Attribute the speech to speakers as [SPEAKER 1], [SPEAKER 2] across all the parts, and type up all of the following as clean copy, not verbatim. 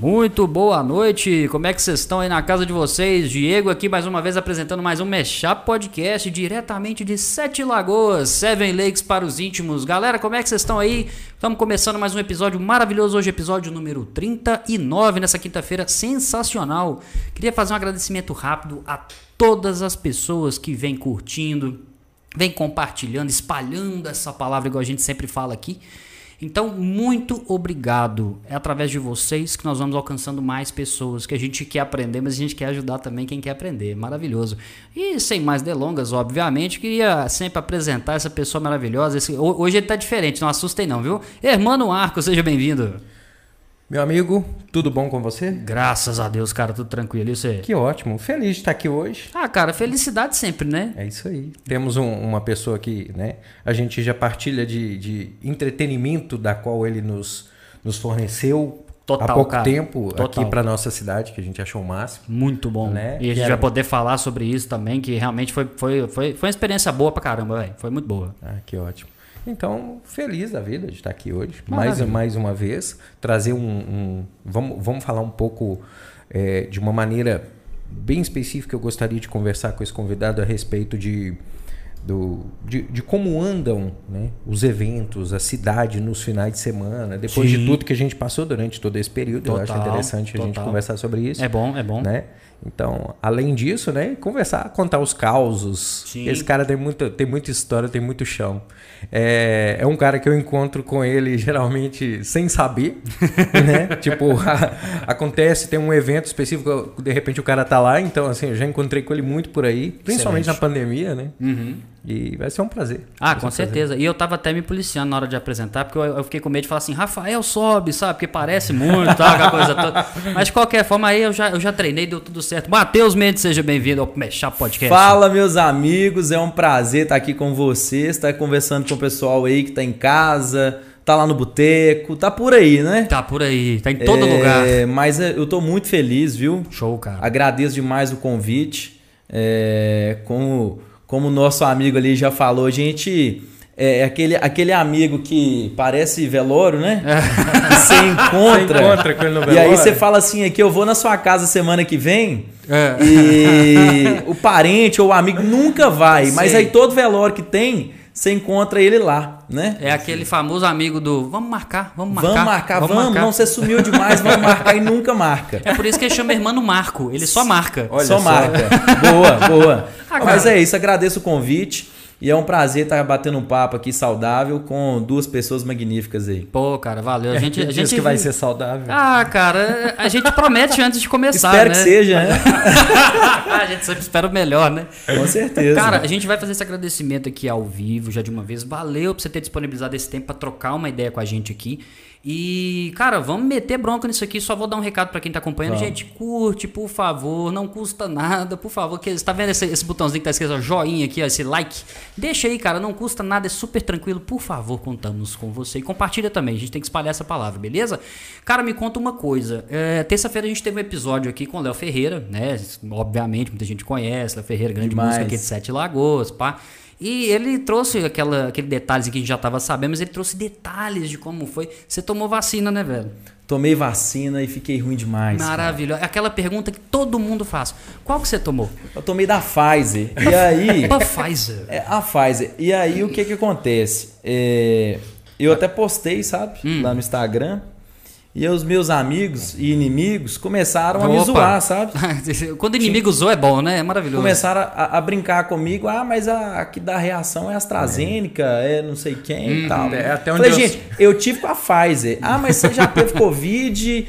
[SPEAKER 1] Muito boa noite, como é que vocês estão aí na casa de vocês? Diego aqui mais uma vez apresentando mais um Mashup Podcast diretamente de Sete Lagoas, Seven Lakes para os íntimos. Galera, como é que vocês estão aí? Estamos começando mais um episódio maravilhoso, hoje episódio número 39, nessa quinta-feira sensacional. Queria fazer um agradecimento rápido a todas as pessoas que vêm curtindo, vêm compartilhando, espalhando essa palavra igual a gente sempre fala aqui. Então, muito obrigado. É através de vocês que nós vamos alcançando mais pessoas, que a gente quer aprender, mas a gente quer ajudar também quem quer aprender. Maravilhoso. E sem mais delongas, obviamente, queria sempre apresentar essa pessoa maravilhosa. Hoje ele tá diferente, não assustem não, viu? Hermano Arco, seja bem-vindo.
[SPEAKER 2] Meu amigo, tudo bom com você?
[SPEAKER 1] Graças a Deus, cara, tudo tranquilo. E você?
[SPEAKER 2] Que ótimo, feliz de estar aqui hoje.
[SPEAKER 1] Ah, cara, felicidade sempre, né?
[SPEAKER 2] É isso aí. Temos uma pessoa que, né, a gente já partilha de entretenimento da qual ele nos forneceu há pouco tempo aqui para nossa cidade, que a gente achou o máximo.
[SPEAKER 1] Muito bom.
[SPEAKER 2] Né?
[SPEAKER 1] E a gente vai poder falar sobre isso também, que realmente foi uma experiência boa pra caramba, velho. Foi muito boa.
[SPEAKER 2] Ah, que ótimo. Então, feliz da vida de estar aqui hoje. Mais uma vez, trazer vamos falar um pouco de uma maneira bem específica. Eu gostaria de conversar com esse convidado a respeito de como andam, né, os eventos, a cidade nos finais de semana, depois de tudo que a gente passou durante todo esse período. Eu acho interessante a gente conversar sobre isso.
[SPEAKER 1] É bom.
[SPEAKER 2] Né? Então, além disso, né, contar os causos. Sim. Esse cara tem muita história, tem muito chão. É um cara que eu encontro com ele geralmente sem saber, né? Tipo, acontece, tem um evento específico, de repente o cara tá lá, então assim, eu já encontrei com ele muito por aí, principalmente na pandemia, né? Uhum. E vai ser um prazer.
[SPEAKER 1] Ah, com certeza. E eu tava até me policiando na hora de apresentar, porque eu fiquei com medo de falar assim, Rafael sobe, sabe? Porque parece muito, tá? Aquela coisa toda. Mas de qualquer forma, aí eu já treinei, deu tudo certo. Matheus Mendes, seja bem-vindo ao Mashup Podcast.
[SPEAKER 3] Fala, meus amigos, é um prazer estar aqui com vocês, estar conversando com o pessoal aí que tá em casa, tá lá no boteco, tá por aí, né?
[SPEAKER 1] Tá por aí, tá em todo lugar.
[SPEAKER 3] Mas eu tô muito feliz, viu?
[SPEAKER 1] Show, cara.
[SPEAKER 3] Agradeço demais o convite. Como o nosso amigo ali já falou, a gente aquele amigo que parece velório, né? Que você encontra com ele no velório. E aí você fala assim, aqui eu vou na sua casa semana que vem e o parente ou o amigo nunca vai, mas aí todo velório que tem, você encontra ele lá, né?
[SPEAKER 1] É aquele famoso amigo do vamos marcar,
[SPEAKER 3] vamos, não, você sumiu demais, vamos marcar e nunca marca.
[SPEAKER 1] É por isso que ele chama Hermano Marco, ele só marca.
[SPEAKER 3] Olha só. Marca. Boa. Mas é isso, agradeço o convite. E é um prazer estar batendo um papo aqui saudável com duas pessoas magníficas aí.
[SPEAKER 1] Pô, cara, valeu. A gente
[SPEAKER 2] diz que vai ser saudável.
[SPEAKER 1] Ah, cara, a gente promete antes de começar,
[SPEAKER 3] Espero que seja, né?
[SPEAKER 1] A gente sempre espera o melhor, né?
[SPEAKER 3] Com certeza.
[SPEAKER 1] Cara, a gente vai fazer esse agradecimento aqui ao vivo, já de uma vez. Valeu por você ter disponibilizado esse tempo para trocar uma ideia com a gente aqui. E, cara, vamos meter bronca nisso aqui. Só vou dar um recado pra quem tá acompanhando. Gente, curte, por favor. Não custa nada, por favor. Você tá vendo esse botãozinho que tá escrito, ó, joinha aqui, ó, esse like? Deixa aí, cara. Não custa nada, é super tranquilo. Por favor, contamos com você. E compartilha também. A gente tem que espalhar essa palavra, beleza? Cara, me conta uma coisa. Terça-feira a gente teve um episódio aqui com o Léo Ferreira, né? Obviamente, muita gente conhece. Léo Ferreira, grande música aqui de Sete Lagoas, pá. E ele trouxe aquele detalhes que a gente já estava sabendo, mas ele trouxe detalhes de como foi. Você tomou vacina, né, velho?
[SPEAKER 3] Tomei vacina e fiquei ruim demais.
[SPEAKER 1] Maravilhoso. É aquela pergunta que todo mundo faz. Qual que você tomou?
[SPEAKER 3] Eu tomei da Pfizer. E aí...
[SPEAKER 1] Pfizer?
[SPEAKER 3] A Pfizer. E aí o que acontece? Eu até postei, sabe? Lá no Instagram. E os meus amigos e inimigos começaram a me zoar, sabe?
[SPEAKER 1] Quando inimigo zoa é bom, né? É maravilhoso.
[SPEAKER 3] Começaram a brincar comigo. Ah, mas a que dá reação é a AstraZeneca, é não sei quem e tal.
[SPEAKER 2] Até onde
[SPEAKER 3] falei, gente, eu tive com a Pfizer. Ah, mas você já teve Covid.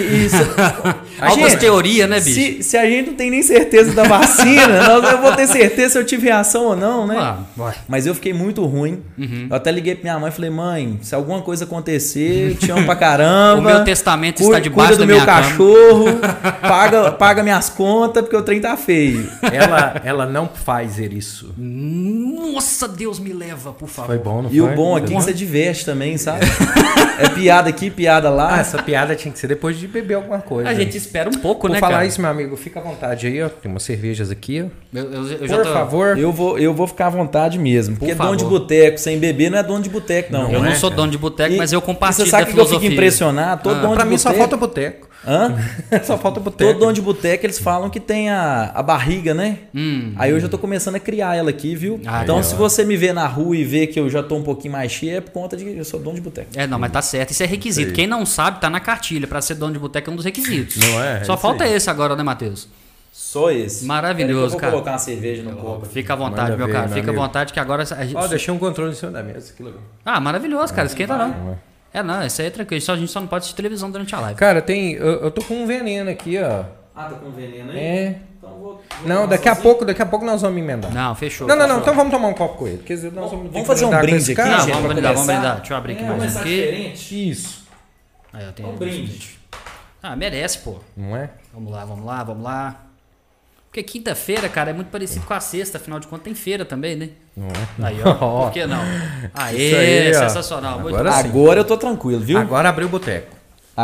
[SPEAKER 1] Algumas teorias, né, bicho?
[SPEAKER 3] Se a gente não tem nem certeza da vacina, eu vou ter certeza se eu tive reação ou não, né? Mas eu fiquei muito ruim. Eu até liguei pra minha mãe e falei, mãe, se alguma coisa acontecer, eu te amo pra caramba.
[SPEAKER 1] Meu testamento está debaixo da
[SPEAKER 3] minha
[SPEAKER 1] minha
[SPEAKER 3] cama. Cuida do meu cachorro, paga minhas contas, porque o trem tá feio.
[SPEAKER 2] Ela não faz isso.
[SPEAKER 1] Nossa, Deus me leva, por favor.
[SPEAKER 2] Foi bom, não
[SPEAKER 3] foi? E o bom aqui é que você diverte também, sabe? É piada aqui, piada lá.
[SPEAKER 2] Essa piada tinha que ser depois de beber alguma coisa.
[SPEAKER 1] A gente espera um pouco, né,
[SPEAKER 2] cara? Por falar
[SPEAKER 1] cara?
[SPEAKER 2] Isso, meu amigo, fica à vontade aí, ó. Tem umas cervejas aqui, ó.
[SPEAKER 3] Por favor. Eu vou ficar à vontade mesmo. Porque dono de boteco sem beber não é dono de boteco, não.
[SPEAKER 1] Eu não sou dono de boteco, mas eu compartilho
[SPEAKER 3] da filosofia. Você sabe que eu fico impressionado? Todo dono
[SPEAKER 2] pra
[SPEAKER 3] de
[SPEAKER 2] mim
[SPEAKER 3] boteco,
[SPEAKER 2] só falta boteco.
[SPEAKER 3] Hã?
[SPEAKER 2] Só falta boteco.
[SPEAKER 3] Todo dono de boteco, eles falam que tem a barriga, né? Aí eu já tô começando a criar ela aqui, viu? Então, se você me vê na rua e vê que eu já tô um pouquinho mais cheio, é por conta de que eu sou dono de boteco.
[SPEAKER 1] Não, mas tá certo. Isso é requisito. Quem não sabe, tá na cartilha. Pra ser dono de boteco é um dos requisitos.
[SPEAKER 2] Não é?
[SPEAKER 1] Só falta esse agora, né, Matheus?
[SPEAKER 3] Só esse.
[SPEAKER 1] Maravilhoso, cara.
[SPEAKER 3] Vou colocar uma cerveja no copo.
[SPEAKER 1] Fica à vontade, meu cara. Fica à vontade que agora...
[SPEAKER 2] Deixei um controle em cima da mesa. Que legal.
[SPEAKER 1] Maravilhoso, cara. Esquenta não. Não, isso aí é tranquilo. A gente só não pode assistir televisão durante a live.
[SPEAKER 2] Cara, eu tô com um veneno aqui, ó.
[SPEAKER 3] Tá com veneno aí?
[SPEAKER 2] É. Então vou não, daqui a pouco nós vamos emendar.
[SPEAKER 1] Não, fechou.
[SPEAKER 2] Não, então vamos tomar um copo com ele. Porque nós vamos
[SPEAKER 3] fazer um brinde aqui,
[SPEAKER 1] gente. Vamos brindar. Deixa eu abrir aqui mais um aqui.
[SPEAKER 3] Diferente.
[SPEAKER 2] Isso.
[SPEAKER 1] Aí, eu tenho
[SPEAKER 3] um brinde.
[SPEAKER 1] Merece, pô.
[SPEAKER 2] Não é?
[SPEAKER 1] Vamos lá. Porque quinta-feira, cara, é muito parecido com a sexta, afinal de contas tem feira também, né?
[SPEAKER 2] Não é?
[SPEAKER 1] Aí, ó. Por que não? Aí, sensacional.
[SPEAKER 3] Agora eu tô tranquilo, viu?
[SPEAKER 2] Agora abriu o boteco.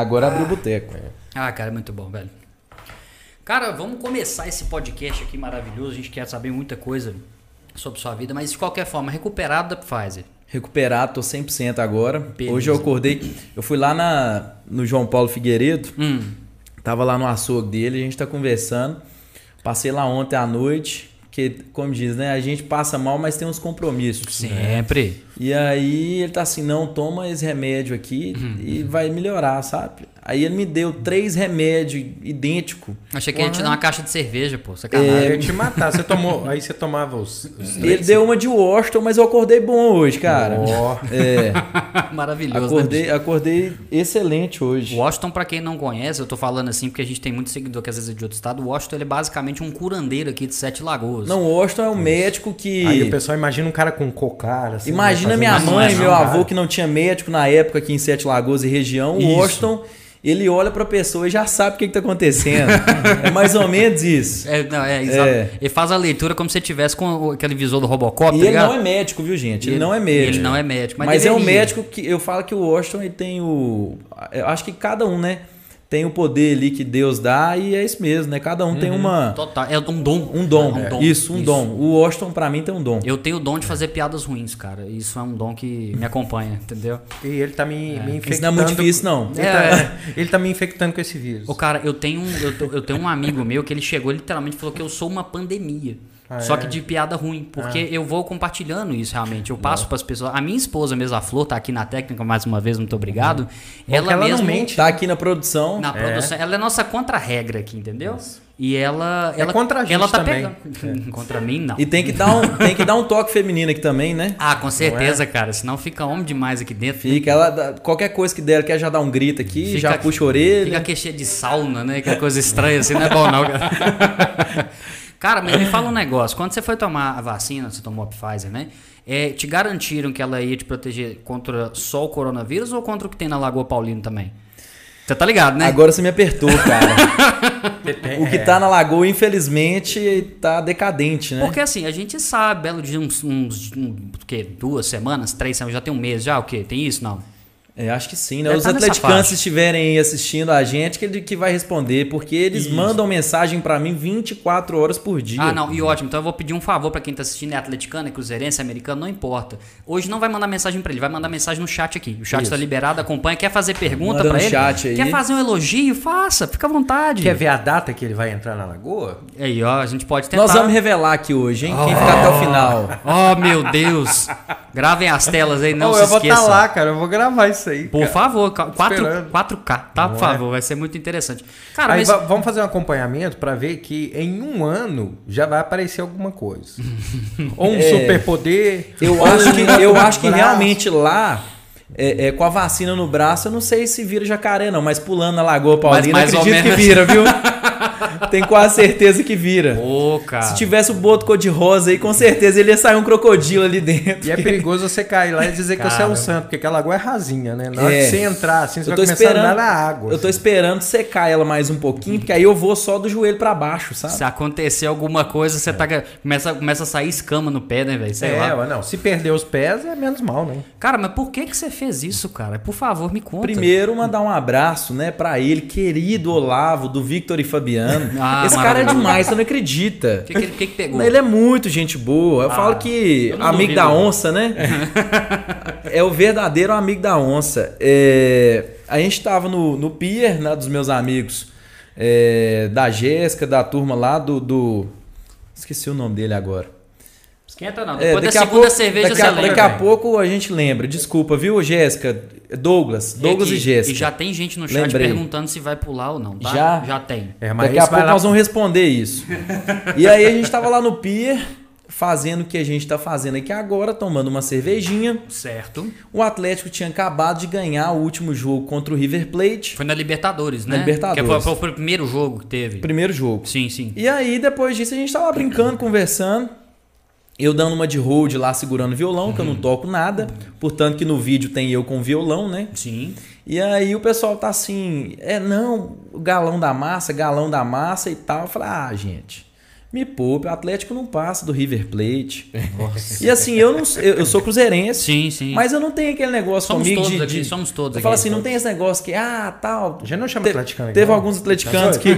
[SPEAKER 1] Cara, é muito bom, velho. Cara, vamos começar esse podcast aqui maravilhoso. A gente quer saber muita coisa sobre sua vida, mas de qualquer forma, recuperado da Pfizer.
[SPEAKER 3] Recuperado, tô 100% agora. Beleza. Hoje eu acordei, eu fui lá no João Paulo Figueiredo, tava lá no açougue dele, a gente tá conversando. Passei lá ontem à noite, que, como diz, né? A gente passa mal, mas tem uns compromissos.
[SPEAKER 1] Sempre.
[SPEAKER 3] Né? E aí ele tá assim, não, toma esse remédio aqui e vai melhorar, sabe? Aí ele me deu 3 remédios idênticos.
[SPEAKER 1] Achei que ia te dar uma caixa de cerveja, pô. Sacanagem.
[SPEAKER 2] Eu ia te matar. Aí você tomava os 3?
[SPEAKER 3] Ele deu uma de Washington, mas eu acordei bom hoje, cara.
[SPEAKER 1] Maravilhoso.
[SPEAKER 3] Acordei excelente hoje.
[SPEAKER 1] Washington, pra quem não conhece, eu tô falando assim porque a gente tem muito seguidor que às vezes é de outro estado. O Washington, ele é basicamente um curandeiro aqui de Sete Lagoas.
[SPEAKER 3] Não, o Washington é um médico que...
[SPEAKER 2] Aí o pessoal imagina um cara com cocar, assim.
[SPEAKER 3] Imagina minha mãe, meu avô, que não tinha médico na época aqui em Sete Lagoas e região. O Washington... Ele olha pra pessoa e já sabe o que tá acontecendo. É mais ou menos isso.
[SPEAKER 1] Exato. Ele faz a leitura como se você tivesse com aquele visor do Robocop,
[SPEAKER 3] e ele não é médico, viu, gente? Ele não é médico.
[SPEAKER 1] Ele não é médico.
[SPEAKER 3] Mas é um médico que... Eu falo que o Washington, ele tem o... Eu acho que cada um, né? Tem o poder ali que Deus dá e é isso mesmo, né? Cada um tem uma...
[SPEAKER 1] Total. É um dom.
[SPEAKER 3] Um dom. Isso, um dom. O Washington, pra mim, tem um dom.
[SPEAKER 1] Eu tenho o dom de fazer piadas ruins, cara. Isso é um dom que me acompanha, entendeu?
[SPEAKER 2] E ele tá me infectando...
[SPEAKER 3] Isso não é muito difícil, não.
[SPEAKER 2] Ele tá me infectando com esse vírus.
[SPEAKER 1] Cara, eu tenho um amigo meu que ele chegou e literalmente falou que eu sou uma pandemia. Só que de piada ruim, porque eu vou compartilhando isso realmente. Eu passo para as pessoas. A minha esposa mesmo, a Flor, tá aqui na técnica mais uma vez, muito obrigado. Ela mesmo
[SPEAKER 3] tá aqui na produção.
[SPEAKER 1] Ela é nossa contra-regra aqui, entendeu? Isso. E ela
[SPEAKER 2] contra a gente
[SPEAKER 1] ela tá
[SPEAKER 2] também.
[SPEAKER 1] pegando. Contra mim, não.
[SPEAKER 3] E tem que dar um toque feminino aqui também, né?
[SPEAKER 1] Com certeza, cara. Senão fica homem demais aqui dentro.
[SPEAKER 3] Fica, qualquer coisa que der, ela quer já dar um grito aqui, já puxa a orelha.
[SPEAKER 1] Fica aqui cheio de sauna, né? Que é coisa estranha assim, não é bom não, cara. Cara, mas me fala um negócio. Quando você foi tomar a vacina, você tomou a Pfizer, né? Te garantiram que ela ia te proteger contra só o coronavírus ou contra o que tem na Lagoa Paulino também? Você tá ligado, né?
[SPEAKER 3] Agora você me apertou, cara. O que tá na Lagoa, infelizmente, tá decadente, né?
[SPEAKER 1] Porque assim, a gente sabe, belo dia, o quê? 2 semanas, 3 semanas, já tem um mês já, o quê? Tem isso, não?
[SPEAKER 3] Acho que sim, né? Os atleticanos, se estiverem aí assistindo a gente, que vai responder, porque eles mandam mensagem pra mim 24 horas por dia.
[SPEAKER 1] Não, e ótimo. Então eu vou pedir um favor pra quem tá assistindo, é atleticano, é cruzeirense, é americano, não importa. Hoje não vai mandar mensagem pra ele, vai mandar mensagem no chat aqui. O chat tá liberado, acompanha, quer fazer pergunta pra ele?
[SPEAKER 3] Chat aí.
[SPEAKER 1] Quer fazer um elogio? Faça, fica à vontade.
[SPEAKER 2] Quer ver a data que ele vai entrar na Lagoa?
[SPEAKER 1] Aí, ó, a gente pode tentar.
[SPEAKER 3] Nós vamos revelar aqui hoje, hein? Quem ficar até o final.
[SPEAKER 1] Meu Deus. Gravem as telas aí, não se esqueçam.
[SPEAKER 2] Eu vou estar lá, cara, eu vou gravar isso aí.
[SPEAKER 1] Por favor, 4K, tá? Por favor, vai ser muito interessante. Cara,
[SPEAKER 2] aí vamos fazer um acompanhamento para ver que em um ano já vai aparecer alguma coisa. Ou um superpoder.
[SPEAKER 3] Eu acho que realmente lá, com a vacina no braço, eu não sei se vira jacaré não, mas pulando na Lagoa Paulina, acredito que vira, viu? Tenho quase certeza que vira.
[SPEAKER 1] Cara.
[SPEAKER 3] Se tivesse o boto cor-de-rosa aí, com certeza ele ia sair um crocodilo ali dentro.
[SPEAKER 2] E é perigoso você cair lá e dizer que você é um santo, porque aquela lagoa é rasinha, né? Na hora que você entrar, assim, você vai começar a andar na água.
[SPEAKER 3] Eu tô esperando secar ela mais um pouquinho, porque aí eu vou só do joelho pra baixo, sabe?
[SPEAKER 1] Se acontecer alguma coisa, você começa a sair escama no pé, né, velho? Sei lá.
[SPEAKER 2] Não. Se perder os pés, é menos mal, né?
[SPEAKER 1] Cara, mas por que você fez isso, cara? Por favor, me conta.
[SPEAKER 3] Primeiro, mandar um abraço, né, pra ele, querido Olavo, do Victor e Fabiano. Esse cara é demais, você não acredita.
[SPEAKER 1] O que pegou?
[SPEAKER 3] Ele é muito gente boa. Eu falo que amigo da onça, né? É o verdadeiro amigo da onça. a gente tava no pier, né, dos meus amigos, da Jéssica, da turma lá do... Esqueci o nome dele agora.
[SPEAKER 1] Esquenta não, depois da segunda cerveja você lembra.
[SPEAKER 3] Daqui a pouco a gente lembra. Desculpa, viu, Jéssica? Douglas e Jéssica.
[SPEAKER 1] E já tem gente no chat perguntando se vai pular ou não,
[SPEAKER 3] tá?
[SPEAKER 1] Já tem.
[SPEAKER 3] Daqui a pouco nós vamos responder isso. E aí a gente tava lá no pier, fazendo o que a gente tá fazendo aqui agora, tomando uma cervejinha.
[SPEAKER 1] Certo.
[SPEAKER 3] O Atlético tinha acabado de ganhar o último jogo contra o River Plate.
[SPEAKER 1] Foi na Libertadores, né?
[SPEAKER 3] Na Libertadores.
[SPEAKER 1] Que foi o primeiro jogo que teve.
[SPEAKER 3] Primeiro jogo.
[SPEAKER 1] Sim.
[SPEAKER 3] E aí, depois disso, a gente tava brincando, conversando. Eu dando uma de hold lá, segurando o violão, que eu não toco nada. Portanto, que no vídeo tem eu com violão, né?
[SPEAKER 1] Sim.
[SPEAKER 3] E aí o pessoal tá assim, o galão da massa e tal. Eu falei, gente, me poupe, o Atlético não passa do River Plate. Nossa. E assim, eu sou cruzeirense.
[SPEAKER 1] Sim.
[SPEAKER 3] Mas eu não tenho aquele negócio comigo de...
[SPEAKER 1] Somos todos
[SPEAKER 3] aqui. Eu falo assim, não tem esse negócio que, tal...
[SPEAKER 2] Já não chama atleticano.
[SPEAKER 3] Teve alguns atleticanos que...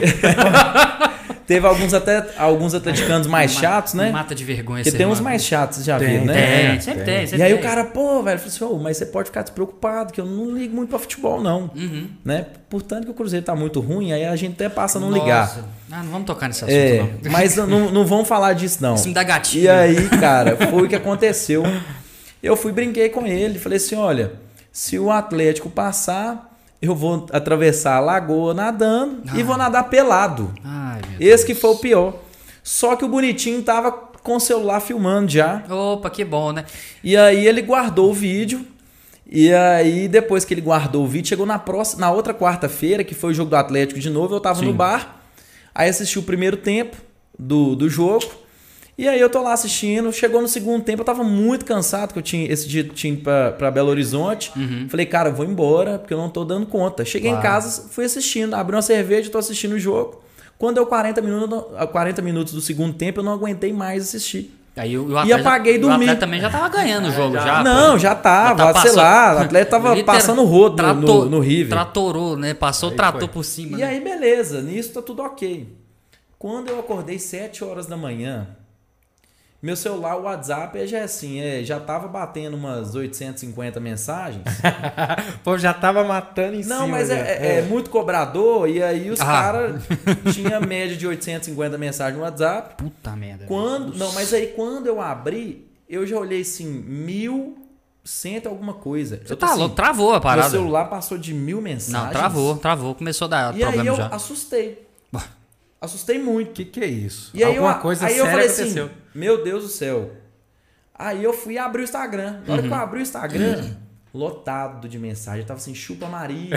[SPEAKER 3] Teve alguns atleticanos mais chatos, né?
[SPEAKER 1] Mata de vergonha.
[SPEAKER 3] Porque tem uns mais chatos, já viram, né?
[SPEAKER 1] Sempre tem.
[SPEAKER 3] E aí o cara, falou assim, mas você pode ficar despreocupado, que eu não ligo muito pra futebol, não. Né? Portanto que o Cruzeiro tá muito ruim, aí a gente até passa a não ligar.
[SPEAKER 1] Não vamos tocar nesse assunto, não.
[SPEAKER 3] Mas não vamos falar disso, não.
[SPEAKER 1] Isso me dá gatilho.
[SPEAKER 3] E aí, cara, foi o que aconteceu. Eu brinquei com ele, falei assim, olha, se o Atlético passar... Eu vou atravessar a lagoa nadando e vou nadar pelado. Esse que foi o pior. Só que o bonitinho tava com o celular filmando já.
[SPEAKER 1] Opa, que bom, né?
[SPEAKER 3] E aí ele guardou o vídeo. E aí depois que ele guardou o vídeo, chegou na outra quarta-feira, que foi o jogo do Atlético de novo, eu tava no bar. Aí assisti o primeiro tempo do jogo. E aí eu tô lá assistindo, chegou no segundo tempo, eu tava muito cansado, que esse dia tinha ido pra Belo Horizonte. Falei, cara, eu vou embora, porque eu não tô dando conta. Cheguei em casa, fui assistindo, abri uma cerveja, tô assistindo o jogo. Quando deu 40 minutos do segundo tempo, eu não aguentei mais assistir.
[SPEAKER 1] Aí
[SPEAKER 3] e apaguei e dormi. O
[SPEAKER 1] Atlético também já tava ganhando o jogo, já.
[SPEAKER 3] Não, já tava, sei lá, o Atlético tava passando o rodo no River.
[SPEAKER 1] Tratorou, né? Passou o trator por cima.
[SPEAKER 3] E aí, beleza, nisso tá tudo ok. Quando eu acordei 7 horas da manhã... Meu celular, o WhatsApp, já é assim, já tava batendo umas 850 mensagens.
[SPEAKER 2] Pô, já tava matando em cima.
[SPEAKER 3] Não, mas é muito cobrador, e aí os caras tinham média de 850 mensagens no WhatsApp.
[SPEAKER 1] Puta merda.
[SPEAKER 3] Mas aí quando eu abri, eu já olhei assim, 1.100 alguma coisa.
[SPEAKER 1] Você tá louco, travou a parada.
[SPEAKER 3] Meu celular passou de 1.000 mensagens.
[SPEAKER 1] Não, travou, começou a dar problema já.
[SPEAKER 3] E aí eu assustei. Assustei muito.
[SPEAKER 2] O que é isso?
[SPEAKER 3] E aí
[SPEAKER 2] Alguma coisa
[SPEAKER 3] aí
[SPEAKER 2] séria
[SPEAKER 3] eu falei
[SPEAKER 2] aconteceu.
[SPEAKER 3] Assim, meu Deus do céu. Aí eu fui abrir o Instagram. Na hora que eu abri o Instagram, lotado de mensagem. Eu tava assim, chupa Maria.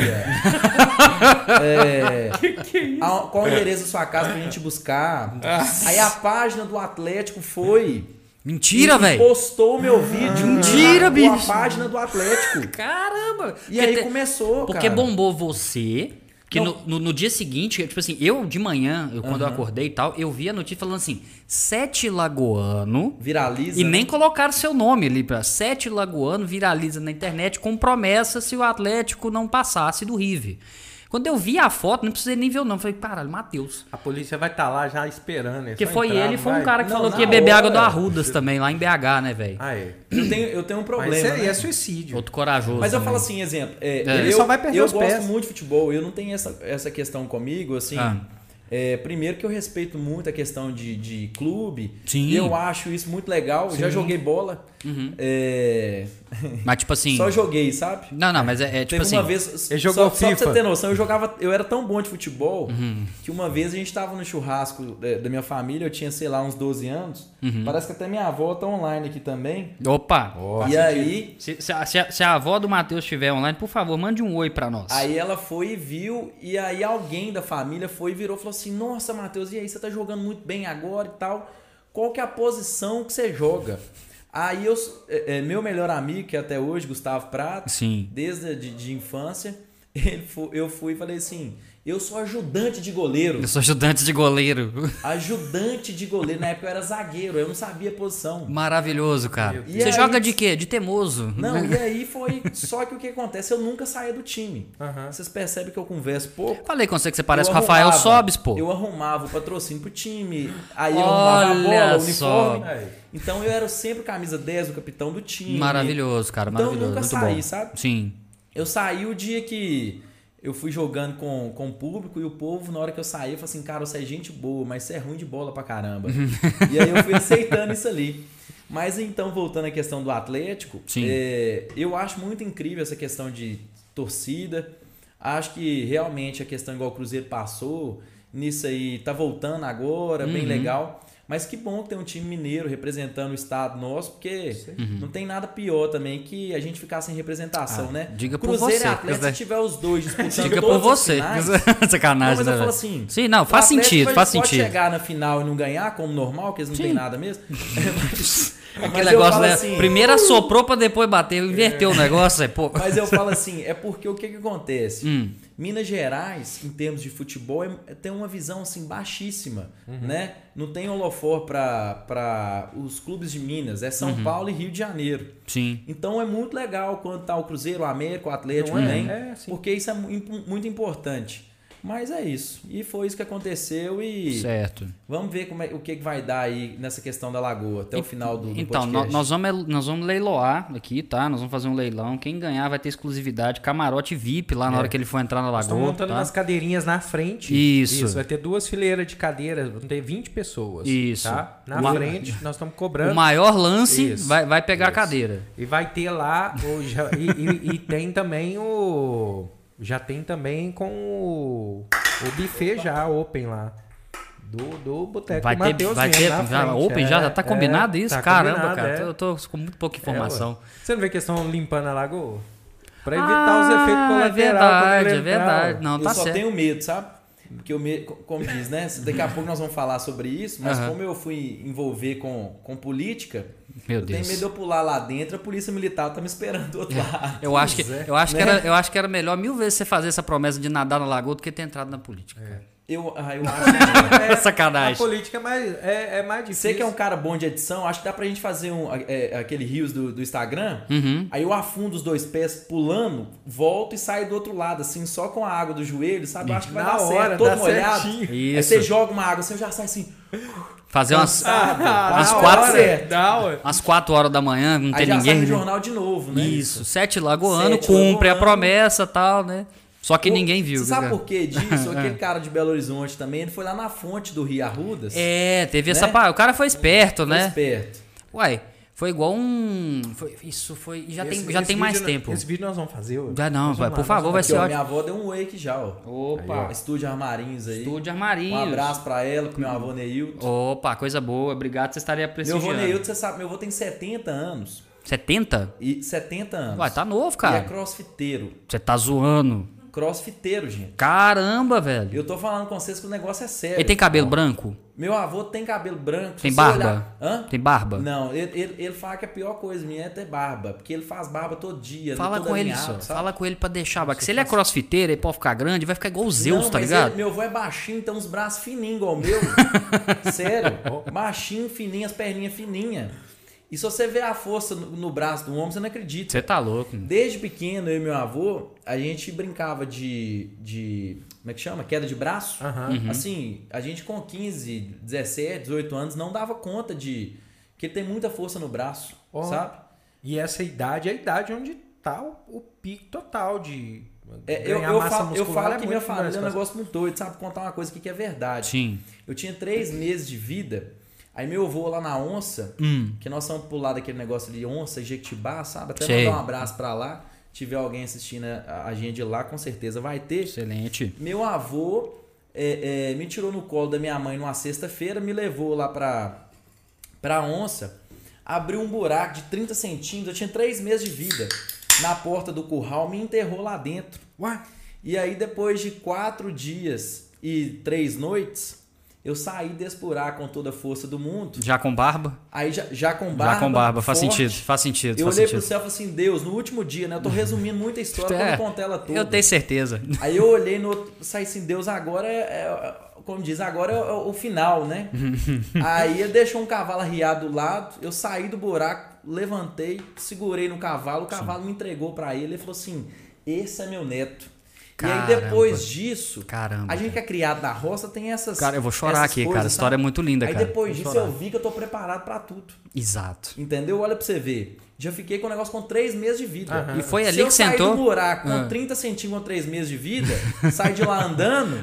[SPEAKER 2] Que é isso?
[SPEAKER 3] Qual o endereço da sua casa pra gente buscar? Aí a página do Atlético foi...
[SPEAKER 1] Mentira, velho.
[SPEAKER 3] Postou o meu vídeo.
[SPEAKER 1] Mentira, bicho.
[SPEAKER 3] A página do Atlético.
[SPEAKER 1] Caramba.
[SPEAKER 3] E aí começou,
[SPEAKER 1] porque cara. Porque bombou você... Que no dia seguinte, tipo assim, eu de manhã, quando eu acordei e tal, eu vi a notícia falando assim, 7 Lagoano...
[SPEAKER 3] Viraliza.
[SPEAKER 1] E nem colocaram seu nome ali, 7 Lagoano viraliza na internet com promessa se o Atlético não passasse do River. Quando eu vi a foto, não precisei nem ver o nome. Falei, caralho, Matheus.
[SPEAKER 2] A polícia vai estar lá já esperando.
[SPEAKER 1] Porque foi ele, foi um cara que falou que ia beber água do Arrudas também, lá em BH, né, velho?
[SPEAKER 3] Eu tenho um problema. Mas
[SPEAKER 2] isso aí é suicídio.
[SPEAKER 1] Outro corajoso.
[SPEAKER 3] Mas eu falo assim, exemplo.
[SPEAKER 2] Ele só vai perder os pés.
[SPEAKER 3] Eu gosto muito de futebol, eu não tenho essa questão comigo, assim. Primeiro que eu respeito muito a questão de clube.
[SPEAKER 1] Sim.
[SPEAKER 3] Eu acho isso muito legal. Sim. Já joguei bola.
[SPEAKER 1] Mas tipo assim...
[SPEAKER 3] Só joguei, sabe?
[SPEAKER 1] Não, mas tipo
[SPEAKER 3] Teve
[SPEAKER 1] assim...
[SPEAKER 3] uma vez...
[SPEAKER 2] Ele jogou FIFA.
[SPEAKER 3] Só pra você ter noção, eu era tão bom de futebol que uma vez a gente tava no churrasco da minha família, eu tinha, sei lá, uns 12 anos. Parece que até minha avó tá online aqui também.
[SPEAKER 1] Opa!
[SPEAKER 3] E aí...
[SPEAKER 1] Se a avó do Matheus estiver online, por favor, mande um oi pra nós.
[SPEAKER 3] Aí ela foi e viu, e aí alguém da família foi e virou e falou assim, nossa, Matheus, e aí, você tá jogando muito bem agora e tal. Qual que é a posição que você joga? Aí meu melhor amigo, que até hoje, Gustavo Prato,
[SPEAKER 1] sim,
[SPEAKER 3] desde de infância, eu fui e falei assim, eu sou ajudante de goleiro.
[SPEAKER 1] Eu sou ajudante de goleiro.
[SPEAKER 3] Ajudante de goleiro. Na época eu era zagueiro, eu não sabia a posição.
[SPEAKER 1] Maravilhoso, cara. Você joga de quê? De teimoso.
[SPEAKER 3] Não, e aí foi... Só que o que acontece? Eu nunca saía do time. Vocês percebem que eu converso pouco.
[SPEAKER 1] Falei com você que você parece com o Rafael Sobis, pô.
[SPEAKER 3] Eu arrumava o patrocínio pro time, aí eu arrumava a bola, o uniforme. Então eu era sempre camisa 10, o capitão do time.
[SPEAKER 1] Maravilhoso, cara. Maravilhoso.
[SPEAKER 3] Então eu nunca saí, sabe?
[SPEAKER 1] Sim.
[SPEAKER 3] Eu saí o dia que eu fui jogando com o público e o povo, na hora que eu saí, eu falei assim, cara, você é gente boa, mas você é ruim de bola pra caramba. E aí eu fui aceitando isso ali. Mas então, voltando à questão do Atlético, eu acho muito incrível essa questão de torcida. Acho que realmente a questão igual o Cruzeiro passou, nisso aí tá voltando agora, bem legal. Mas que bom que tem um time mineiro representando o estado nosso, porque não tem nada pior também que a gente ficar sem representação, né?
[SPEAKER 1] Diga por
[SPEAKER 3] Cruzeiro
[SPEAKER 1] você.
[SPEAKER 3] e Atlético, se tiver os dois disputando
[SPEAKER 1] diga
[SPEAKER 3] todos
[SPEAKER 1] por você.
[SPEAKER 3] Finais,
[SPEAKER 1] Sacanagem,
[SPEAKER 3] não, mas eu
[SPEAKER 1] né?
[SPEAKER 3] falo assim,
[SPEAKER 1] sim, não, faz sentido, faz sentido.
[SPEAKER 3] Pode chegar na final e não ganhar, como normal, que eles não têm nada mesmo.
[SPEAKER 1] Aquele negócio, né? Assim, primeiro assoprou pra depois bater, inverteu o negócio. Pô.
[SPEAKER 3] Mas eu falo assim, é porque o que acontece? Minas Gerais, em termos de futebol, tem uma visão assim baixíssima, né? Não tem holofote para os clubes de Minas, é São Paulo e Rio de Janeiro.
[SPEAKER 1] Sim.
[SPEAKER 3] Então é muito legal quando tá o Cruzeiro, o América, o Atlético também, porque isso é muito importante. Mas é isso. E foi isso que aconteceu e
[SPEAKER 1] certo.
[SPEAKER 3] Vamos ver o que vai dar aí nessa questão da Lagoa até o final do
[SPEAKER 1] então,
[SPEAKER 3] podcast.
[SPEAKER 1] nós vamos leiloar aqui, tá? Nós vamos fazer um leilão. Quem ganhar vai ter exclusividade, camarote VIP lá na hora que ele for entrar na Lagoa.
[SPEAKER 2] Estão montando umas cadeirinhas na frente.
[SPEAKER 1] Isso.
[SPEAKER 2] Vai ter 2 fileiras de cadeiras, vão ter 20 pessoas.
[SPEAKER 1] Isso.
[SPEAKER 2] Tá? Na frente, nós estamos cobrando.
[SPEAKER 1] O maior lance vai pegar a cadeira.
[SPEAKER 2] E vai ter lá, e tem também o... Já tem também com o buffet já open lá. Do Boteco
[SPEAKER 1] vai ter já, open já tá combinado isso?
[SPEAKER 2] Tá
[SPEAKER 1] caramba,
[SPEAKER 2] combinado,
[SPEAKER 1] cara. Eu tô com muito pouca informação.
[SPEAKER 2] Você não vê que eles estão limpando a lagoa? Pra evitar os efeitos colaterais.
[SPEAKER 1] É verdade. Não, tá certo.
[SPEAKER 3] Eu só tenho medo, sabe? Porque como diz, né? Daqui a pouco nós vamos falar sobre isso, mas como eu fui envolver com política,
[SPEAKER 1] meu
[SPEAKER 3] eu
[SPEAKER 1] Deus.
[SPEAKER 3] tenho medo de eu pular lá dentro, a polícia militar tá me esperando do outro lado.
[SPEAKER 1] Eu acho que era melhor 1000 vezes você fazer essa promessa de nadar na lagoa do que ter entrado na política.
[SPEAKER 3] Eu acho
[SPEAKER 1] que sacanagem.
[SPEAKER 2] A política é mais difícil.
[SPEAKER 3] Você que é um cara bom de edição, acho que dá pra gente fazer aquele rios do Instagram. Aí eu afundo os 2 pés pulando, volto e saio do outro lado, assim, só com a água do joelho, sabe? Eu acho que vai dar certo, todo molhado. Aí você joga uma água, você já sai assim...
[SPEAKER 1] Fazer umas 4 horas da manhã, não tem ninguém.
[SPEAKER 3] Sai no jornal de novo, né?
[SPEAKER 1] Isso, 7 lagoano, cumpre a promessa e tal, né? Só que ninguém viu.
[SPEAKER 3] Você sabe por que disso? Aquele cara de Belo Horizonte também, ele foi lá na fonte do Rio Arrudas.
[SPEAKER 1] Teve essa... O cara foi esperto, né?
[SPEAKER 3] Foi esperto.
[SPEAKER 1] Uai, foi igual Já tem mais tempo.
[SPEAKER 2] Esse vídeo nós vamos fazer hoje.
[SPEAKER 1] Já não, por favor, vai ser ótimo.
[SPEAKER 3] Minha avó deu um wake já, ó.
[SPEAKER 1] Opa.
[SPEAKER 3] Aí, Estúdio Armarinhos aí.
[SPEAKER 1] Estúdio Armarinhos.
[SPEAKER 3] Um abraço pra ela, pro meu avô Neilton.
[SPEAKER 1] Opa, coisa boa. Obrigado, você estaria prestigiando.
[SPEAKER 3] Meu avô Neilton, você sabe, meu avô tem 70 anos.
[SPEAKER 1] 70?
[SPEAKER 3] 70 anos.
[SPEAKER 1] Uai, tá novo, cara.
[SPEAKER 3] E é crossfiteiro.
[SPEAKER 1] Você tá zoando.
[SPEAKER 3] Crossfiteiro, gente.
[SPEAKER 1] Caramba, velho.
[SPEAKER 3] Eu tô falando com vocês que o negócio é sério.
[SPEAKER 1] Ele tem cabelo branco?
[SPEAKER 3] Meu avô tem cabelo branco.
[SPEAKER 1] Tem barba? Tem barba?
[SPEAKER 3] Não, ele fala que a pior coisa minha é ter barba. Porque ele faz barba todo dia.
[SPEAKER 1] Fala com ele só. Fala com ele pra deixar. Porque se ele é crossfiteiro, ele pode ficar grande, vai ficar igual o Zeus, tá ligado?
[SPEAKER 3] Meu avô é baixinho, tem uns braços fininhos igual o meu. Sério. Baixinho, fininho, as perninhas fininhas. E se você ver a força no braço do homem, você não acredita.
[SPEAKER 1] Você tá louco.
[SPEAKER 3] Desde pequeno, eu e meu avô, a gente brincava de como é que chama? Queda de braço. Assim, a gente com 15, 17, 18 anos não dava conta de... que ele tem muita força no braço, sabe?
[SPEAKER 2] E essa idade é a idade onde tá o pico total de...
[SPEAKER 3] Eu falo que minha família é um negócio muito doido, sabe? Contar uma coisa aqui que é verdade.
[SPEAKER 1] Sim.
[SPEAKER 3] Eu tinha 3 meses de vida... Aí meu avô lá na Onça, que nós estamos pro lado daquele negócio de Onça, Jequitibá, sabe? Até mandar um abraço pra lá. Se tiver alguém assistindo a gente de lá, com certeza vai ter.
[SPEAKER 1] Excelente.
[SPEAKER 3] Meu avô me tirou no colo da minha mãe numa sexta-feira, me levou lá pra Onça, abriu um buraco de 30 centímetros, eu tinha 3 meses de vida, na porta do curral, me enterrou lá dentro.
[SPEAKER 2] Ué?
[SPEAKER 3] E aí depois de 4 dias e 3 noites... Eu saí desse buraco com toda a força do mundo.
[SPEAKER 1] Já com barba?
[SPEAKER 3] Aí já com barba.
[SPEAKER 1] Já com barba, faz
[SPEAKER 3] forte.
[SPEAKER 1] sentido.
[SPEAKER 3] Eu olhei pro céu e falei assim, Deus, no último dia, né? Eu tô resumindo muita história, eu não contei ela toda.
[SPEAKER 1] Eu tenho certeza.
[SPEAKER 3] Aí eu olhei no outro, saí assim, Deus, agora como diz, agora é o final, né? Aí ele deixou um cavalo arriado do lado, eu saí do buraco, levantei, segurei no cavalo, o cavalo me entregou pra ele e falou assim, esse é meu neto. Caramba. E aí depois disso, a gente que é criado na roça tem essas
[SPEAKER 1] Cara, eu vou chorar aqui, coisas, cara. A história é muito linda, cara.
[SPEAKER 3] Aí depois disso eu vi que eu tô preparado pra tudo.
[SPEAKER 1] Exato.
[SPEAKER 3] Entendeu? Olha pra você ver. Já fiquei com o negócio com 3 meses de vida.
[SPEAKER 1] E foi ali que sentou. Se eu
[SPEAKER 3] sair do buraco com 30 centímetros com 3 meses de vida, sair de lá andando...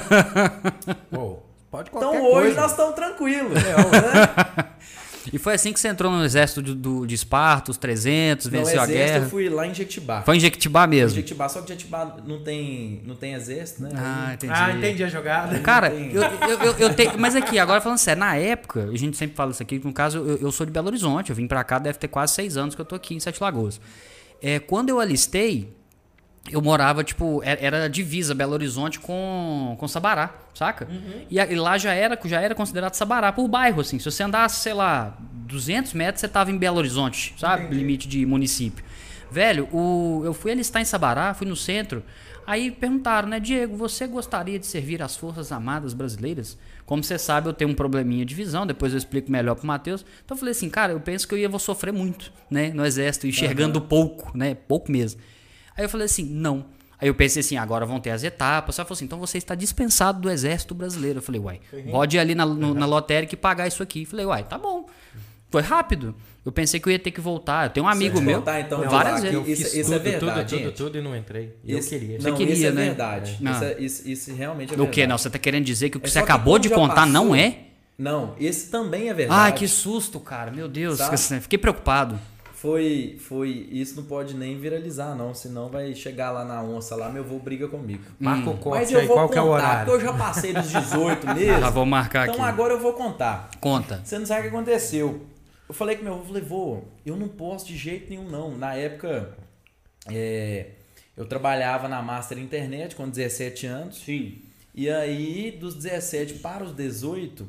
[SPEAKER 2] Pode
[SPEAKER 3] então hoje nós estamos tranquilos. Né?
[SPEAKER 1] E foi assim que você entrou no exército de Esparta, os 300, venceu a guerra?
[SPEAKER 3] Eu fui lá em Jequitibá.
[SPEAKER 1] Foi em Jequitibá mesmo?
[SPEAKER 3] Em Jequitibá, só que Jequitibá não tem exército, né?
[SPEAKER 2] Entendi a jogada.
[SPEAKER 1] Cara, eu tenho... Mas aqui, agora falando sério, na época, a gente sempre fala isso aqui, no caso, eu sou de Belo Horizonte, eu vim pra cá, deve ter quase 6 anos que eu tô aqui em Sete Lagoas. Quando eu alistei, eu morava, tipo, era divisa Belo Horizonte com Sabará, saca? E lá já era considerado Sabará por bairro, assim. Se você andasse, sei lá, 200 metros, você tava em Belo Horizonte, sabe? Entendi. Limite de município. Velho, eu fui alistar em Sabará, fui no centro, aí perguntaram, né? Diego, você gostaria de servir as Forças Armadas Brasileiras? Como você sabe, eu tenho um probleminha de visão, depois eu explico melhor pro Matheus. Então eu falei assim, cara, eu penso que eu vou sofrer muito, né? No exército, enxergando pouco, né? Pouco mesmo. Aí eu falei assim, não. Aí eu pensei assim, agora vão ter as etapas. Ela falou assim, então você está dispensado do exército brasileiro. Eu falei, uai, pode ir ali na lotérica e pagar isso aqui. Eu falei, uai, tá bom. Foi rápido. Eu pensei que eu ia ter que voltar. Eu tenho um amigo meu,
[SPEAKER 3] voltar, então,
[SPEAKER 1] várias vezes.
[SPEAKER 3] Isso é verdade,
[SPEAKER 2] tudo e não entrei. Eu queria.
[SPEAKER 3] Não,
[SPEAKER 1] queria,
[SPEAKER 3] isso é
[SPEAKER 1] né?
[SPEAKER 3] verdade. Isso realmente é verdade.
[SPEAKER 1] O quê? Não, você tá querendo dizer que o que você acabou de contar não é?
[SPEAKER 3] Não, esse também é verdade.
[SPEAKER 1] Ai, que susto, cara. Meu Deus. Sabe? Fiquei preocupado.
[SPEAKER 3] Isso não pode nem viralizar, não. Senão vai chegar lá na onça, lá meu avô briga comigo.
[SPEAKER 2] Marca o corte.
[SPEAKER 3] Mas eu vou
[SPEAKER 2] qual
[SPEAKER 3] contar,
[SPEAKER 2] que é o horário?
[SPEAKER 3] porque eu já passei dos 18 mesmo.
[SPEAKER 1] Já vou marcar
[SPEAKER 3] então
[SPEAKER 1] aqui.
[SPEAKER 3] Então agora eu vou contar.
[SPEAKER 1] Conta.
[SPEAKER 3] Você não sabe o que aconteceu. Eu falei com meu avô, vô, eu não posso de jeito nenhum, não. Na época, eu trabalhava na Master Internet com 17 anos.
[SPEAKER 1] Sim.
[SPEAKER 3] E aí, dos 17 para os 18...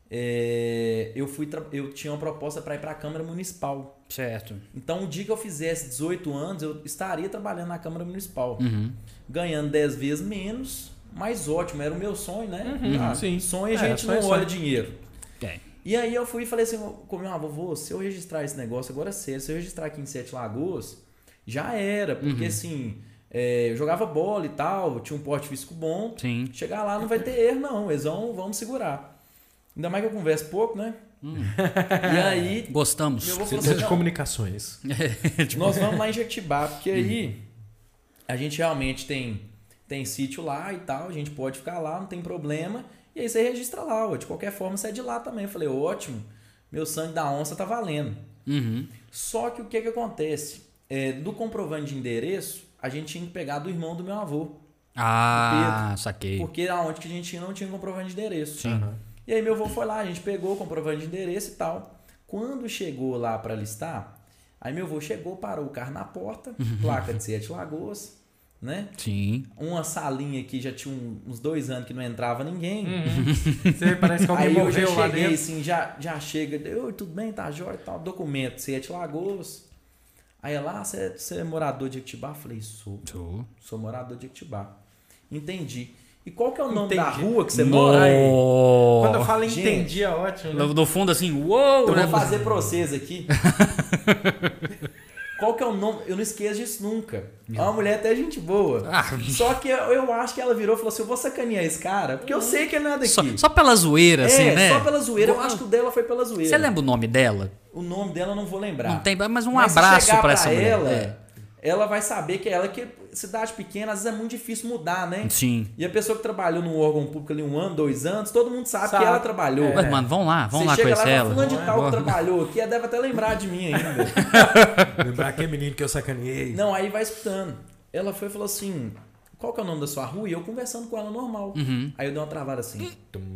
[SPEAKER 3] eu tinha uma proposta para ir para a Câmara Municipal.
[SPEAKER 1] Certo.
[SPEAKER 3] Então, o dia que eu fizesse 18 anos, eu estaria trabalhando na Câmara Municipal. Ganhando 10 vezes menos, mas ótimo, era o meu sonho, né?
[SPEAKER 2] Sim.
[SPEAKER 3] Sonho a gente não olha dinheiro.
[SPEAKER 1] É.
[SPEAKER 3] E aí eu fui e falei assim com meu avô, se eu registrar esse negócio agora é sério, se eu registrar aqui em Sete Lagoas, já era, porque assim... eu jogava bola e tal, tinha um porte físico bom.
[SPEAKER 1] Sim.
[SPEAKER 3] Chegar lá não vai ter erro, não. Eles vão me segurar. Ainda mais que eu converso pouco, né? E aí...
[SPEAKER 1] Gostamos.
[SPEAKER 3] Meu avô falou
[SPEAKER 2] Ciência
[SPEAKER 3] assim,
[SPEAKER 2] de comunicações.
[SPEAKER 3] Nós vamos lá em Jequitibá, porque aí a gente realmente tem sítio lá e tal, a gente pode ficar lá, não tem problema. E aí você registra lá, de qualquer forma você é de lá também. Eu falei, ótimo, meu sangue da onça tá valendo. Só que o que acontece? Do comprovante de endereço, a gente tinha que pegar do irmão do meu avô.
[SPEAKER 1] Pedro, saquei.
[SPEAKER 3] Porque aonde que a gente não tinha comprovante de endereço.
[SPEAKER 1] Sim.
[SPEAKER 3] E aí meu avô foi lá, a gente pegou o comprovante de endereço e tal. Quando chegou lá para listar, aí meu avô chegou, parou o carro na porta, placa de Sete Lagoas, né?
[SPEAKER 1] Sim.
[SPEAKER 3] Uma salinha que já tinha uns 2 anos que não entrava ninguém.
[SPEAKER 2] Você parece que alguém
[SPEAKER 3] aí
[SPEAKER 2] morreu
[SPEAKER 3] eu já
[SPEAKER 2] lá
[SPEAKER 3] cheguei
[SPEAKER 2] dentro.
[SPEAKER 3] assim, já chega, oi, tudo bem, tá jóia e tal, documento, Sete Lagoas. Aí lá, você é morador de Jequitibá? Eu falei, sou morador de Jequitibá. Entendi. E qual que é o nome da rua que você mora aí?
[SPEAKER 2] Quando eu falo entendi, é ótimo, né?
[SPEAKER 1] No fundo, assim, uou!
[SPEAKER 3] Eu vou fazer pra vocês aqui. Qual que é o nome? Eu não esqueço disso nunca. É uma mulher até gente boa. Só que eu acho que ela virou e falou assim, eu vou sacanear esse cara, porque eu sei que ele não é daqui.
[SPEAKER 1] Só pela zoeira, assim, né?
[SPEAKER 3] Só pela zoeira. Eu acho que o dela foi pela zoeira.
[SPEAKER 1] Você lembra o nome dela?
[SPEAKER 3] O nome dela eu não vou lembrar.
[SPEAKER 1] Não tem, mas um abraço pra essa mulher.
[SPEAKER 3] Ela vai saber que cidade pequena, às vezes é muito difícil mudar, né?
[SPEAKER 1] Sim.
[SPEAKER 3] E a pessoa que trabalhou num órgão público ali 1 ano, 2 anos, todo mundo sabe que ela trabalhou.
[SPEAKER 1] Mas, mano, vamos lá conhecer ela.
[SPEAKER 3] Você chega lá, fulano de tal que trabalhou aqui, ela deve até lembrar de mim ainda.
[SPEAKER 2] Lembrar aquele menino que eu sacaneei.
[SPEAKER 3] Não, aí vai escutando. Ela foi e falou assim, qual que é o nome da sua rua? E eu conversando com ela normal. Aí eu dei uma travada assim.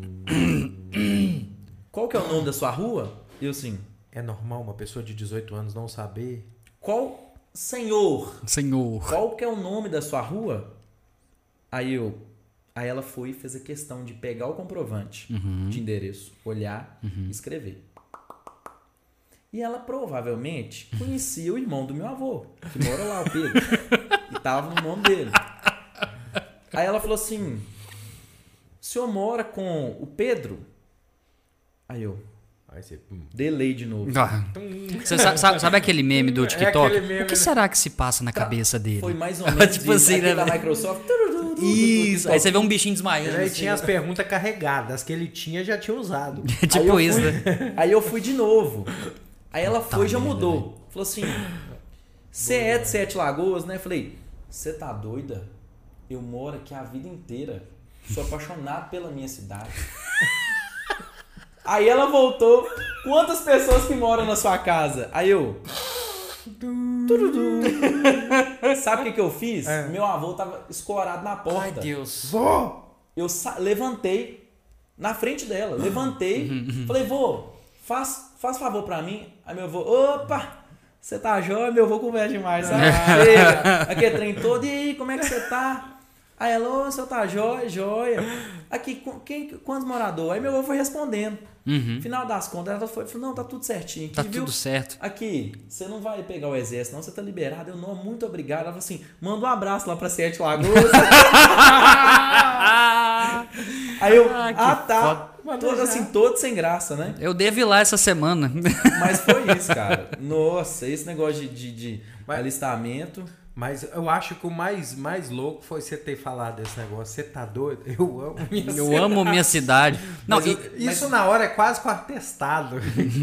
[SPEAKER 3] Qual que é o nome da sua rua? E eu assim...
[SPEAKER 2] É normal uma pessoa de 18 anos não saber?
[SPEAKER 3] Senhor, qual que é o nome da sua rua? Aí ela foi e fez a questão de pegar o comprovante de endereço, olhar e escrever. E ela provavelmente conhecia o irmão do meu avô, que mora lá, o Pedro, e tava no nome dele. Aí ela falou assim, o senhor mora com o Pedro? Aí eu... delay de novo.
[SPEAKER 1] Você sabe aquele meme do TikTok? O que será que se passa na cabeça dele?
[SPEAKER 3] Foi mais ou menos
[SPEAKER 1] tipo assim, né?
[SPEAKER 3] da Microsoft.
[SPEAKER 1] Isso. Aí você vê um bichinho desmaiando.
[SPEAKER 2] Aí tinha as perguntas carregadas. As que ele tinha, já tinha usado.
[SPEAKER 1] Tipo isso, né?
[SPEAKER 3] Aí eu fui de novo. Aí ela foi e já mudou. Falou assim, você é de Sete Lagoas, né? Eu falei, você tá doida? Eu moro aqui a vida inteira. Sou apaixonado pela minha cidade. Aí ela voltou. Quantas pessoas que moram na sua casa? Aí eu... Sabe o que eu fiz? Meu avô tava escorado na porta.
[SPEAKER 1] Ai, Deus.
[SPEAKER 3] Vô! Eu levantei na frente dela. Levantei. Falei, vô, faz favor pra mim. Aí meu avô, opa! Você tá jóia? Meu avô conversa demais. Chega. Aqui é trem todo. E aí, como é que você tá? Aí ela, ô, você tá jóia? Jóia. Aqui, quantos moradores? Aí meu avô foi respondendo. Final das contas, ela foi, falou, não, tá tudo certinho. Aqui,
[SPEAKER 1] tá tudo certo.
[SPEAKER 3] Aqui, você não vai pegar o exército, não, você tá liberado. Eu, não, muito obrigado. Ela falou assim, manda um abraço lá pra Sete Lagoas. Aí eu, tá. Todo, assim, todo sem graça, né?
[SPEAKER 1] Eu devo ir lá essa semana.
[SPEAKER 3] Mas foi isso, cara. Nossa, esse negócio de alistamento...
[SPEAKER 2] Mas eu acho que o mais louco foi você ter falado desse negócio. Você tá doido?
[SPEAKER 1] Eu amo minha cidade. Não,
[SPEAKER 2] isso na hora é quase com atestado.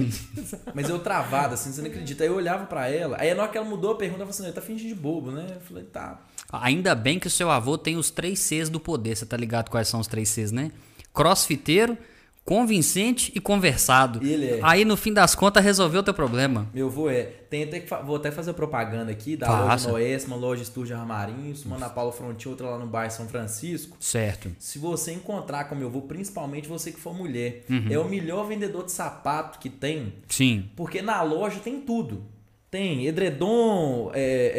[SPEAKER 3] Mas eu travado, assim, você não acredita. Aí eu olhava pra ela, aí na hora que ela mudou a pergunta, eu falei assim, ele tá fingindo de bobo, né? Eu falei, tá.
[SPEAKER 1] Ainda bem que o seu avô tem os 3 Cs do poder. Você tá ligado quais são os 3 Cs, né? Crossfiteiro, convincente e conversado.
[SPEAKER 3] Ele é.
[SPEAKER 1] Aí no fim das contas resolveu o teu problema.
[SPEAKER 3] Meu avô é. Vou até fazer propaganda aqui da loja Noés, uma loja Estúdio Armarinhos, uma na Paula Frontier, outra lá no bairro São Francisco.
[SPEAKER 1] Certo.
[SPEAKER 3] Se você encontrar com meu avô, principalmente você que for mulher, é o melhor vendedor de sapato que tem.
[SPEAKER 1] Sim.
[SPEAKER 3] Porque na loja tem tudo. Tem edredom,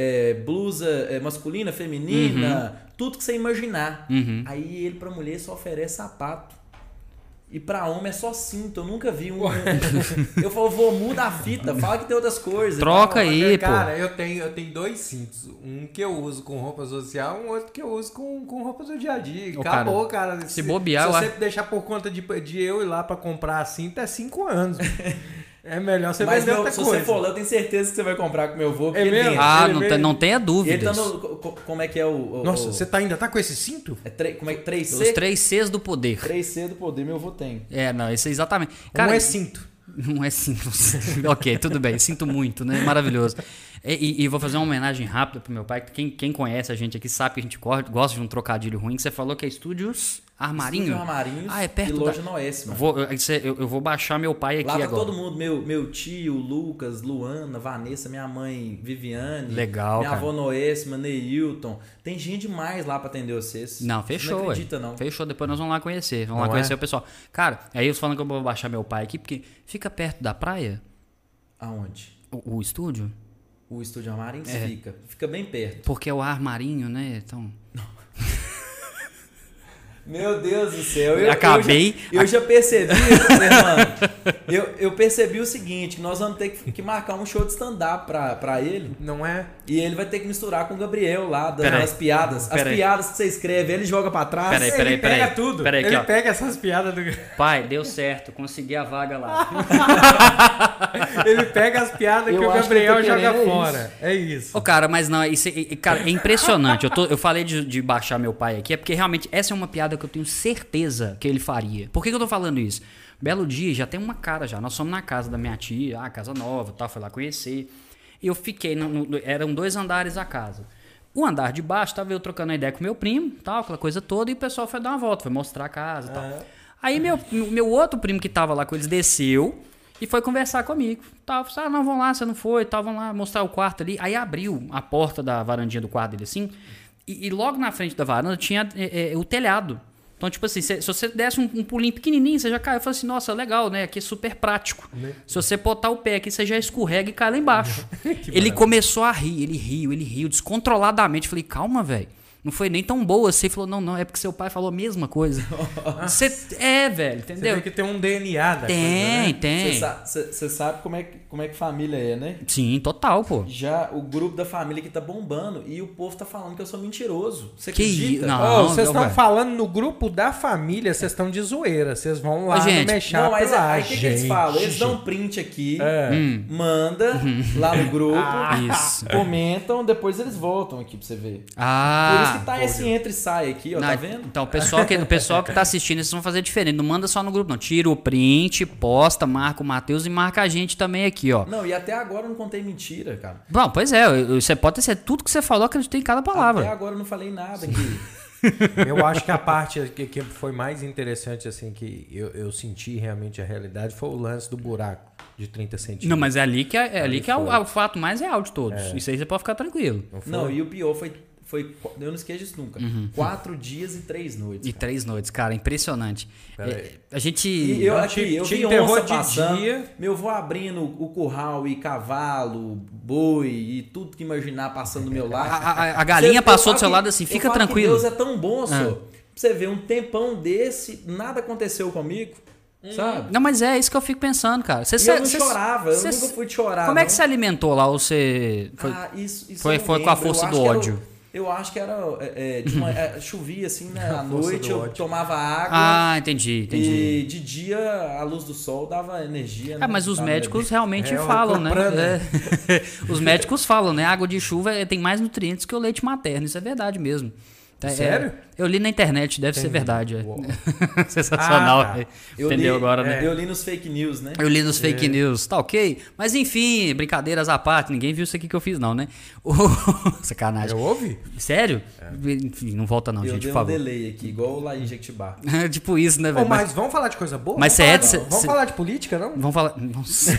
[SPEAKER 3] blusa masculina, feminina, tudo que você imaginar. Aí ele pra mulher só oferece sapato. E pra homem é só cinto, eu nunca vi um. Eu falo, vô, muda a fita, fala que tem outras coisas.
[SPEAKER 1] Troca aí, pô.
[SPEAKER 2] Cara, eu tenho 2 cintos. Um que eu uso com roupa social, um outro que eu uso com roupa do dia a dia. Acabou, cara.
[SPEAKER 1] Se bobear,
[SPEAKER 2] se você deixar por conta de eu ir lá pra comprar a cinta, é 5 anos. É melhor você vender outra coisa.
[SPEAKER 3] Se você for lá, eu tenho certeza que você vai comprar com meu avô.
[SPEAKER 2] É mesmo?
[SPEAKER 1] Não tenha dúvidas.
[SPEAKER 3] Ele tá no... Como é que é o...
[SPEAKER 2] Nossa, você ainda tá com esse cinto?
[SPEAKER 3] Como é que 3C?
[SPEAKER 1] Os 3 Cs do poder.
[SPEAKER 3] 3C do poder, meu avô tem.
[SPEAKER 1] Não, isso é exatamente. Cara,
[SPEAKER 2] não é cinto.
[SPEAKER 1] Não é cinto. Ok, tudo bem. Sinto muito, né? Maravilhoso. E vou fazer uma homenagem rápida pro meu pai. Quem conhece a gente aqui sabe que a gente gosta de um trocadilho ruim. Que você falou que é Estúdios Armarinho.
[SPEAKER 3] Estúdio Armarinhos
[SPEAKER 1] é perto
[SPEAKER 3] e loja Noés, mano.
[SPEAKER 1] Eu vou baixar meu pai aqui
[SPEAKER 3] lá tá
[SPEAKER 1] agora.
[SPEAKER 3] Todo mundo. Meu tio, Lucas, Luana, Vanessa, minha mãe, Viviane.
[SPEAKER 1] Legal,
[SPEAKER 3] minha
[SPEAKER 1] cara.
[SPEAKER 3] avó Noésima, Neilton. Tem gente demais lá pra atender vocês.
[SPEAKER 1] Não, fechou.
[SPEAKER 3] Não acredita, não.
[SPEAKER 1] Fechou, depois nós vamos lá conhecer. Vamos lá conhecer o pessoal. Cara, aí eu falando que eu vou baixar meu pai aqui, porque fica perto da praia.
[SPEAKER 3] Aonde?
[SPEAKER 1] O estúdio?
[SPEAKER 3] O Estúdio Armarinhos fica bem perto.
[SPEAKER 1] Porque é o armarinho, né? Então...
[SPEAKER 3] Meu Deus do céu. Eu já percebi, irmão. Eu percebi o seguinte, que nós vamos ter que marcar um show de stand-up pra ele.
[SPEAKER 2] Não é?
[SPEAKER 3] E ele vai ter que misturar com o Gabriel lá, das piadas. As piadas que você escreve, ele joga pra trás.
[SPEAKER 2] Ele pega tudo. Ele pega essas piadas do...
[SPEAKER 1] Pai, deu certo, consegui a vaga lá.
[SPEAKER 2] Ele pega as piadas que o Gabriel joga fora. É isso.
[SPEAKER 1] Ô, cara, mas não, cara, é impressionante. Eu falei de baixar meu pai aqui, é porque realmente essa é uma piada que eu tenho certeza que ele faria. Por que eu tô falando isso? Belo dia, já tem uma cara já. Nós fomos na casa da minha tia, casa nova, tal, fui lá conhecer. E eu fiquei, eram 2 andares a casa. O andar de baixo, tava eu trocando uma ideia com meu primo, tal, aquela coisa toda, e o pessoal foi dar uma volta, foi mostrar a casa e tal. Aí meu outro primo que tava lá com eles desceu e foi conversar comigo. Tal, falei, não, vão lá, você não foi, tal, vão lá mostrar o quarto ali. Aí abriu a porta da varandinha do quarto dele assim, e logo na frente da varanda tinha o telhado. Então, tipo assim, se você desse um pulinho pequenininho, você já cai. Eu falei assim, nossa, legal, né? Aqui é super prático. Se você botar o pé aqui, você já escorrega e cai lá embaixo. Ele começou a rir, ele riu descontroladamente. Eu falei, calma, velho. Não foi nem tão boa assim. Ele falou, não, é porque seu pai falou a mesma coisa. Velho, entendeu?
[SPEAKER 2] Você vê que tem um DNA da
[SPEAKER 1] coisa, né? Tem.
[SPEAKER 3] Você sabe como é que família é, né?
[SPEAKER 1] Sim, total, pô.
[SPEAKER 3] Já o grupo da família que tá bombando e o povo tá falando que eu sou mentiroso. Você acredita?
[SPEAKER 2] Não, vocês estão falando no grupo da família, vocês estão de zoeira. Vocês vão lá no Mechap. Não,
[SPEAKER 3] mas aí o que eles falam? Eles dão um print aqui, manda lá no grupo, comentam, depois eles voltam aqui pra você ver.
[SPEAKER 1] Por
[SPEAKER 3] que tá esse entra e sai aqui, ó, tá vendo?
[SPEAKER 1] Então, o pessoal que tá assistindo, vocês vão fazer diferente. Não manda só no grupo, não. Tira o print, posta, marca o Matheus e marca a gente também aqui, ó.
[SPEAKER 3] Não, e até agora eu não contei mentira, cara.
[SPEAKER 1] Bom, pois é, você pode ter certeza, tudo que você falou, acreditei em cada palavra.
[SPEAKER 3] Até agora eu não falei nada aqui.
[SPEAKER 2] Eu acho que a parte que foi mais interessante, assim, que eu senti realmente a realidade, foi o lance do buraco de 30 centímetros.
[SPEAKER 1] Não, mas é ali que é o fato mais real de todos. Isso aí você pode ficar tranquilo.
[SPEAKER 3] Não, e o pior foi eu não esqueço disso nunca. 4 dias e 3 noites.
[SPEAKER 1] E 3 noites, cara, impressionante. A gente...
[SPEAKER 3] Eu vi onça passando, meu avô abrindo o curral e cavalo, boi e tudo que imaginar passando do meu lado.
[SPEAKER 1] A galinha passou do seu lado assim, fica tranquilo.
[SPEAKER 3] Deus é tão bom, senhor. Pra você ver, um tempão desse, nada aconteceu comigo. Sabe?
[SPEAKER 1] Não, mas é isso que eu fico pensando, cara.
[SPEAKER 3] Eu não chorava, eu nunca fui de chorar.
[SPEAKER 1] Como é que você alimentou lá? Ou você foi com a força do ódio?
[SPEAKER 3] Eu acho que era. Chovia assim, né? À noite eu tomava água.
[SPEAKER 1] Ah, entendi.
[SPEAKER 3] E de dia a luz do sol dava energia. Né?
[SPEAKER 1] Mas os médicos realmente falam, né? Os médicos falam, né? A água de chuva tem mais nutrientes que o leite materno. Isso é verdade mesmo.
[SPEAKER 2] Sério?
[SPEAKER 1] Eu li na internet, deve ser verdade. Sensacional. Entendeu agora, né?
[SPEAKER 3] Eu li nos fake news, né?
[SPEAKER 1] Eu li nos fake news, tá ok? Mas enfim, brincadeiras à parte, ninguém viu isso aqui que eu fiz não, né? Sacanagem.
[SPEAKER 2] Eu ouvi?
[SPEAKER 1] Sério? Enfim, não volta não, gente, por favor.
[SPEAKER 3] Eu dei um delay aqui, igual lá em Jequitibá.
[SPEAKER 1] Tipo isso, né, velho?
[SPEAKER 2] Mas vamos falar de coisa boa?
[SPEAKER 1] Mas
[SPEAKER 2] vamos falar de política, não?
[SPEAKER 1] Vamos falar... Nossa...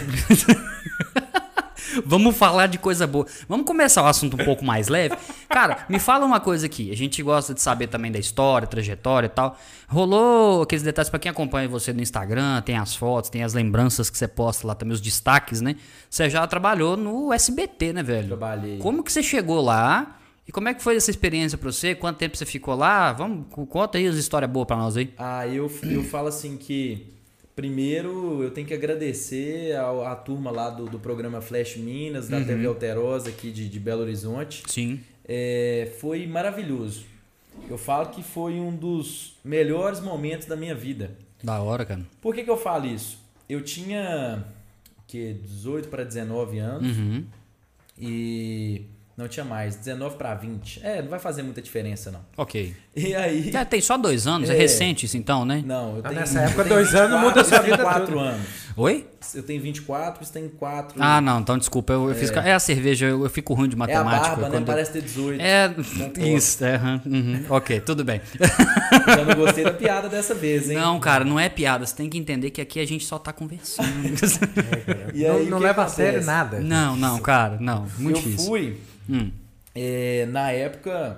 [SPEAKER 1] Vamos falar de coisa boa. Vamos começar o assunto um pouco mais leve. Cara, me fala uma coisa aqui. A gente gosta de saber também da história, trajetória e tal. Rolou aqueles detalhes pra quem acompanha você no Instagram, tem as fotos, tem as lembranças que você posta lá também, os destaques, né? Você já trabalhou no SBT, né, velho?
[SPEAKER 3] Trabalhei.
[SPEAKER 1] Como que você chegou lá? E como é que foi essa experiência pra você? Quanto tempo você ficou lá? Conta aí as histórias boas pra nós aí.
[SPEAKER 3] Eu falo assim que... Primeiro, eu tenho que agradecer à turma lá do programa Flash Minas, da TV Alterosa aqui de Belo Horizonte.
[SPEAKER 1] Sim.
[SPEAKER 3] Foi maravilhoso. Eu falo que foi um dos melhores momentos da minha vida.
[SPEAKER 1] Da hora, cara.
[SPEAKER 3] Por que eu falo isso? Eu tinha 18 para 19 anos e... Não tinha mais, 19 para 20. Não vai fazer muita diferença, não.
[SPEAKER 1] Ok.
[SPEAKER 3] E aí...
[SPEAKER 1] Tem só 2 anos, é recente isso então, né?
[SPEAKER 3] Não, eu tenho...
[SPEAKER 2] Nessa época, 2 anos muda a sua vida toda.
[SPEAKER 3] 4 anos.
[SPEAKER 1] Oi?
[SPEAKER 3] Eu tenho 24, você tem 4.
[SPEAKER 1] Ah, não, então desculpa. Eu fiz... É a cerveja, eu fico ruim de matemática.
[SPEAKER 3] É a barba, né? Parece ter 18.
[SPEAKER 1] Isso, ok, tudo bem.
[SPEAKER 3] Eu não gostei da piada dessa vez, hein?
[SPEAKER 1] Não, cara, não é piada. Você tem que entender que aqui a gente só tá conversando.
[SPEAKER 2] E aí, não leva a sério nada.
[SPEAKER 1] Não, cara, não. Muito difícil.
[SPEAKER 3] Eu fui... na época,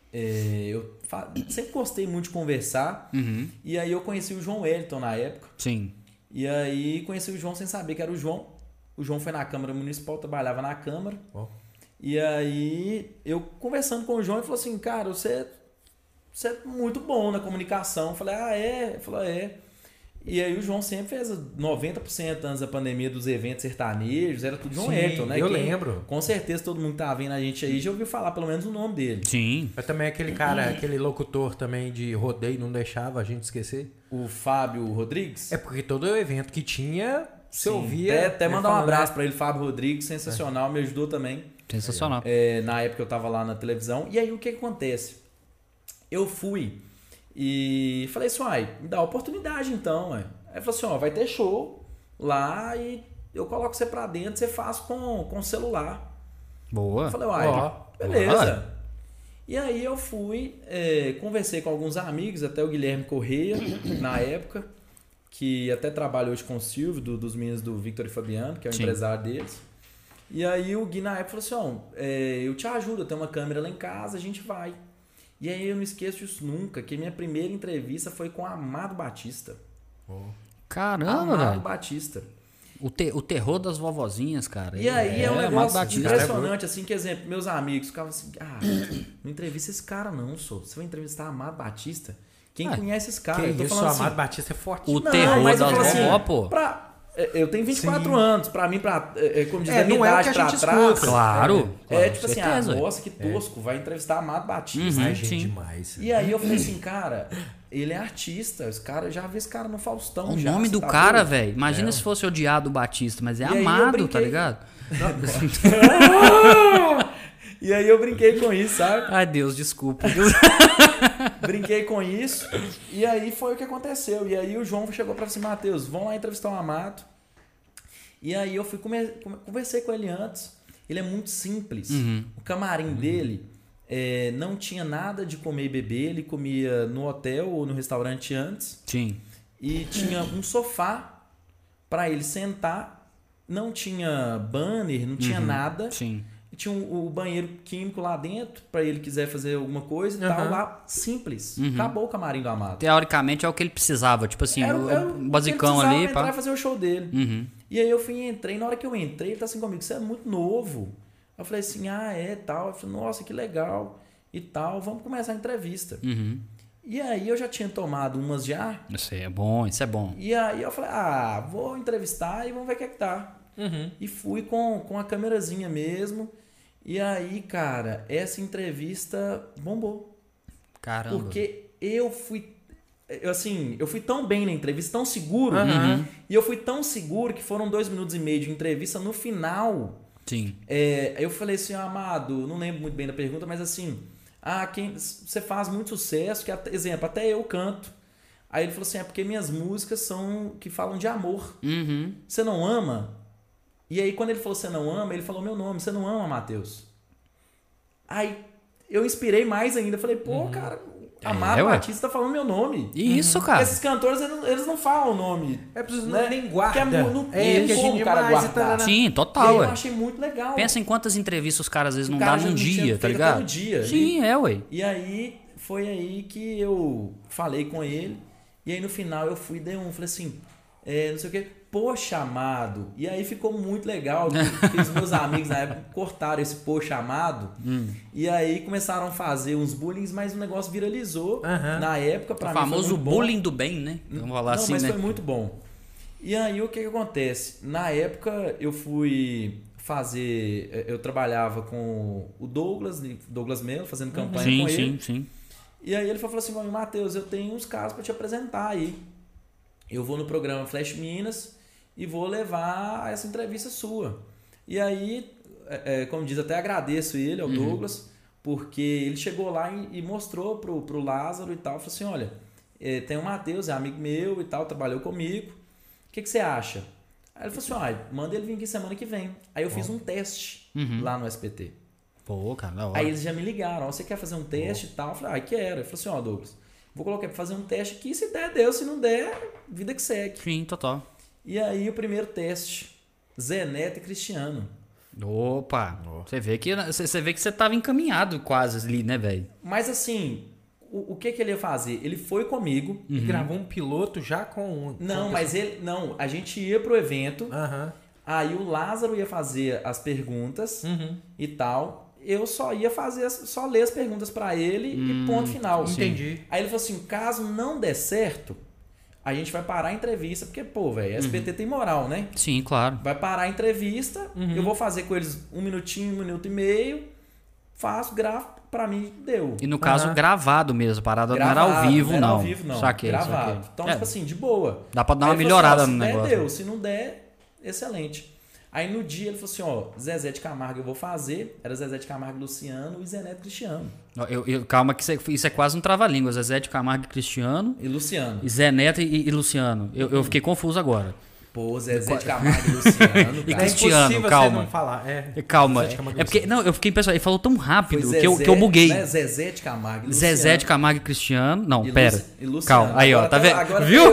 [SPEAKER 3] eu sempre gostei muito de conversar. E aí eu conheci o João Wellington na época.
[SPEAKER 1] Sim.
[SPEAKER 3] E aí conheci o João sem saber que era o João. O João foi na Câmara Municipal, trabalhava na Câmara. E aí eu conversando com o João, ele falou assim, cara, você é muito bom na comunicação. Eu falei, Ele falou, E aí o João sempre fez 90% antes da pandemia dos eventos sertanejos, era tudo João Wellington, né?
[SPEAKER 2] Eu lembro.
[SPEAKER 3] Com certeza todo mundo que tá vendo a gente aí já ouviu falar pelo menos o nome dele.
[SPEAKER 1] Sim.
[SPEAKER 2] Mas também aquele cara, aquele locutor também de rodeio, não deixava a gente esquecer.
[SPEAKER 3] O Fábio Rodrigues?
[SPEAKER 2] É porque todo evento que tinha, você ouvia...
[SPEAKER 3] Até mandar um abraço pra ele, Fábio Rodrigues, sensacional, me ajudou também.
[SPEAKER 1] Sensacional.
[SPEAKER 3] Na época eu tava lá na televisão. E aí o que acontece? Eu fui... E falei assim, me dá oportunidade então, Aí falou assim, vai ter show lá e eu coloco você pra dentro, você faz com celular.
[SPEAKER 1] Boa.
[SPEAKER 3] Eu falei, beleza. E aí eu fui, conversei com alguns amigos, até o Guilherme Correia, na época, que até trabalha hoje com o Silvio, dos meninos do Victor e Fabiano, que é o empresário deles. E aí o Gui na época falou assim, eu te ajudo, eu tenho uma câmera lá em casa, a gente vai. E aí eu não esqueço disso nunca, que minha primeira entrevista foi com o Amado Batista.
[SPEAKER 1] Caramba,
[SPEAKER 3] Amado
[SPEAKER 1] velho.
[SPEAKER 3] Batista.
[SPEAKER 1] O terror das vovozinhas, cara.
[SPEAKER 3] E aí é um negócio
[SPEAKER 1] Batista.
[SPEAKER 3] impressionante, assim, que exemplo, meus amigos ficavam assim, não entrevista esse cara não, você vai entrevistar Amado Batista? Quem conhece esse cara?
[SPEAKER 2] Eu tô falando assim, Amado Batista é forte.
[SPEAKER 1] O terror das vovó, pô.
[SPEAKER 3] Eu tenho 24 anos, pra mim, como diz, da minha
[SPEAKER 2] não é o
[SPEAKER 3] idade
[SPEAKER 2] que a
[SPEAKER 3] pra
[SPEAKER 2] gente
[SPEAKER 3] trás.
[SPEAKER 2] escuta.
[SPEAKER 1] Claro.
[SPEAKER 3] Tipo
[SPEAKER 1] certeza.
[SPEAKER 3] assim, nossa, que tosco, vai entrevistar Amado Batista.
[SPEAKER 1] Sim.
[SPEAKER 2] Demais.
[SPEAKER 3] E aí eu falei assim, cara, ele é artista, já vi esse cara no Faustão.
[SPEAKER 1] O nome do cara, velho, imagina se fosse odiado o Batista, mas é amado, tá ligado?
[SPEAKER 3] E aí eu brinquei com isso, sabe?
[SPEAKER 1] Ai, Deus, desculpa.
[SPEAKER 3] Brinquei com isso. E aí foi o que aconteceu. E aí o João chegou pra assim, Matheus, vamos lá entrevistar o Amado. E aí eu fui conversei com ele antes. Ele é muito simples. O camarim dele não tinha nada de comer e beber. Ele comia no hotel ou no restaurante antes.
[SPEAKER 1] Sim.
[SPEAKER 3] E tinha um sofá para ele sentar. Não tinha banner, não tinha nada.
[SPEAKER 1] Sim.
[SPEAKER 3] E tinha o banheiro químico lá dentro para ele quiser fazer alguma coisa e tal. Lá, simples. Acabou o camarim do Amado.
[SPEAKER 1] Teoricamente é o que ele precisava. Tipo assim, o basicão ali.
[SPEAKER 3] Ele precisava fazer o show dele. E aí eu entrei. Na hora que eu entrei, ele tá assim comigo, você é muito novo. Eu falei assim, tal. Eu falei, nossa, que legal. E tal, vamos começar a entrevista. E aí eu já tinha tomado umas já.
[SPEAKER 1] Isso é bom, isso é bom.
[SPEAKER 3] E aí eu falei, vou entrevistar e vamos ver o que é que tá. E fui com a câmerazinha mesmo. E aí, cara, essa entrevista bombou.
[SPEAKER 1] Caramba.
[SPEAKER 3] Porque eu fui tão bem na entrevista, tão seguro. E eu fui tão seguro que foram 2 minutos e meio de entrevista. No final,
[SPEAKER 1] sim.
[SPEAKER 3] Eu falei assim, Amado, não lembro muito bem da pergunta, mas assim, você faz muito sucesso, exemplo, até eu canto. Aí ele falou assim, porque minhas músicas são que falam de amor. Você não ama? E aí quando ele falou você não ama, ele falou meu nome, você não ama, Matheus? Aí eu inspirei mais ainda, falei, pô, cara, Amado Batista tá falando meu nome.
[SPEAKER 1] Isso, cara.
[SPEAKER 3] Porque esses cantores, eles não falam o nome.
[SPEAKER 2] Preciso
[SPEAKER 3] né?
[SPEAKER 2] nem guarda.
[SPEAKER 3] Não tem como o cara guardar.
[SPEAKER 1] Sim, total,
[SPEAKER 3] eu achei muito legal.
[SPEAKER 1] Pensa em quantas entrevistas os caras às vezes não dão num dia, tá ligado?
[SPEAKER 3] No dia.
[SPEAKER 1] Sim, ué.
[SPEAKER 3] E aí, foi aí que eu falei com ele. E aí no final eu falei assim, não sei o que, poxa, Amado. E aí ficou muito legal, porque os meus amigos na época cortaram esse poxa, Amado. E aí começaram a fazer uns bullying, mas o negócio viralizou na época. Pra
[SPEAKER 1] o
[SPEAKER 3] mim
[SPEAKER 1] famoso bullying do bem, né? Vamos falar assim,
[SPEAKER 3] mas
[SPEAKER 1] né?
[SPEAKER 3] foi muito bom. E aí o que acontece? Na época eu fui fazer, eu trabalhava com o Douglas Melo, fazendo campanha com ele.
[SPEAKER 1] Sim.
[SPEAKER 3] E aí ele falou assim, Matheus, eu tenho uns casos para te apresentar aí. Eu vou no programa Flash Minas e vou levar essa entrevista sua. E aí, como diz, até agradeço ele, ao Douglas, porque ele chegou lá e mostrou pro Lázaro e tal, falou assim, olha, tem o Matheus, é amigo meu e tal, trabalhou comigo, o que você acha? Aí ele falou assim, manda ele vir aqui semana que vem. Aí eu fiz um teste lá no SBT.
[SPEAKER 1] Pô, cara, da hora.
[SPEAKER 3] Aí eles já me ligaram, você quer fazer um teste e tal? Eu falei, quero. Ele falou assim, Douglas, vou colocar pra fazer um teste aqui, se der, deu, se não der, vida que segue.
[SPEAKER 1] Sim, total.
[SPEAKER 3] E aí o primeiro teste, Zé Neto e Cristiano.
[SPEAKER 1] Opa, você vê que você tava encaminhado quase ali, né, velho?
[SPEAKER 3] Mas assim, o que ele ia fazer? Ele foi comigo.
[SPEAKER 2] E gravou um piloto já com...
[SPEAKER 3] a gente ia pro evento, aí o Lázaro ia fazer as perguntas e tal. Eu só ia só ler as perguntas pra ele e ponto final.
[SPEAKER 2] Entendi.
[SPEAKER 3] Aí ele falou assim, caso não der certo, a gente vai parar a entrevista, porque, a SBT tem moral, né?
[SPEAKER 1] Sim, claro.
[SPEAKER 3] Vai parar a entrevista, eu vou fazer com eles 1 minuto e meio, faço, gravo, pra mim deu.
[SPEAKER 1] E no caso, gravado mesmo, parada não era ao vivo, não.
[SPEAKER 3] Não era ao vivo, não.
[SPEAKER 1] Saquei,
[SPEAKER 3] gravado. Então, tipo assim, de boa.
[SPEAKER 1] Dá pra dar uma melhorada no negócio.
[SPEAKER 3] Se der, deu. Se não der, excelente. Aí no dia ele falou assim, Zezé de Camargo eu vou fazer. Era Zezé de Camargo, Luciano e Zé Neto Cristiano.
[SPEAKER 1] Calma que isso é quase um trava-língua. Zezé de Camargo e Cristiano.
[SPEAKER 3] E Luciano.
[SPEAKER 1] E Zé Neto e Luciano. Eu fiquei confuso agora.
[SPEAKER 3] Pô, Zezé de Camargo e Luciano.
[SPEAKER 1] E Cristiano, calma.
[SPEAKER 2] Não falar.
[SPEAKER 1] Calma. É porque, não, eu fiquei pensando, ele falou tão rápido que eu buguei.
[SPEAKER 3] Né? Zezé de Camargo e Luciano.
[SPEAKER 1] Zezé de Camargo e Cristiano. Não, pera.
[SPEAKER 3] E Luciano.
[SPEAKER 1] Calma, aí, ó, tá vendo?
[SPEAKER 3] Agora
[SPEAKER 1] viu?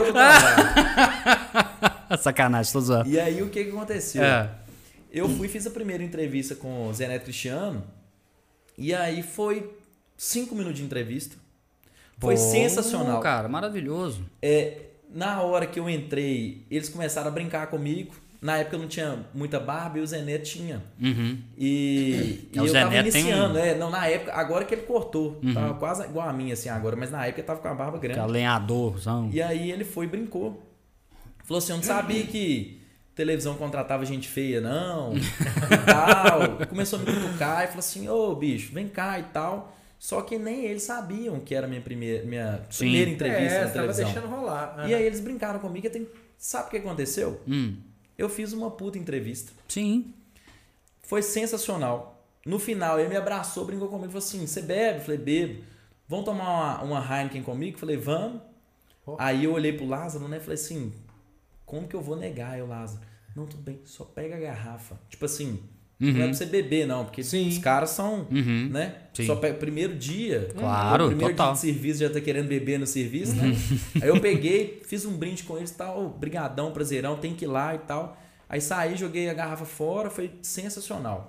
[SPEAKER 3] Eu
[SPEAKER 1] Sacanagem, tô zoando.
[SPEAKER 3] E aí o que aconteceu? Eu fiz a primeira entrevista com o Zé Neto Cristiano. E aí foi 5 minutos de entrevista. Foi sensacional.
[SPEAKER 1] Cara, maravilhoso.
[SPEAKER 3] Na hora que eu entrei, eles começaram a brincar comigo. Na época eu não tinha muita barba e o Zé Neto tinha. E eu tava iniciando. Na época, agora que ele cortou. Tava quase igual a minha assim agora, mas na época ele tava com a barba grande.
[SPEAKER 1] Lenhadorzão.
[SPEAKER 3] E aí ele foi e brincou. Falou assim, eu não sabia que televisão contratava gente feia, não. E tal. Começou a me cutucar e falou assim, bicho, vem cá e tal. Só que nem eles sabiam que era minha primeira entrevista na televisão.
[SPEAKER 2] Deixando rolar.
[SPEAKER 3] E aí eles brincaram comigo. Sabe o que aconteceu? Eu fiz uma puta entrevista.
[SPEAKER 1] Sim.
[SPEAKER 3] Foi sensacional. No final, ele me abraçou, brincou comigo, falou assim, você bebe? Eu falei, bebo. Vamos tomar uma Heineken comigo? Eu falei, vamos. Aí eu olhei pro Lázaro, né? Falei assim, como que eu vou negar? Aí o Lázaro, não, tudo bem, só pega a garrafa. Tipo assim, não é pra você beber, não, porque os caras são, né? Sim. Só pega primeiro dia.
[SPEAKER 1] Claro,
[SPEAKER 3] primeiro
[SPEAKER 1] total.
[SPEAKER 3] dia de serviço, já tá querendo beber no serviço, né? Aí eu peguei, fiz um brinde com eles e tal, brigadão, prazerão, tem que ir lá e tal. Aí saí, joguei a garrafa fora, foi sensacional.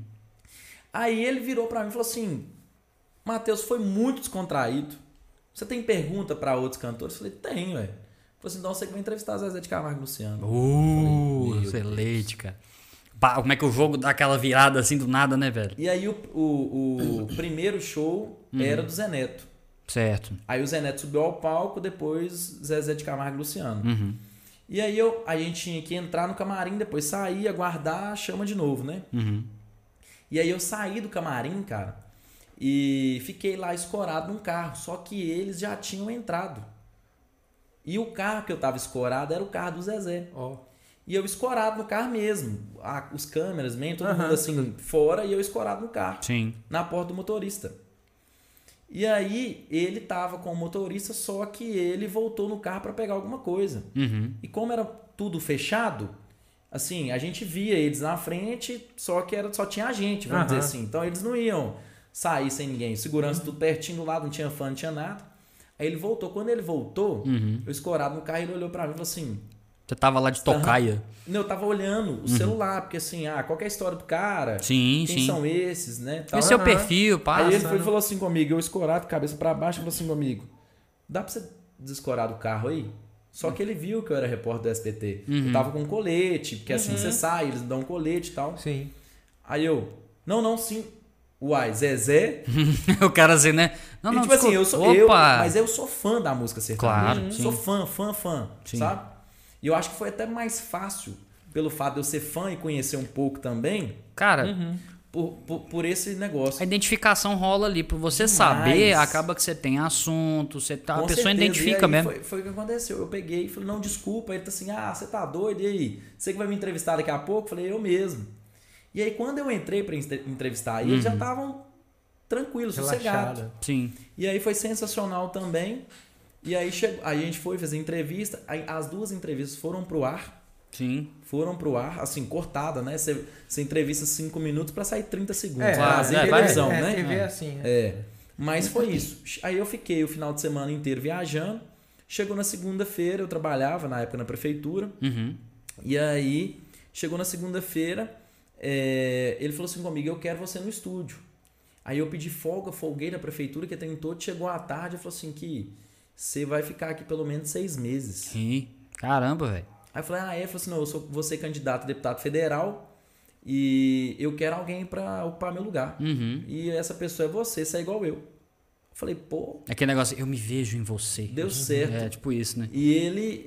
[SPEAKER 3] Aí ele virou pra mim e falou assim, Matheus, foi muito descontraído. Você tem pergunta pra outros cantores? Eu falei, tenho, velho. Falei assim, então você que vai entrevistar Zezé de Camargo e Luciano.
[SPEAKER 1] Excelente, cara. Como é que o jogo dá aquela virada assim do nada, né, velho?
[SPEAKER 3] E aí o primeiro show era do Zé Neto.
[SPEAKER 1] Certo.
[SPEAKER 3] Aí o Zé Neto subiu ao palco, depois Zezé de Camargo e Luciano. E aí a gente tinha que entrar no camarim, depois sair, aguardar, chama de novo, né? E aí eu saí do camarim, cara, e fiquei lá escorado num carro, só que eles já tinham entrado. E o carro que eu tava escorado era o carro do Zezé. E eu escorado no carro mesmo. Os câmeras, todo mundo assim fora e eu escorado no carro.
[SPEAKER 1] Sim.
[SPEAKER 3] Na porta do motorista. E aí ele tava com o motorista, só que ele voltou no carro para pegar alguma coisa. E como era tudo fechado, assim, a gente via eles na frente, só que só tinha a gente, vamos dizer assim. Então eles não iam sair sem ninguém. Segurança tudo pertinho do lado, não tinha fã, não tinha nada. Aí ele voltou. Quando ele voltou, eu escorado no carro, ele olhou para mim e falou assim...
[SPEAKER 1] Você tava lá de tocaia?
[SPEAKER 3] Não, eu tava olhando o celular, porque assim, qual que é a história do cara?
[SPEAKER 1] Quem
[SPEAKER 3] são esses, né?
[SPEAKER 1] E seu perfil, passa.
[SPEAKER 3] Aí ele falou assim comigo, eu escorado, cabeça pra baixo, falou assim comigo, dá pra você desescorar do carro aí? Só que ele viu que eu era repórter do SBT. Eu tava com um colete, porque assim você sai, eles dão um colete e tal.
[SPEAKER 2] Sim.
[SPEAKER 3] Aí eu, não, sim. Uai, Zezé?
[SPEAKER 1] O cara assim, né? Não,
[SPEAKER 3] e, tipo assim, mas eu sou fã da música sertaneja.
[SPEAKER 1] Claro,
[SPEAKER 3] sou fã, sabe? E eu acho que foi até mais fácil, pelo fato de eu ser fã e conhecer um pouco também.
[SPEAKER 1] Cara,
[SPEAKER 3] por esse negócio.
[SPEAKER 1] A identificação rola ali. Por você saber, acaba que você tem assunto, a pessoa identifica mesmo.
[SPEAKER 3] Foi o que aconteceu. Eu peguei e falei, não, desculpa. Ele tá assim, você tá doido? E aí? Você que vai me entrevistar daqui a pouco? Eu falei, eu mesmo. E aí, quando eu entrei pra entrevistar, eles já estavam tranquilos, sossegados.
[SPEAKER 1] Sim.
[SPEAKER 3] E aí foi sensacional também. E aí a gente foi fazer entrevista. As duas entrevistas foram pro ar.
[SPEAKER 1] Sim.
[SPEAKER 3] Foram pro ar, assim, cortada, né? Você entrevista 5 minutos pra sair 30 segundos.
[SPEAKER 2] Televisão,
[SPEAKER 3] né?
[SPEAKER 2] TV assim.
[SPEAKER 3] Mas foi isso. Aí eu fiquei o final de semana inteiro viajando. Chegou na segunda-feira, eu trabalhava na época na prefeitura. E aí, chegou na segunda-feira, ele falou assim comigo, eu quero você no estúdio. Aí eu pedi folguei na prefeitura, que tentou, chegou à tarde e falou assim que você vai ficar aqui pelo menos 6 meses.
[SPEAKER 1] Sim. Caramba, velho.
[SPEAKER 3] Aí eu falei, ele falou assim, não, vou ser candidato a deputado federal e eu quero alguém pra ocupar meu lugar. E essa pessoa é você é igual eu. Eu falei, pô...
[SPEAKER 1] Aquele negócio, eu me vejo em você.
[SPEAKER 3] Deu certo.
[SPEAKER 1] É, tipo isso, né?
[SPEAKER 3] E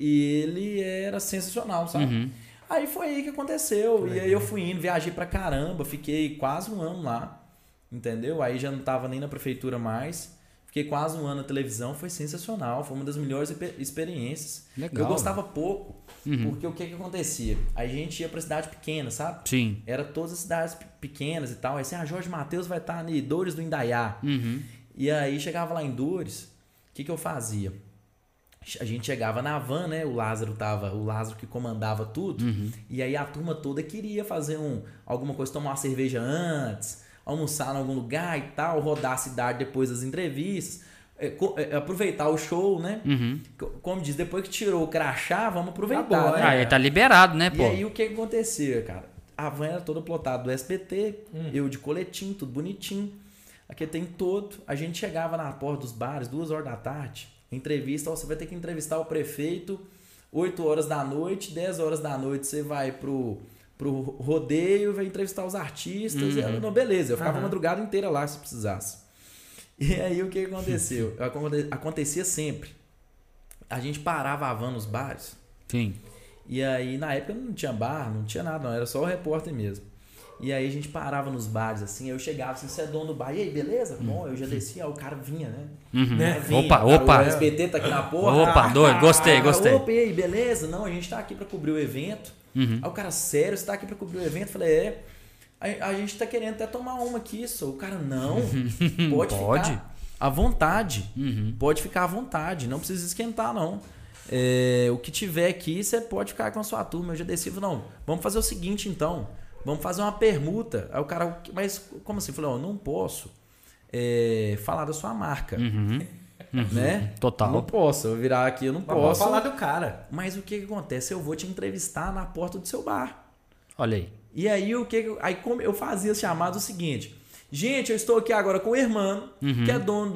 [SPEAKER 3] ele era sensacional, sabe? Aí foi aí que aconteceu. E aí eu fui indo, viajei pra caramba, fiquei quase 1 ano lá, entendeu? Aí já não tava nem na prefeitura mais. Fiquei quase 1 ano na televisão, foi sensacional, foi uma das melhores experiências.
[SPEAKER 1] Legal.
[SPEAKER 3] Eu gostava pouco, porque o que acontecia? A gente ia pra cidade pequena, sabe?
[SPEAKER 1] Sim.
[SPEAKER 3] Era todas as cidades pequenas e tal. Aí assim, Jorge Mateus vai estar em Dores do Indaiá. E aí chegava lá em Dores, o que eu fazia? A gente chegava na van, né? O Lázaro que comandava tudo. E aí a turma toda queria fazer alguma coisa, tomar uma cerveja antes, almoçar em algum lugar e tal, rodar a cidade depois das entrevistas, aproveitar o show, né? Como diz, depois que tirou o crachá, vamos aproveitar, né?
[SPEAKER 1] Aí tá liberado, né, pô?
[SPEAKER 3] E aí o que acontecia, cara? A van era toda plotada do SBT, eu de coletinho, tudo bonitinho. Aqui tem todo. A gente chegava na porta dos bares, 2 horas da tarde, entrevista, você vai ter que entrevistar o prefeito, 8 horas da noite, 10 horas da noite você vai pro rodeio, vai entrevistar os artistas. Não, beleza, eu ficava a madrugada inteira lá se precisasse. E aí o que aconteceu? Acontecia sempre. A gente parava a van nos bares.
[SPEAKER 1] Sim.
[SPEAKER 3] E aí na época não tinha bar, não tinha nada, não, era só o repórter mesmo. E aí a gente parava nos bares, assim, eu chegava assim, você é dono do bar, e aí, beleza? Bom, eu já descia, o cara vinha, né?
[SPEAKER 1] Vinha, opa.
[SPEAKER 3] O SBT tá aqui na porra.
[SPEAKER 1] Opa, doido, gostei.
[SPEAKER 3] Opa, e aí, beleza? Não, a gente tá aqui pra cobrir o evento. Aí o cara, sério, você tá aqui pra cobrir o evento? Eu falei, a gente tá querendo até tomar uma aqui, o cara, não, pode ficar à vontade, pode ficar à vontade, não precisa esquentar, não. O que tiver aqui, você pode ficar com a sua turma. Eu já desci e falei, não, vamos fazer o seguinte então, vamos fazer uma permuta. Aí o cara, mas como assim? Eu falei, não posso falar da sua marca. Né?
[SPEAKER 1] Total.
[SPEAKER 3] Não posso, eu virar aqui, eu não posso.
[SPEAKER 2] Vamos falar do cara.
[SPEAKER 3] Mas o que acontece? Eu vou te entrevistar na porta do seu bar.
[SPEAKER 1] Olha aí.
[SPEAKER 3] E aí, como eu fazia as chamadas, o seguinte... Gente, eu estou aqui agora com o Hermano, que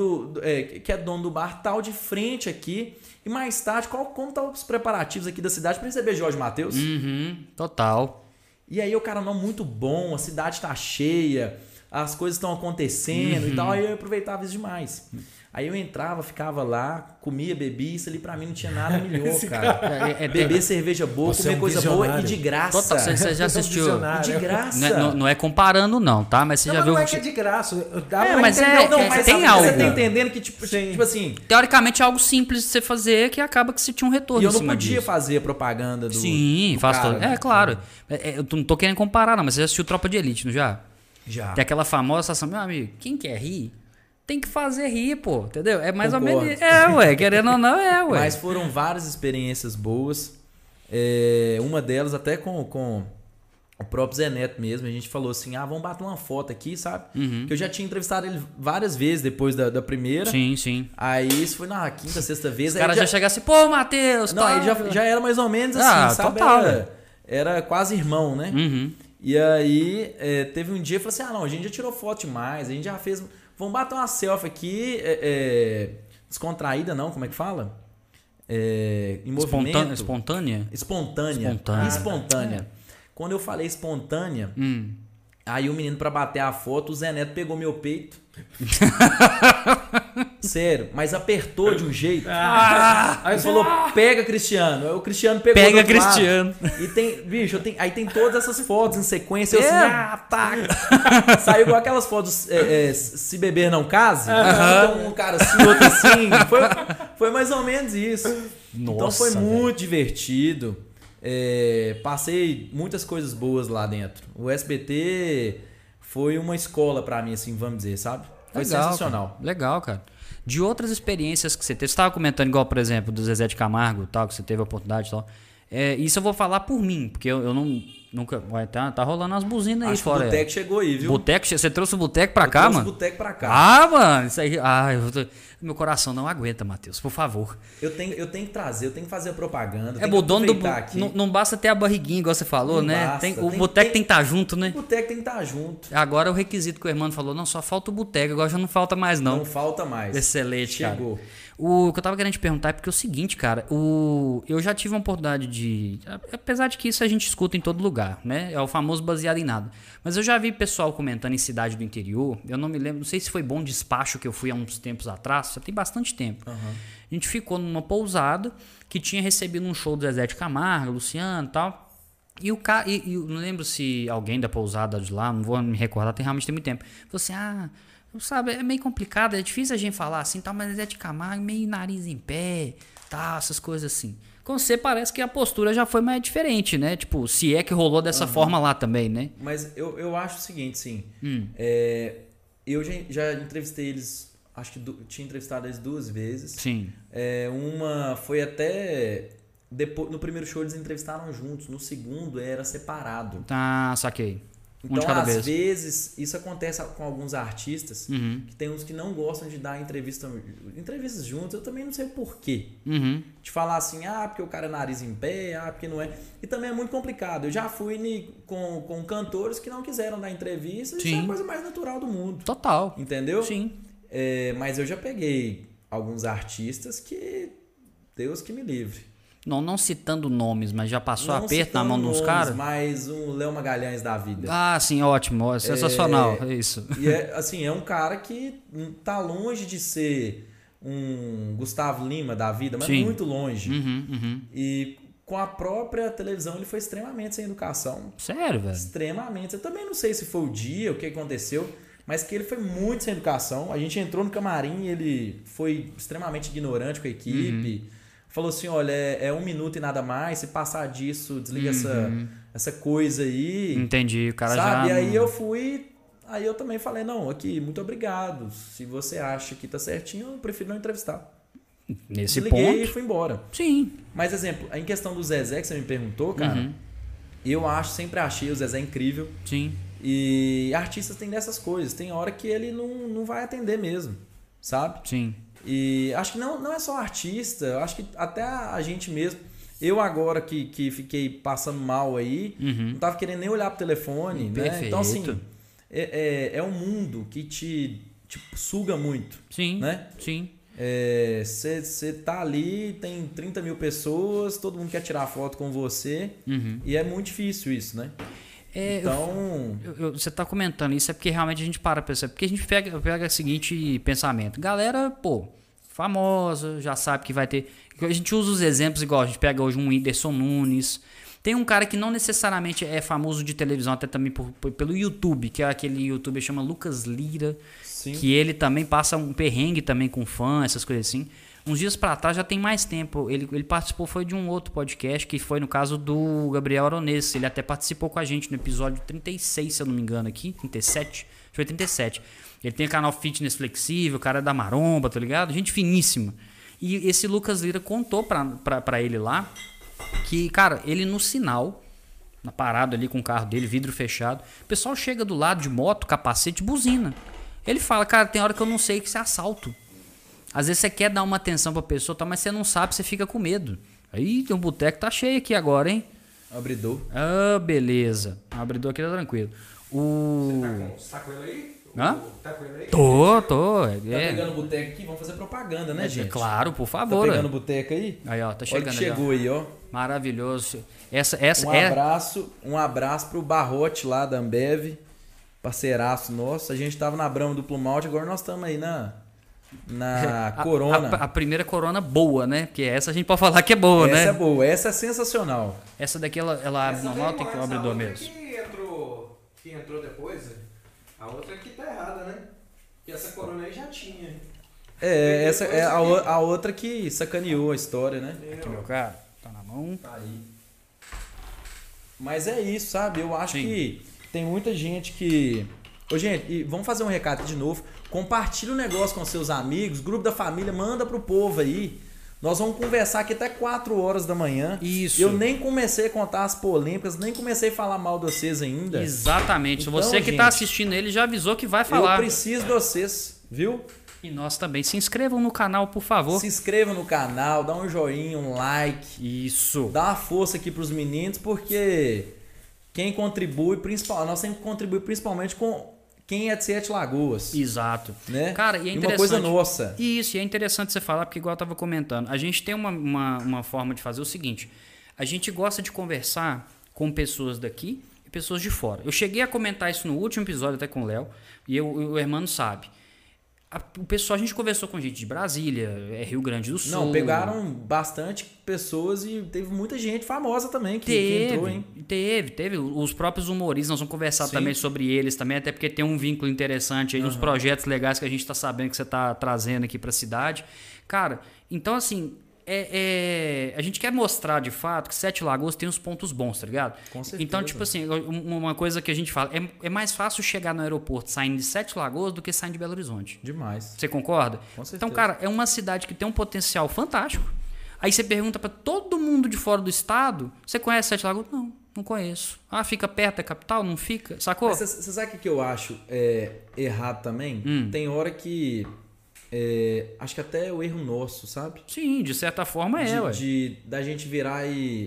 [SPEAKER 3] é dono do bar tal, de frente aqui. E mais tarde, como estão os preparativos aqui da cidade para receber Jorge Mateus?
[SPEAKER 1] Total.
[SPEAKER 3] E aí o cara, não, muito bom, a cidade está cheia, as coisas estão acontecendo e tal. Aí eu aproveitava isso demais. Aí eu entrava, ficava lá, comia, bebia, isso ali pra mim não tinha nada melhor, cara. Beber cerveja boa, comer coisa boa e de graça.
[SPEAKER 1] Total, você já assistiu?
[SPEAKER 3] E de graça.
[SPEAKER 1] Não é comparando não, tá? Mas você já viu...
[SPEAKER 2] Não é que é de graça.
[SPEAKER 1] Mas tem algo.
[SPEAKER 3] Você tá entendendo que, tipo assim...
[SPEAKER 1] Teoricamente é algo simples de você fazer que acaba que você tinha um retorno.
[SPEAKER 3] E eu não podia fazer propaganda do...
[SPEAKER 1] Sim, faz todo. Claro. Eu não tô querendo comparar não, mas você já assistiu Tropa de Elite, não já?
[SPEAKER 3] Já.
[SPEAKER 1] Tem aquela famosa ação, meu amigo, quem quer rir? Tem que fazer rir, pô, entendeu? É mais
[SPEAKER 3] Concordo.
[SPEAKER 1] ou menos... querendo ou não, ué.
[SPEAKER 3] Mas foram várias experiências boas. Uma delas até com o próprio Zé Neto mesmo. A gente falou assim, vamos bater uma foto aqui, sabe? Que eu já tinha entrevistado ele várias vezes depois da primeira.
[SPEAKER 1] Sim.
[SPEAKER 3] Aí isso foi na quinta, sexta vez.
[SPEAKER 1] Os caras já chegaram assim, pô, Matheus...
[SPEAKER 3] Não, aí já era mais ou menos assim, sabe?
[SPEAKER 1] Total.
[SPEAKER 3] Era quase irmão, né? E aí teve um dia, eu falei assim, não, a gente já tirou foto demais, a gente já fez... Vamos bater uma selfie aqui, descontraída não, como é que fala? Em movimento.
[SPEAKER 1] Espontânea.
[SPEAKER 3] Quando eu falei espontânea, aí o menino, pra bater a foto, o Zé Neto pegou meu peito. Sério, mas apertou de um jeito. Aí ele falou, pega Cristiano. Aí o Cristiano pegou.
[SPEAKER 1] Pega Cristiano.
[SPEAKER 3] E tem, bicho, aí tem todas essas fotos em sequência. Eu assim, tá. Saiu igual aquelas fotos, se beber não case. Então um cara assim, outro assim. Foi mais ou menos isso.
[SPEAKER 1] Nossa,
[SPEAKER 3] então foi muito divertido. Passei muitas coisas boas lá dentro. O SBT foi uma escola pra mim, assim, vamos dizer, sabe? Foi sensacional.
[SPEAKER 1] Cara. Legal, cara. De outras experiências que você teve, você estava comentando igual, por exemplo, do Zezé de Camargo, tal, que você teve a oportunidade e tal. Isso eu vou falar por mim, porque eu nunca... Tá rolando umas buzinas aí fora.
[SPEAKER 3] O Boteco chegou aí, viu?
[SPEAKER 1] Você trouxe o Boteco pra cá, mano?
[SPEAKER 3] Eu trouxe o Boteco pra cá.
[SPEAKER 1] Mano, isso aí... meu coração não aguenta, Matheus, por favor.
[SPEAKER 3] Eu tenho que trazer, eu tenho que fazer a propaganda.
[SPEAKER 1] O dono do... Não basta ter a barriguinha, igual você falou, não, né? O Boteco tem que estar junto, né?
[SPEAKER 3] O Boteco tem que estar junto.
[SPEAKER 1] Agora o requisito que o Hermano falou, não, só falta o Boteco, agora já não falta mais, não.
[SPEAKER 3] Não falta mais.
[SPEAKER 1] Excelente,
[SPEAKER 3] chegou.
[SPEAKER 1] Cara. O que eu tava querendo te perguntar é porque é o seguinte, cara, eu já tive uma oportunidade de... Apesar de que isso a gente escuta em todo lugar, né? É o famoso baseado em nada. Mas eu já vi pessoal comentando em cidade do interior, eu não me lembro, não sei se foi Bom Despacho que eu fui há uns tempos atrás, já tem bastante tempo. A gente ficou numa pousada que tinha recebido um show do Zezé de Camargo, Luciano e tal. E o cara, eu não lembro se alguém da pousada de lá, não vou me recordar, realmente tem muito tempo. Falou assim, sabe, é meio complicado, é difícil a gente falar assim, tal, mas Zezé de Camargo, meio nariz em pé, tal, essas coisas assim. Com você parece que a postura já foi mais diferente, né? Tipo, se é que rolou dessa forma lá também, né?
[SPEAKER 3] Mas eu acho o seguinte, sim. Eu já entrevistei eles, acho que tinha entrevistado eles 2 vezes.
[SPEAKER 1] Sim.
[SPEAKER 3] Uma foi até... Depois, no primeiro show eles entrevistaram juntos, no segundo era separado.
[SPEAKER 1] Saquei.
[SPEAKER 3] Então, às vezes, isso acontece com alguns artistas, que tem uns que não gostam de dar entrevistas juntos, eu também não sei o porquê. De falar assim, porque o cara é nariz em pé, porque não é. E também é muito complicado. Eu já fui com cantores que não quiseram dar entrevista, isso é a coisa mais natural do mundo.
[SPEAKER 1] Total.
[SPEAKER 3] Entendeu?
[SPEAKER 1] Sim.
[SPEAKER 3] Mas eu já peguei alguns artistas que Deus que me livre.
[SPEAKER 1] Não citando nomes, mas já passou aperto na mão dos caras?
[SPEAKER 3] Mas um Léo Magalhães da vida.
[SPEAKER 1] Sim, ótimo. Sensacional. Isso.
[SPEAKER 3] E assim, é um cara que tá longe de ser um Gustavo Lima da vida, mas muito longe. E com a própria televisão ele foi extremamente sem educação.
[SPEAKER 1] Sério, velho?
[SPEAKER 3] Extremamente. Eu também não sei se foi o dia, o que aconteceu, mas que ele foi muito sem educação. A gente entrou no camarim e ele foi extremamente ignorante com a equipe. falou assim, olha, é 1 minuto e nada mais, se passar disso, desliga essa coisa aí.
[SPEAKER 1] Entendi, o cara
[SPEAKER 3] sabe?
[SPEAKER 1] já...
[SPEAKER 3] E aí eu fui... Aí eu também falei, não, aqui, muito obrigado. Se você acha que tá certinho, eu prefiro não entrevistar.
[SPEAKER 1] Nesse
[SPEAKER 3] Desliguei
[SPEAKER 1] ponto...
[SPEAKER 3] e fui embora.
[SPEAKER 1] Sim.
[SPEAKER 3] Mas, exemplo, em questão do Zezé, que você me perguntou, cara, eu sempre achei o Zezé incrível.
[SPEAKER 1] Sim.
[SPEAKER 3] E artistas têm dessas coisas. Tem hora que ele não vai atender mesmo, sabe?
[SPEAKER 1] Sim.
[SPEAKER 3] E acho que não é só artista, eu acho que até a gente mesmo. Eu agora que fiquei passando mal aí, não tava querendo nem olhar pro telefone, né? Então, assim, é um mundo que te suga muito.
[SPEAKER 1] Sim,
[SPEAKER 3] né?
[SPEAKER 1] sim.
[SPEAKER 3] Você tá ali, tem 30 mil pessoas, todo mundo quer tirar foto com você, e é muito difícil isso, né? Então...
[SPEAKER 1] você tá comentando isso, é porque realmente a gente para pra pensar. Porque a gente pega o seguinte pensamento. Galera, pô, famosa, já sabe que vai ter... A gente usa os exemplos igual, a gente pega hoje um Whindersson Nunes. Tem um cara que não necessariamente é famoso de televisão, até também pelo YouTube, que é aquele youtuber que chama Lucas Lira. Sim. Que ele também passa um perrengue também com fã, essas coisas assim. Uns dias pra trás, já tem mais tempo, ele participou, foi de um outro podcast, que foi no caso do Gabriel Aronês. Ele até participou com a gente no episódio 36, se eu não me engano aqui, 37, foi 37. Ele tem canal Fitness Flexível, o cara é da Maromba, tá ligado? Gente finíssima. E esse Lucas Lira contou pra ele lá que, cara, ele no sinal, na parada ali com o carro dele, vidro fechado, o pessoal chega do lado de moto, capacete, buzina. Ele fala, cara, tem hora que eu não sei que isso é assalto. Às vezes você quer dar uma atenção pra pessoa, tá, mas você não sabe, você fica com medo. Aí tem um boteco, tá cheio aqui agora, hein?
[SPEAKER 3] Abridor.
[SPEAKER 1] Ah, beleza. Abridor aqui tá tranquilo.
[SPEAKER 2] Você tá com ele aí?
[SPEAKER 1] Hã?
[SPEAKER 2] Tá com ele aí?
[SPEAKER 1] Tô.
[SPEAKER 3] Tá pegando boteco aqui? Vamos fazer propaganda, né, gente?
[SPEAKER 1] Claro, por favor.
[SPEAKER 3] Tá pegando boteco aí?
[SPEAKER 1] Aí, ó, tá chegando.
[SPEAKER 3] Olha que chegou aí, ó.
[SPEAKER 1] Maravilhoso.
[SPEAKER 3] Um abraço pro Barrote lá da Ambev, parceiraço nosso. A gente tava na Brahma do Plumalt, agora nós estamos aí na Corona.
[SPEAKER 1] A primeira Corona boa, né? Porque essa a gente pode falar que é boa, né?
[SPEAKER 3] Essa é boa, essa é sensacional.
[SPEAKER 1] Essa daqui ela abre normal, tem que ter um abridor mesmo.
[SPEAKER 2] Que entrou depois, a outra aqui tá errada, né? Que essa Corona aí já tinha.
[SPEAKER 3] Essa é a outra que sacaneou a história, né?
[SPEAKER 1] Aqui, meu cara, tá na mão.
[SPEAKER 3] Tá aí. Mas é isso, sabe? Eu acho que tem muita gente que... Ô, gente, e vamos fazer um recado de novo. Compartilha o negócio com seus amigos, grupo da família, manda pro povo aí. Nós vamos conversar aqui até 4 horas da manhã.
[SPEAKER 1] Isso.
[SPEAKER 3] Eu nem comecei a contar as polêmicas, nem comecei a falar mal de vocês ainda.
[SPEAKER 1] Exatamente.
[SPEAKER 3] Então,
[SPEAKER 1] você que tá assistindo ele já avisou que vai falar.
[SPEAKER 3] Eu preciso de vocês, viu?
[SPEAKER 1] E nós também. Se inscrevam no canal, por favor.
[SPEAKER 3] Se inscrevam no canal, dá um joinha, um like.
[SPEAKER 1] Isso.
[SPEAKER 3] Dá uma força aqui pros meninos, porque quem contribui, nós sempre contribuímos principalmente com quem é de Sete Lagoas.
[SPEAKER 1] Exato.
[SPEAKER 3] Né?
[SPEAKER 1] Cara, e é interessante.
[SPEAKER 3] Uma coisa nossa.
[SPEAKER 1] Isso, e é interessante você falar, porque igual eu tava comentando, a gente tem uma forma de fazer o seguinte, a gente gosta de conversar com pessoas daqui e pessoas de fora. Eu cheguei a comentar isso no último episódio até com o Léo, e o Hermano sabe. O pessoal, a gente conversou com gente de Brasília, Rio Grande do Sul.
[SPEAKER 3] Não, pegaram bastante pessoas e teve muita gente famosa também que entrou, hein?
[SPEAKER 1] Teve. Os próprios humoristas, nós vamos conversar também sobre eles também, até porque tem um vínculo interessante aí nos projetos legais que a gente tá sabendo que você tá trazendo aqui pra cidade. Cara, então assim, a gente quer mostrar de fato que Sete Lagoas tem os pontos bons, tá ligado?
[SPEAKER 3] Com certeza.
[SPEAKER 1] Então, tipo assim, uma coisa que a gente fala, é mais fácil chegar no aeroporto saindo de Sete Lagoas do que saindo de Belo Horizonte.
[SPEAKER 3] Demais.
[SPEAKER 1] Você concorda?
[SPEAKER 3] Com certeza.
[SPEAKER 1] Então, cara, é uma cidade que tem um potencial fantástico. Aí você pergunta pra todo mundo de fora do estado, você conhece Sete Lagoas? Não conheço. Ah, fica perto da capital? Não fica? Sacou?
[SPEAKER 3] Mas você sabe o que eu acho errado também? Tem hora que... acho que até é o erro nosso, sabe?
[SPEAKER 1] Sim, de certa forma
[SPEAKER 3] da gente virar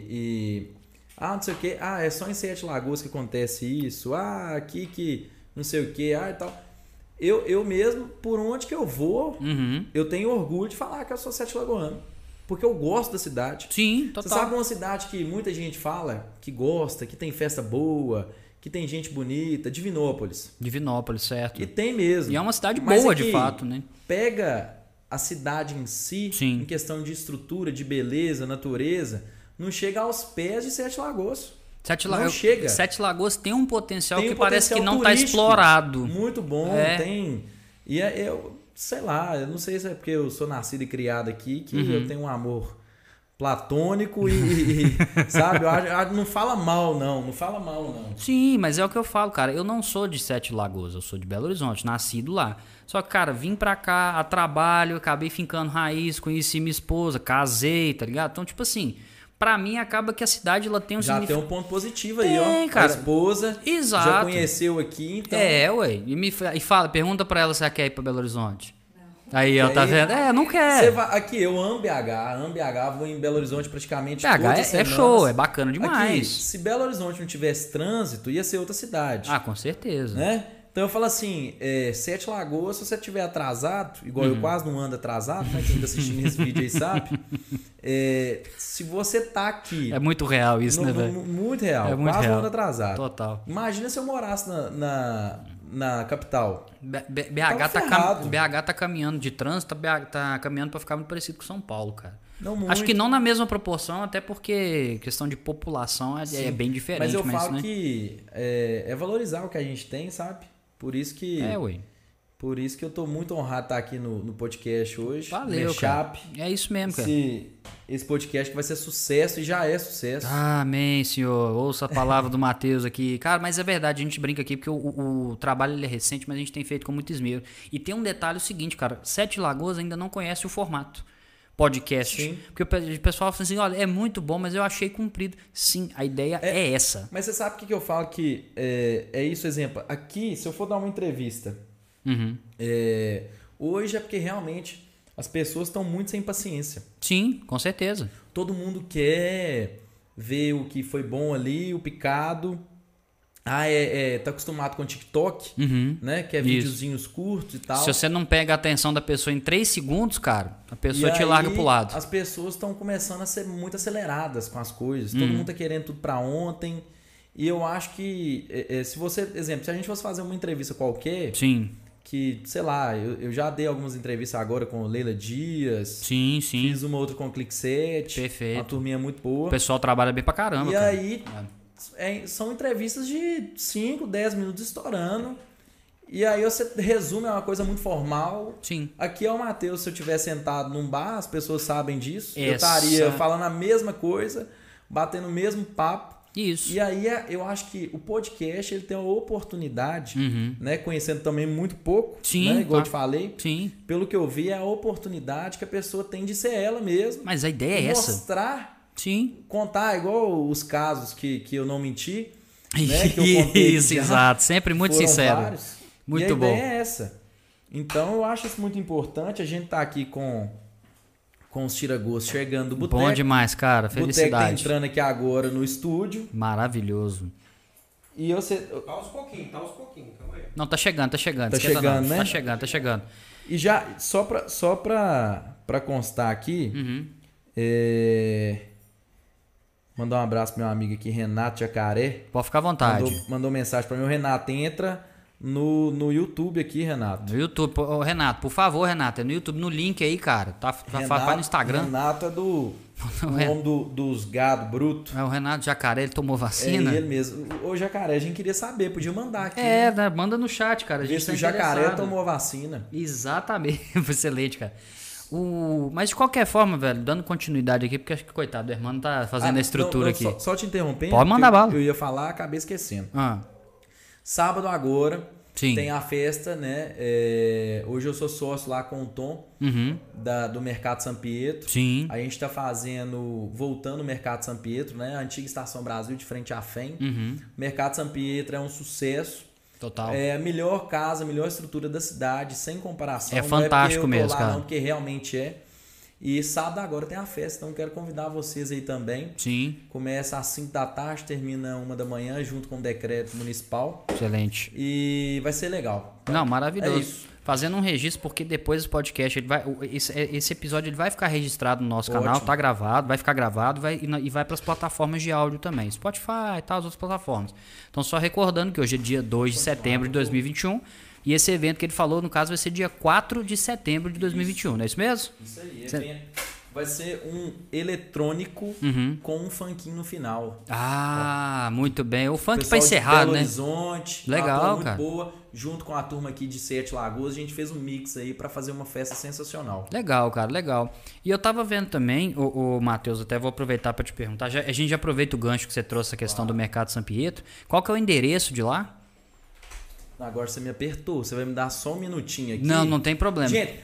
[SPEAKER 3] não sei o que. É só em Sete Lagoas que acontece isso. Aqui que não sei o que. E tal. Eu mesmo, por onde que eu vou, eu tenho orgulho de falar que eu sou Sete Lagoano. Porque eu gosto da cidade.
[SPEAKER 1] Sim, total.
[SPEAKER 3] Você sabe uma cidade que muita gente fala, que gosta, que tem festa boa, que tem gente bonita? Divinópolis.
[SPEAKER 1] Divinópolis, certo.
[SPEAKER 3] E tem mesmo.
[SPEAKER 1] E é uma cidade boa, de fato, né?
[SPEAKER 3] Pega a cidade em si, em questão de estrutura, de beleza, natureza, não chega aos pés de Sete Lagoas. Não chega.
[SPEAKER 1] Sete Lagoas tem um potencial que parece que não está explorado.
[SPEAKER 3] Muito bom, tem. E eu sei lá, eu não sei se é porque eu sou nascido e criado aqui que eu tenho um amor platônico e sabe? Não fala mal, não fala mal, não.
[SPEAKER 1] Sim, mas é o que eu falo, cara. Eu não sou de Sete Lagoas, eu sou de Belo Horizonte, nascido lá. Só que, cara, vim pra cá a trabalho, acabei fincando raiz, conheci minha esposa, casei, tá ligado? Então, tipo assim, pra mim acaba que a cidade ela tem um
[SPEAKER 3] já tem um ponto positivo aí, ó.
[SPEAKER 1] Cara.
[SPEAKER 3] A esposa
[SPEAKER 1] Exato.
[SPEAKER 3] já conheceu aqui, então...
[SPEAKER 1] Ué. E fala, pergunta pra ela se ela quer ir pra Belo Horizonte. Aí, ó, tá vendo? Não quer.
[SPEAKER 3] Aqui, eu amo BH, vou em Belo Horizonte praticamente
[SPEAKER 1] BH
[SPEAKER 3] todas as semanas.
[SPEAKER 1] show, é bacana demais.
[SPEAKER 3] Aqui, se Belo Horizonte não tivesse trânsito, ia ser outra cidade.
[SPEAKER 1] Ah, com certeza.
[SPEAKER 3] Né? Então eu falo assim, Sete Lagoas, se você estiver atrasado, igual eu quase não ando atrasado, né? Quem tá assistindo esse vídeo aí sabe. Se você tá aqui...
[SPEAKER 1] É muito real isso, né, velho?
[SPEAKER 3] Muito real,
[SPEAKER 1] é muito
[SPEAKER 3] quase
[SPEAKER 1] real.
[SPEAKER 3] não ando atrasado.
[SPEAKER 1] Total.
[SPEAKER 3] Imagina se eu morasse na capital.
[SPEAKER 1] BH tá caminhando de trânsito, tá caminhando pra ficar muito parecido com São Paulo, cara.
[SPEAKER 3] Não muito.
[SPEAKER 1] Acho que não na mesma proporção, até porque questão de população é bem diferente.
[SPEAKER 3] Mas eu falo que é valorizar o que a gente tem, sabe? Por isso que...
[SPEAKER 1] ué.
[SPEAKER 3] Por isso que eu tô muito honrado de estar aqui no podcast hoje.
[SPEAKER 1] Valeu, cara. É isso mesmo, cara.
[SPEAKER 3] Esse podcast que vai ser sucesso e já é sucesso.
[SPEAKER 1] Amém, senhor. Ouça a palavra do Matheus aqui. Cara, mas é verdade, a gente brinca aqui porque o trabalho ele é recente, mas a gente tem feito com muito esmero. E tem um detalhe o seguinte, cara. Sete Lagoas ainda não conhece o formato podcast.
[SPEAKER 3] Sim.
[SPEAKER 1] Porque o pessoal fala assim, olha, é muito bom, mas eu achei comprido. Sim, a ideia é essa.
[SPEAKER 3] Mas você sabe o que eu falo que é isso, exemplo. Aqui, se eu for dar uma entrevista, hoje é porque realmente as pessoas estão muito sem paciência.
[SPEAKER 1] Sim, com certeza.
[SPEAKER 3] Todo mundo quer ver o que foi bom ali, o picado. Tá acostumado com o TikTok, né? Quer videozinhos curtos e tal.
[SPEAKER 1] Se você não pega a atenção da pessoa em 3 segundos, cara, a pessoa te larga pro lado.
[SPEAKER 3] As pessoas estão começando a ser muito aceleradas com as coisas. Todo mundo tá querendo tudo pra ontem. E eu acho que, se você, exemplo, se a gente fosse fazer uma entrevista qualquer...
[SPEAKER 1] Sim.
[SPEAKER 3] Que, sei lá, eu já dei algumas entrevistas agora com Leila Dias.
[SPEAKER 1] Sim.
[SPEAKER 3] Fiz uma outra com o Click 7.
[SPEAKER 1] Perfeito.
[SPEAKER 3] Uma turminha muito boa.
[SPEAKER 1] O pessoal trabalha bem pra caramba,
[SPEAKER 3] e
[SPEAKER 1] cara.
[SPEAKER 3] Aí, são entrevistas de 5, 10 minutos estourando. E aí você resume, é uma coisa muito formal.
[SPEAKER 1] Sim.
[SPEAKER 3] Aqui é o Matheus, se eu estiver sentado num bar, as pessoas sabem disso. Eu estaria falando a mesma coisa, batendo o mesmo papo.
[SPEAKER 1] Isso.
[SPEAKER 3] E aí eu acho que o podcast ele tem a oportunidade, né, conhecendo também muito pouco,
[SPEAKER 1] sim,
[SPEAKER 3] né, igual eu te falei.
[SPEAKER 1] Sim.
[SPEAKER 3] Pelo que eu vi, é a oportunidade que a pessoa tem de ser ela mesma.
[SPEAKER 1] Mas a ideia é essa.
[SPEAKER 3] Mostrar,
[SPEAKER 1] sim,
[SPEAKER 3] contar igual os casos que eu não menti, né, que eu contei.
[SPEAKER 1] Isso, exato, sempre muito sincero.
[SPEAKER 3] Vários,
[SPEAKER 1] muito
[SPEAKER 3] e a
[SPEAKER 1] bom.
[SPEAKER 3] ideia é essa. Então eu acho isso muito importante, a gente tá aqui com os tira-gosto chegando do boteco.
[SPEAKER 1] Bom demais, cara. Felicidade.
[SPEAKER 3] O boteco tá entrando aqui agora no estúdio.
[SPEAKER 1] Maravilhoso.
[SPEAKER 3] E você...
[SPEAKER 2] Tá aos pouquinhos, calma aí.
[SPEAKER 1] Não, tá chegando.
[SPEAKER 3] Tá chegando, né?
[SPEAKER 1] Tá chegando.
[SPEAKER 3] E já, só pra constar aqui, mandar um abraço pro meu amigo aqui, Renato Jacaré.
[SPEAKER 1] Pode ficar à vontade.
[SPEAKER 3] Mandou mensagem pra mim. O Renato, entra no YouTube aqui, Renato.
[SPEAKER 1] No YouTube. Ô, Renato, por favor, Renato, é no YouTube, no link aí, cara. Vai no Instagram.
[SPEAKER 3] Renato é do homem dos gado bruto.
[SPEAKER 1] É o Renato Jacaré, ele tomou vacina?
[SPEAKER 3] É ele mesmo. O Jacaré, a gente queria saber, podia mandar aqui.
[SPEAKER 1] Né? Manda no chat, cara. A gente
[SPEAKER 3] se o Jacaré tomou a vacina.
[SPEAKER 1] Exatamente. Excelente, cara. Mas de qualquer forma, velho, dando continuidade aqui, porque acho que, coitado, o irmão tá fazendo a estrutura aqui.
[SPEAKER 3] Só te interrompendo.
[SPEAKER 1] Pode mandar bala.
[SPEAKER 3] Eu ia falar, acabei esquecendo. Sábado agora, tem a festa, né? Hoje eu sou sócio lá com o Tom, do Mercado São Pietro.
[SPEAKER 1] Sim.
[SPEAKER 3] A gente tá voltando o Mercado São Pietro, né? A antiga Estação Brasil, de frente à FEM. O Mercado São Pietro é um sucesso.
[SPEAKER 1] Total.
[SPEAKER 3] É a melhor casa, a melhor estrutura da cidade, sem comparação.
[SPEAKER 1] É fantástico mesmo,
[SPEAKER 3] lá,
[SPEAKER 1] cara.
[SPEAKER 3] não, porque realmente é. E sábado agora tem a festa, então quero convidar vocês aí também.
[SPEAKER 1] Sim.
[SPEAKER 3] Começa às 5 da tarde, termina 1 da manhã, junto com o decreto municipal.
[SPEAKER 1] Excelente.
[SPEAKER 3] E vai ser legal.
[SPEAKER 1] Não, maravilhoso.
[SPEAKER 3] É isso.
[SPEAKER 1] Fazendo um registro, porque depois o podcast, esse episódio ele vai ficar registrado no nosso canal, tá gravado, vai ficar gravado e vai para as plataformas de áudio também, Spotify e tal, as outras plataformas. Então só recordando que hoje é dia 2 de setembro de 2021 e esse evento que ele falou, no caso, vai ser dia 4 de setembro de 2021, não é isso mesmo?
[SPEAKER 3] Isso aí, Vai ser um eletrônico com um funkinho no final.
[SPEAKER 1] Ah, muito bem. O funk
[SPEAKER 3] pra
[SPEAKER 1] encerrar,
[SPEAKER 3] Belo
[SPEAKER 1] né?
[SPEAKER 3] Horizonte.
[SPEAKER 1] Legal,
[SPEAKER 3] muito
[SPEAKER 1] cara.
[SPEAKER 3] boa. Junto com a turma aqui de Sete Lagoas, a gente fez um mix aí pra fazer uma festa sensacional.
[SPEAKER 1] Legal, cara, legal. E eu tava vendo também, o Matheus, até vou aproveitar pra te perguntar. A gente já aproveita o gancho que você trouxe, a questão do Mercado São Pietro. Qual que é o endereço de lá?
[SPEAKER 3] Agora você me apertou, você vai me dar só um minutinho aqui.
[SPEAKER 1] Não tem problema.
[SPEAKER 3] Gente,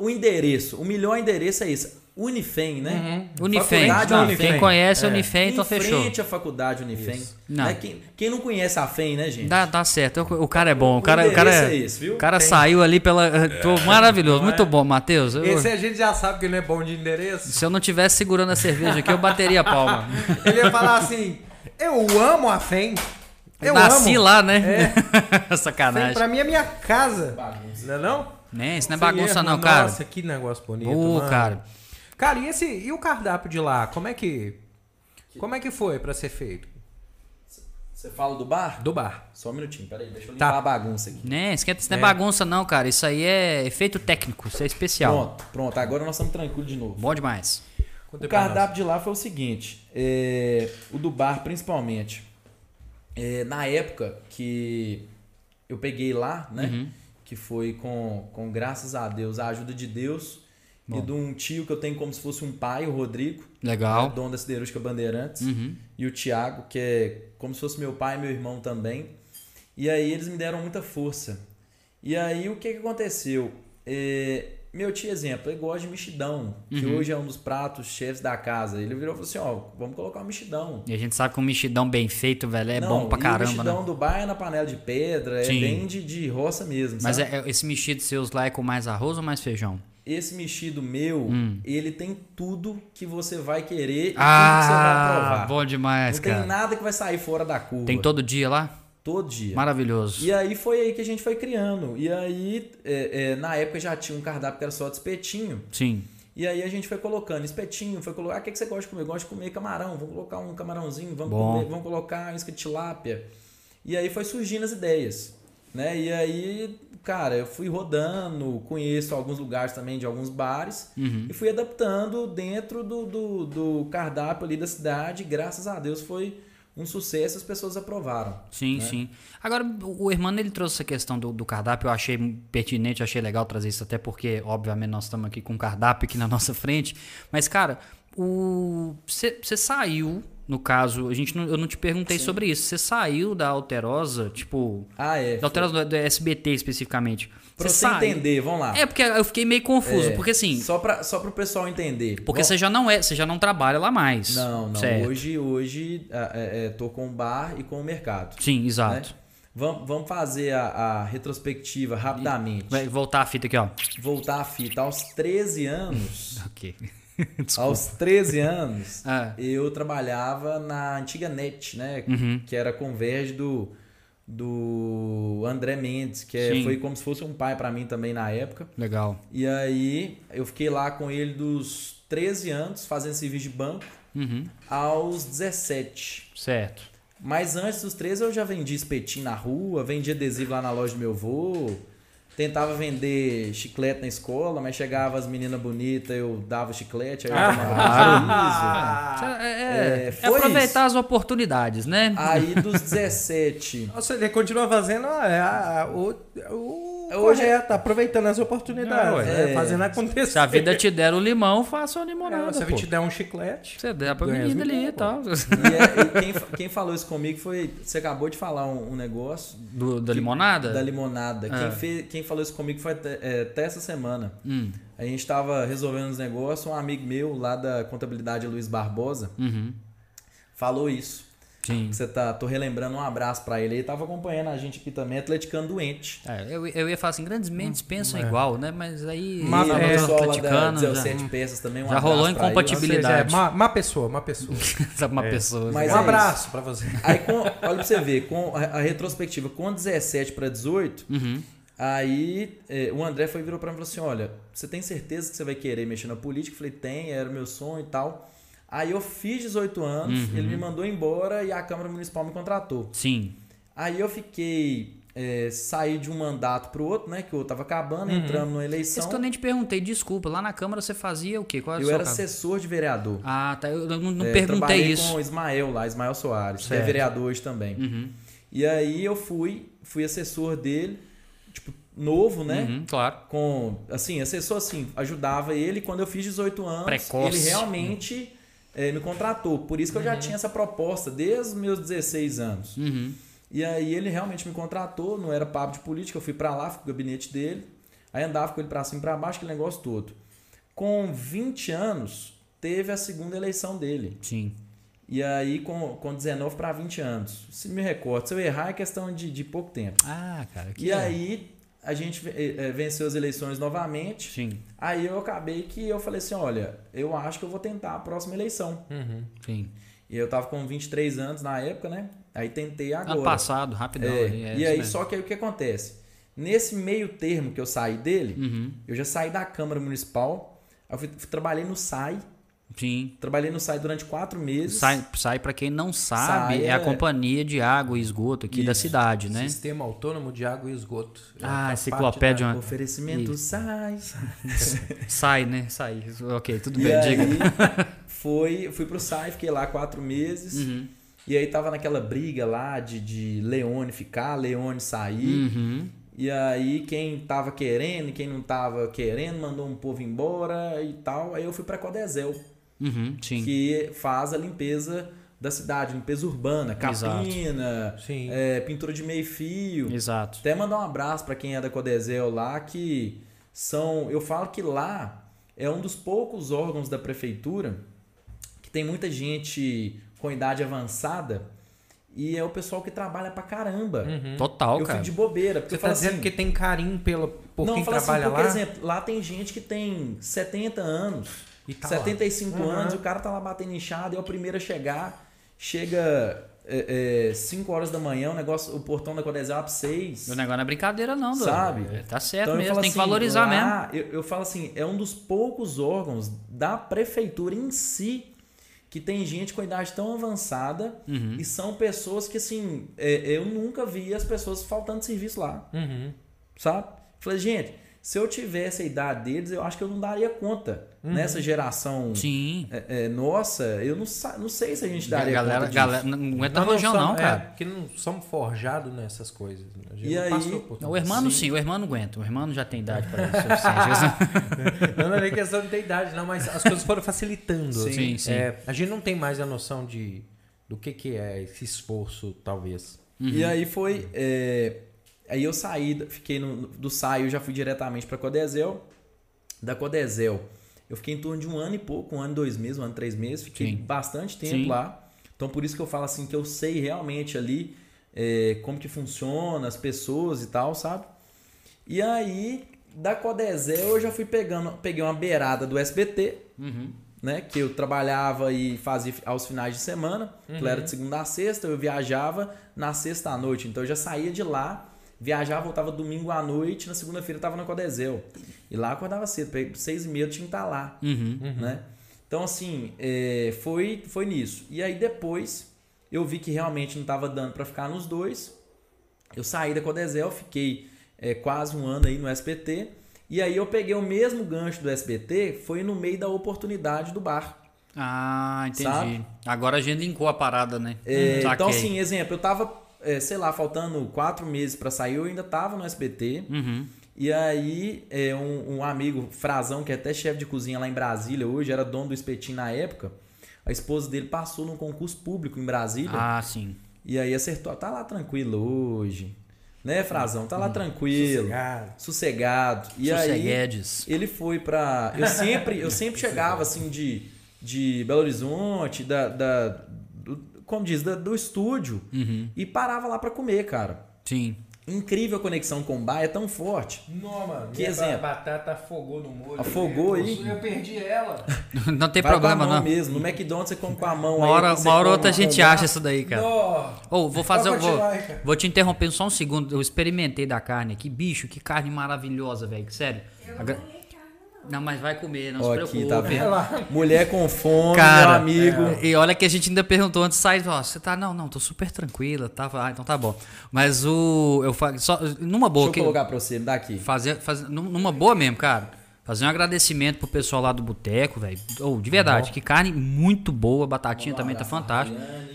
[SPEAKER 3] o melhor endereço é esse. Unifem, né?
[SPEAKER 1] Unifem. Quem conhece a Unifem, então fechou.
[SPEAKER 3] Em frente à faculdade Unifem.
[SPEAKER 1] Não.
[SPEAKER 3] Né? Quem não conhece a FEM, né, gente?
[SPEAKER 1] Dá certo. O cara é bom. O cara
[SPEAKER 3] é esse, viu?
[SPEAKER 1] O cara saiu ali pela... Maravilhoso. Muito bom, Matheus.
[SPEAKER 2] Esse a gente já sabe que ele é bom de endereço.
[SPEAKER 1] Se eu não tivesse segurando a cerveja aqui, eu bateria a palma.
[SPEAKER 2] Ele ia falar assim, eu amo a FEM. Eu
[SPEAKER 1] nasci
[SPEAKER 2] amo.
[SPEAKER 1] lá, né? Sacanagem.
[SPEAKER 2] FEM pra mim é minha casa. Não é não?
[SPEAKER 1] Né? Isso não é bagunça não, cara.
[SPEAKER 2] Nossa, que negócio bonito, mano.
[SPEAKER 1] Cara.
[SPEAKER 2] Cara, e o cardápio de lá? Como é que foi pra ser feito?
[SPEAKER 3] Você fala do bar?
[SPEAKER 2] Do bar.
[SPEAKER 3] Só um minutinho, peraí, deixa eu limpar a bagunça aqui.
[SPEAKER 1] Né? Isso não é bagunça não, cara. Isso aí é efeito técnico, isso é especial.
[SPEAKER 3] Pronto. Agora nós estamos tranquilos de novo.
[SPEAKER 1] Bom demais.
[SPEAKER 3] O cardápio de lá foi o seguinte, o do bar principalmente. Na época que eu peguei lá, né? Que foi com graças a Deus, a ajuda de Deus. Bom. E de um tio que eu tenho como se fosse um pai, o Rodrigo.
[SPEAKER 1] Legal.
[SPEAKER 3] Dono da Siderúrgica Bandeirantes. E o Thiago, que é como se fosse meu pai e meu irmão também. E aí eles me deram muita força. E aí o que aconteceu? Meu tio, exemplo, ele gosta de mexidão, que hoje é um dos pratos chefes da casa. Ele virou e falou assim, vamos colocar um mexidão.
[SPEAKER 1] E a gente sabe que um mexidão bem feito, velho, bom pra caramba, né? O
[SPEAKER 3] mexidão do bar é na panela de pedra,
[SPEAKER 1] Sim.
[SPEAKER 3] É bem de roça mesmo.
[SPEAKER 1] Mas
[SPEAKER 3] sabe?
[SPEAKER 1] Esse mexido seus lá é com mais arroz ou mais feijão?
[SPEAKER 3] Esse mexido meu, ele tem tudo que você vai querer e tudo que você vai provar.
[SPEAKER 1] Bom demais,
[SPEAKER 3] Não
[SPEAKER 1] cara.
[SPEAKER 3] tem nada que vai sair fora da curva.
[SPEAKER 1] Tem todo dia lá?
[SPEAKER 3] Todo dia.
[SPEAKER 1] Maravilhoso.
[SPEAKER 3] E aí foi aí que a gente foi criando. E aí, na época já tinha um cardápio que era só de espetinho.
[SPEAKER 1] Sim.
[SPEAKER 3] E aí a gente foi colocando espetinho, foi colocar, o que você gosta de comer? Eu gosto de comer camarão, vamos colocar um camarãozinho, vamos colocar isca de tilápia. E aí foi surgindo as ideias, né? E aí, cara, eu fui rodando, conheço alguns lugares também de alguns bares e fui adaptando dentro do cardápio ali da cidade. Graças a Deus foi um sucesso, as pessoas aprovaram.
[SPEAKER 1] Sim,
[SPEAKER 3] né?
[SPEAKER 1] sim. Agora, o Hermano, ele trouxe essa questão do cardápio, eu achei pertinente, eu achei legal trazer isso, até porque, obviamente, nós estamos aqui com um cardápio aqui na nossa frente. Mas, cara, você saiu, no caso, eu não te perguntei sobre isso, você saiu da Alterosa, tipo... da Alterosa do SBT, especificamente.
[SPEAKER 3] Pra você entender, vamos lá.
[SPEAKER 1] Porque eu fiquei meio confuso, porque assim...
[SPEAKER 3] Só pro pessoal entender.
[SPEAKER 1] Porque você já não trabalha lá mais.
[SPEAKER 3] Não.
[SPEAKER 1] Certo.
[SPEAKER 3] Hoje tô com o bar e com o mercado.
[SPEAKER 1] Sim, exato.
[SPEAKER 3] Né? Vamos fazer a retrospectiva rapidamente.
[SPEAKER 1] Vai voltar a fita aqui, ó.
[SPEAKER 3] Voltar a fita. Aos 13 anos...
[SPEAKER 1] Ok.
[SPEAKER 3] Aos 13 anos, eu trabalhava na antiga NET, né? Que era converge do André Mendes, que foi como se fosse um pai para mim também na época.
[SPEAKER 1] Legal.
[SPEAKER 3] E aí eu fiquei lá com ele dos 13 anos, fazendo serviço de banco, aos 17.
[SPEAKER 1] Certo.
[SPEAKER 3] Mas antes dos 13 eu já vendia espetinho na rua, vendia adesivo lá na loja do meu avô. Tentava vender chiclete na escola, mas chegava as meninas bonitas, eu dava chiclete, aí eu tomava prejuízo.
[SPEAKER 1] Aproveitar as oportunidades, né?
[SPEAKER 3] Aí dos 17...
[SPEAKER 2] Nossa, ele continua fazendo correto, aproveitando as oportunidades, fazendo acontecer.
[SPEAKER 1] Se a vida te der o limão, faça uma limonada.
[SPEAKER 2] Se a vida te der um chiclete...
[SPEAKER 1] Você dá pra menina ali e tal.
[SPEAKER 3] E quem falou isso comigo foi... Você acabou de falar um negócio...
[SPEAKER 1] Da limonada?
[SPEAKER 3] Da limonada. Quem falou isso comigo foi até essa semana. A gente tava resolvendo uns negócios, um amigo meu lá da contabilidade, Luiz Barbosa, falou isso.
[SPEAKER 1] Sim.
[SPEAKER 3] Tô relembrando, um abraço pra ele. Ele tava acompanhando a gente aqui também, atleticano doente.
[SPEAKER 1] Eu ia falar assim, grandes mentes pensam igual, né? Mas aí...
[SPEAKER 3] atleticano, 17 peças também,
[SPEAKER 1] já rolou incompatibilidade.
[SPEAKER 2] Uma pessoa.
[SPEAKER 1] Uma pessoa.
[SPEAKER 2] Mas um abraço pra você.
[SPEAKER 3] Aí, olha pra você ver, com a retrospectiva, com 17 pra 18... Aí o André virou pra mim e falou assim, olha, você tem certeza que você vai querer mexer na política? Eu falei, tem, era o meu sonho e tal. Aí eu fiz 18 anos, ele me mandou embora e a Câmara Municipal me contratou.
[SPEAKER 1] Sim.
[SPEAKER 3] Aí eu fiquei saí de um mandato pro outro, né? Que o outro tava acabando, entramos numa eleição.
[SPEAKER 1] Isso que eu nem te perguntei, desculpa. Lá na Câmara você fazia o quê? Qual era
[SPEAKER 3] eu era assessor de vereador.
[SPEAKER 1] Ah, tá. Eu não perguntei isso.
[SPEAKER 3] Com o Ismael Soares, que é vereador hoje também. E aí eu fui assessor dele, tipo, novo, né?
[SPEAKER 1] Claro.
[SPEAKER 3] Assessor assim, ajudava ele. Quando eu fiz 18 anos,
[SPEAKER 1] precoce.
[SPEAKER 3] Ele realmente me contratou. Por isso que eu já tinha essa proposta desde os meus 16 anos. E aí ele realmente me contratou, não era papo de política, eu fui pra lá, fui pro gabinete dele, aí andava com ele pra cima e pra baixo, aquele negócio todo. Com 20 anos, teve a segunda eleição dele.
[SPEAKER 1] Sim.
[SPEAKER 3] E aí com 19 para 20 anos. Se me recordo, se eu errar é questão de pouco tempo.
[SPEAKER 1] Ah, cara.
[SPEAKER 3] Aí a gente venceu as eleições novamente.
[SPEAKER 1] Sim.
[SPEAKER 3] Aí eu acabei que eu falei assim, olha, eu acho que eu vou tentar a próxima eleição.
[SPEAKER 1] Sim.
[SPEAKER 3] E eu tava com 23 anos na época, né? Aí tentei agora.
[SPEAKER 1] Ano passado, rapidão.
[SPEAKER 3] E aí, só que aí o que acontece? Nesse meio termo que eu saí dele, eu já saí da Câmara Municipal, eu trabalhei no SAI.
[SPEAKER 1] Sim.
[SPEAKER 3] Trabalhei no SAI durante 4 meses.
[SPEAKER 1] SAI, para quem não sabe, é a Companhia de Água e Esgoto aqui da cidade, né?
[SPEAKER 2] Sistema Autônomo de Água e Esgoto.
[SPEAKER 1] Enciclopédia.
[SPEAKER 3] Oferecimento SAI.
[SPEAKER 1] SAI, né? SAI. Ok, tudo
[SPEAKER 3] e
[SPEAKER 1] bem,
[SPEAKER 3] aí,
[SPEAKER 1] diga.
[SPEAKER 3] fui pro SAI, fiquei lá 4 meses. E aí tava naquela briga lá de Leone ficar, Leone sair. E aí quem tava querendo e quem não tava querendo mandou um povo embora e tal. Aí eu fui pra Codesel.
[SPEAKER 1] Sim.
[SPEAKER 3] Que faz a limpeza da cidade, limpeza urbana, capina, pintura de meio fio.
[SPEAKER 1] Exato.
[SPEAKER 3] Até mandar um abraço para quem é da Codesel lá, que eu falo que lá é um dos poucos órgãos da prefeitura que tem muita gente com idade avançada e é o pessoal que trabalha pra caramba.
[SPEAKER 1] Total, cara.
[SPEAKER 3] Eu fico de bobeira. Porque
[SPEAKER 2] você tá dizendo que tem carinho por quem trabalha lá?
[SPEAKER 3] Por exemplo, lá tem gente que tem 70 anos, e tá 75 anos, e o cara tá lá batendo enxada, é o primeiro a chegar. Chega 5 horas da manhã, o portão da Codesel abre 6.
[SPEAKER 1] O negócio não é brincadeira não,
[SPEAKER 3] sabe?
[SPEAKER 1] Tá certo
[SPEAKER 3] então,
[SPEAKER 1] mesmo, tem
[SPEAKER 3] assim,
[SPEAKER 1] que valorizar
[SPEAKER 3] lá,
[SPEAKER 1] mesmo.
[SPEAKER 3] Eu falo assim, é um dos poucos órgãos da prefeitura em si que tem gente com idade tão avançada e são pessoas que, assim, eu nunca vi as pessoas faltando serviço lá. Sabe? Falei, gente, se eu tivesse a idade deles, eu acho que eu não daria conta. Nessa geração nossa, eu não sei se a gente daria conta disso.
[SPEAKER 1] Galera, não aguenta rojão não, cara.
[SPEAKER 2] Porque não somos forjados nessas coisas. A gente
[SPEAKER 3] e
[SPEAKER 2] não
[SPEAKER 3] aí,
[SPEAKER 2] passou por tudo.
[SPEAKER 1] O irmão sim, o irmão não aguenta. O irmão já tem idade para isso. Suficiente.
[SPEAKER 2] Não é nem questão de ter idade, não, mas as coisas foram facilitando.
[SPEAKER 1] Sim.
[SPEAKER 2] A gente não tem mais a noção do que é esse esforço, talvez.
[SPEAKER 3] E aí foi... Aí eu saí, fiquei do SAI, eu já fui diretamente para a Codesel. Da Codesel, eu fiquei em torno de 1 ano e pouco, 1 ano e 2 meses, 1 ano e 3 meses. Fiquei bastante tempo lá. Então por isso que eu falo assim, que eu sei realmente ali como que funciona, as pessoas e tal, sabe? E aí, da Codesel, eu já peguei uma beirada do SBT, né? Que eu trabalhava e fazia aos finais de semana. Que era de segunda a sexta, eu viajava na sexta à noite. Então eu já saía de lá, viajava, voltava domingo à noite, na segunda-feira eu tava na Codesel. E lá acordava cedo, 6h30 eu tinha que estar lá. Né? Então, assim, foi nisso. E aí depois eu vi que realmente não estava dando para ficar nos dois. Eu saí da Codesel, fiquei quase 1 ano aí no SBT. E aí eu peguei o mesmo gancho do SBT, foi no meio da oportunidade do bar.
[SPEAKER 1] Ah, entendi.
[SPEAKER 3] Sabe?
[SPEAKER 1] Agora a gente linkou a parada, né?
[SPEAKER 3] Então, assim, exemplo, eu tava, sei lá, faltando 4 meses para sair, eu ainda tava no SBT. E aí, um amigo, Frazão, que é até chefe de cozinha lá em Brasília hoje, era dono do espetinho na época, a esposa dele passou num concurso público em Brasília.
[SPEAKER 1] Ah, sim.
[SPEAKER 3] E aí acertou, tá lá tranquilo hoje. Né, Frazão? Tá lá tranquilo. Sossegado. E aí, ele foi pra... Eu sempre chegava, assim, de Belo Horizonte, como diz, do estúdio, e parava lá pra comer, cara.
[SPEAKER 1] Sim.
[SPEAKER 3] Incrível a conexão com o bar, é tão forte.
[SPEAKER 2] Não, mano.
[SPEAKER 3] Que exemplo?
[SPEAKER 2] A batata afogou no molho.
[SPEAKER 3] Afogou aí?
[SPEAKER 2] Eu perdi ela.
[SPEAKER 1] Não tem
[SPEAKER 3] Vai
[SPEAKER 1] problema,
[SPEAKER 3] com a mão
[SPEAKER 1] não.
[SPEAKER 3] mesmo. No McDonald's você come com a mão.
[SPEAKER 1] Uma hora ou outra a gente acha isso daí, cara. Vou te interromper só um segundo. Eu experimentei da carne aqui. Bicho, que carne maravilhosa, velho. Sério.
[SPEAKER 4] Eu não ganhei carne, não.
[SPEAKER 1] Não, mas vai comer, não se preocupe.
[SPEAKER 3] Tá vendo? Mulher com fome,
[SPEAKER 1] cara,
[SPEAKER 3] meu amigo.
[SPEAKER 1] E olha que a gente ainda perguntou antes de sair, ó, você tá, não, tô super tranquila, tá? Ah, então tá bom. Mas eu só numa boa.
[SPEAKER 3] Deixa eu colocar pra você, me dá aqui.
[SPEAKER 1] Fazer numa boa mesmo, cara. Fazer um agradecimento pro pessoal lá do boteco, velho. De verdade, que carne muito boa, batatinha também tá fantástica.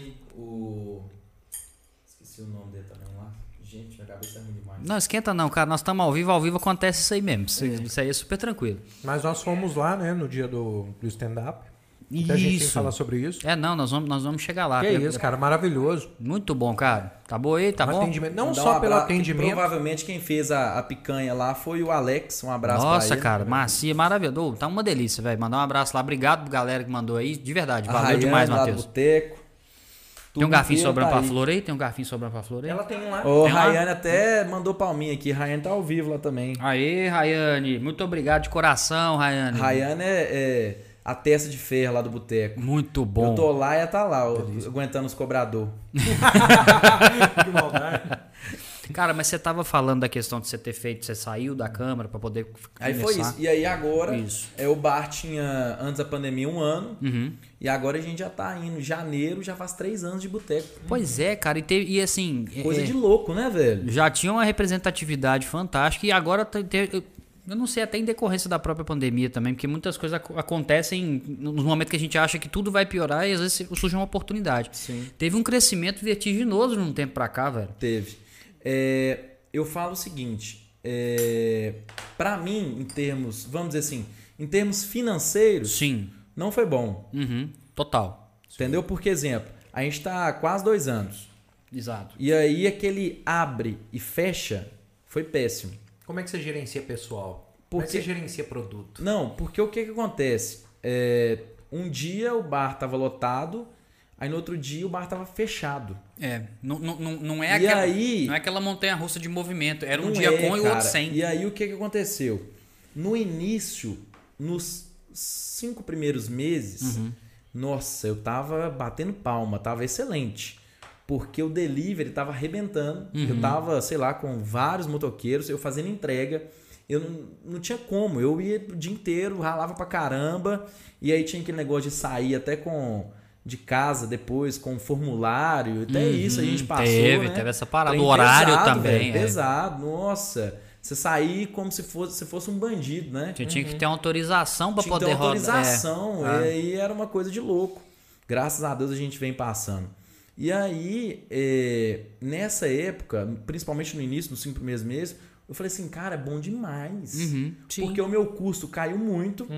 [SPEAKER 3] Esqueci o nome dele também lá. Gente, minha cabeça é ruim demais.
[SPEAKER 1] Não, esquenta não, cara. Nós estamos ao vivo acontece isso aí mesmo. Isso aí é super tranquilo.
[SPEAKER 2] Mas nós fomos lá, né, no dia do stand-up. Isso. A gente tem que falar sobre isso.
[SPEAKER 1] Não, nós vamos chegar lá.
[SPEAKER 2] Que isso, cara, maravilhoso.
[SPEAKER 1] Muito bom, cara. Tá bom aí, tá bom?
[SPEAKER 2] Atendimento, não só pelo atendimento.
[SPEAKER 3] Provavelmente quem fez a picanha lá foi o Alex. Um abraço pra ele.
[SPEAKER 1] Nossa, cara, macia, maravilhoso. Tá uma delícia, velho. Mandar um abraço lá. Obrigado pro galera que mandou aí. De verdade, valeu demais, Matheus. Tem um garfinho sobrando pra flor aí? Tem um garfinho sobrando pra flor aí?
[SPEAKER 2] Ela tem um lá.
[SPEAKER 3] Ô, Rayane até mandou palminha aqui. Rayane tá ao vivo lá também.
[SPEAKER 1] Aê, Rayane. Muito obrigado de coração, Rayane.
[SPEAKER 3] Rayane é a testa de ferro lá do boteco.
[SPEAKER 1] Muito bom.
[SPEAKER 3] Eu tô lá e ela tá lá, aguentando os cobrador.
[SPEAKER 2] Que maldade.
[SPEAKER 1] Cara, mas você tava falando da questão de você ter feito, você saiu da câmara pra poder
[SPEAKER 3] Aí
[SPEAKER 1] começar.
[SPEAKER 3] foi isso. E aí agora, o bar tinha, antes da pandemia, 1 ano. E agora a gente já tá indo. Janeiro já faz 3 anos de boteco.
[SPEAKER 1] Pois é, cara. E assim...
[SPEAKER 3] Coisa de louco, né, velho?
[SPEAKER 1] Já tinha uma representatividade fantástica e agora... Eu não sei, até em decorrência da própria pandemia também, porque muitas coisas acontecem nos momentos que a gente acha que tudo vai piorar e às vezes surge uma oportunidade.
[SPEAKER 3] Sim.
[SPEAKER 1] Teve um crescimento vertiginoso num tempo pra cá, velho.
[SPEAKER 3] Teve. Eu falo o seguinte, pra mim, em termos, vamos dizer assim, em termos financeiros,
[SPEAKER 1] sim,
[SPEAKER 3] não foi bom.
[SPEAKER 1] Total.
[SPEAKER 3] Entendeu? Porque, exemplo, a gente tá há quase 2 anos.
[SPEAKER 1] Exato.
[SPEAKER 3] E aí aquele abre e fecha foi péssimo.
[SPEAKER 2] Como é que você gerencia pessoal? Como é que você gerencia produto?
[SPEAKER 3] Não, porque o que acontece? Um dia o bar tava lotado, aí no outro dia o bar tava fechado.
[SPEAKER 1] Não é aquela montanha-russa de movimento. Era um dia com e o outro sem.
[SPEAKER 3] E aí o que aconteceu? No início, nos 5 primeiros meses, nossa, eu tava batendo palma, tava excelente. Porque o delivery tava arrebentando. Eu tava, sei lá, com vários motoqueiros, eu fazendo entrega. Eu não tinha como. Eu ia o dia inteiro, ralava pra caramba. E aí tinha aquele negócio de sair até de casa depois com formulário. Até isso a gente passou,
[SPEAKER 1] Teve essa parada. O horário pesado, também.
[SPEAKER 3] Velho, pesado. Nossa. Você sair como se fosse um bandido, né?
[SPEAKER 1] Tinha que ter autorização pra poder rodar.
[SPEAKER 3] Autorização. E aí era uma coisa de louco. Graças a Deus a gente vem passando. E aí, nessa época, principalmente no início, nos 5 primeiros meses, eu falei assim, cara, é bom demais. Porque o meu custo caiu muito.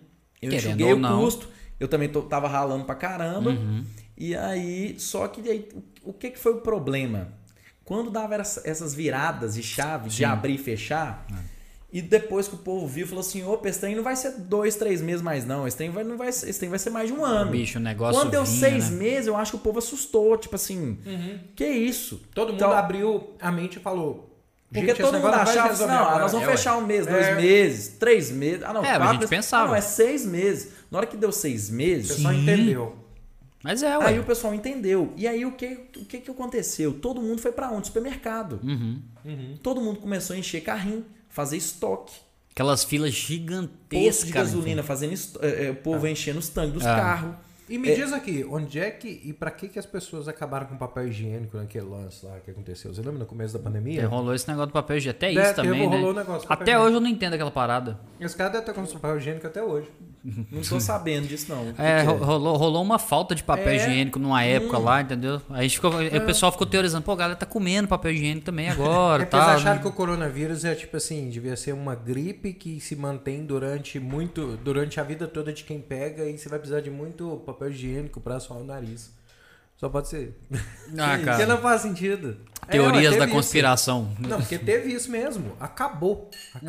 [SPEAKER 3] Eu enxuguei o custo. Eu também tava ralando pra caramba. E aí, só que aí, o que foi o problema? Quando dava essas viradas de chave, de abrir e fechar... E depois que o povo viu, falou assim, opa, esse trem não vai ser 2, 3 meses mais não, esse trem vai ser mais de 1 ano.
[SPEAKER 1] Bicho, o negócio
[SPEAKER 3] Quando deu 6 meses, eu acho que o povo assustou, tipo assim, que isso?
[SPEAKER 2] Todo mundo abriu a mente e falou...
[SPEAKER 3] Porque todo mundo achava assim, nós vamos fechar 1 mês, 2 meses, 3 meses, 4
[SPEAKER 1] a gente pensava.
[SPEAKER 3] Não, é 6 meses. Na hora que deu 6 meses...
[SPEAKER 2] O pessoal entendeu.
[SPEAKER 1] Mas
[SPEAKER 3] ué. Aí o pessoal entendeu. E aí o que aconteceu? Todo mundo foi pra onde? Supermercado. Todo mundo começou a encher carrinho. Fazer estoque.
[SPEAKER 1] Aquelas filas gigantescas.
[SPEAKER 3] Posto de gasolina, fazendo o povo enchendo os tanques dos carros.
[SPEAKER 2] E me diz aqui, onde é que e pra que as pessoas acabaram com papel higiênico naquele lance lá que aconteceu? Você lembra no começo da pandemia?
[SPEAKER 1] Rolou esse negócio do papel higiênico, até isso também, né?
[SPEAKER 2] Rolou o negócio
[SPEAKER 1] até hoje eu não entendo aquela parada.
[SPEAKER 2] Esse cara deve estar com papel higiênico até hoje.
[SPEAKER 3] Não tô sabendo disso, não.
[SPEAKER 1] Rolou uma falta de papel higiênico numa época lá, entendeu? Aí o pessoal ficou teorizando, pô, a galera tá comendo papel higiênico também agora.
[SPEAKER 2] Eles acharam que o coronavírus é tipo assim, devia ser uma gripe que se mantém durante a vida toda de quem pega e você vai precisar de muito papel higiênico pra assoar o nariz. Só pode ser.
[SPEAKER 1] Cara.
[SPEAKER 2] Porque não faz sentido.
[SPEAKER 1] Teorias da conspiração.
[SPEAKER 2] Não, porque teve isso mesmo. Acabou.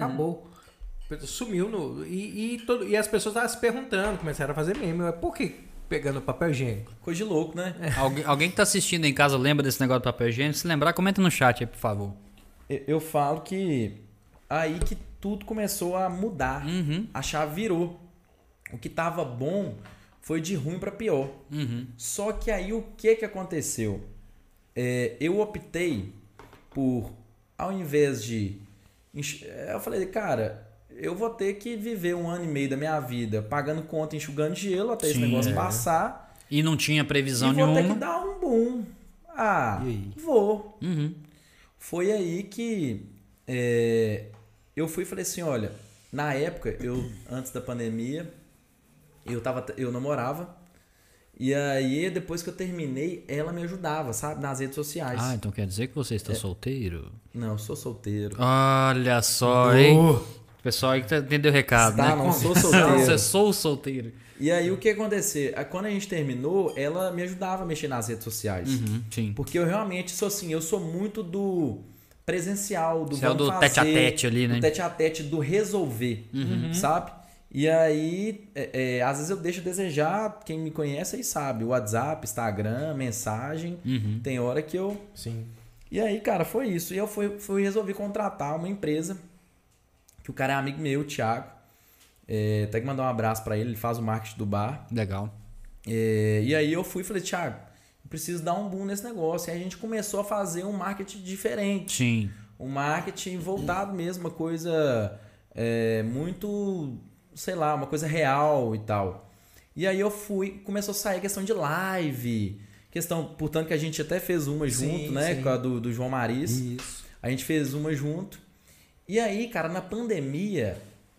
[SPEAKER 2] Sumiu e as pessoas estavam se perguntando, começaram a fazer meme. Por que pegando papel higiênico?
[SPEAKER 3] Coisa de louco, né?
[SPEAKER 1] Alguém que tá assistindo em casa lembra desse negócio do papel higiênico? Se lembrar, comenta no chat aí, por favor.
[SPEAKER 3] Eu falo que aí que tudo começou a mudar. A chave virou. O que tava bom foi de ruim para pior. Só que aí o que aconteceu? Eu optei por, ao invés de... Eu falei, cara, eu vou ter que viver 1 ano e meio da minha vida pagando conta, enxugando gelo até esse negócio passar.
[SPEAKER 1] E não tinha previsão
[SPEAKER 3] nenhuma.
[SPEAKER 1] Vou
[SPEAKER 3] ter que dar um boom. Vou. Foi aí que eu fui e falei assim, olha, na época, antes da pandemia, eu namorava. E aí, depois que eu terminei, ela me ajudava, sabe? Nas redes sociais.
[SPEAKER 1] Ah, então quer dizer que você está solteiro?
[SPEAKER 3] Não, eu sou solteiro.
[SPEAKER 1] Olha só, hein? O pessoal aí que entendeu o recado, né?
[SPEAKER 3] Não sou solteiro.
[SPEAKER 1] Não, você sou solteiro.
[SPEAKER 3] E aí, o que aconteceu? Quando a gente terminou, ela me ajudava a mexer nas redes sociais.
[SPEAKER 1] Sim.
[SPEAKER 3] Porque eu realmente sou assim, eu sou muito do presencial, do
[SPEAKER 1] vamos fazer. Tete-a-tete ali, né?
[SPEAKER 3] Do tete-a-tete, do resolver, sabe? E aí, às vezes eu deixo a desejar, quem me conhece aí sabe, WhatsApp, Instagram, mensagem, tem hora que eu...
[SPEAKER 2] Sim.
[SPEAKER 3] E aí, cara, foi isso. E eu resolvi contratar uma empresa, que o cara é amigo meu, o Thiago, até que mandar um abraço pra ele faz o marketing do bar.
[SPEAKER 1] Legal.
[SPEAKER 3] E aí eu fui e falei, Thiago, eu preciso dar um boom nesse negócio. E aí a gente começou a fazer um marketing diferente.
[SPEAKER 1] Sim.
[SPEAKER 3] Um marketing voltado mesmo, uma coisa muito... sei lá, uma coisa real e tal. E aí começou a sair a questão de live, portanto que a gente até fez uma junto, né, com a do João Maris.
[SPEAKER 2] Isso.
[SPEAKER 3] A gente fez uma junto. E aí, cara, na pandemia,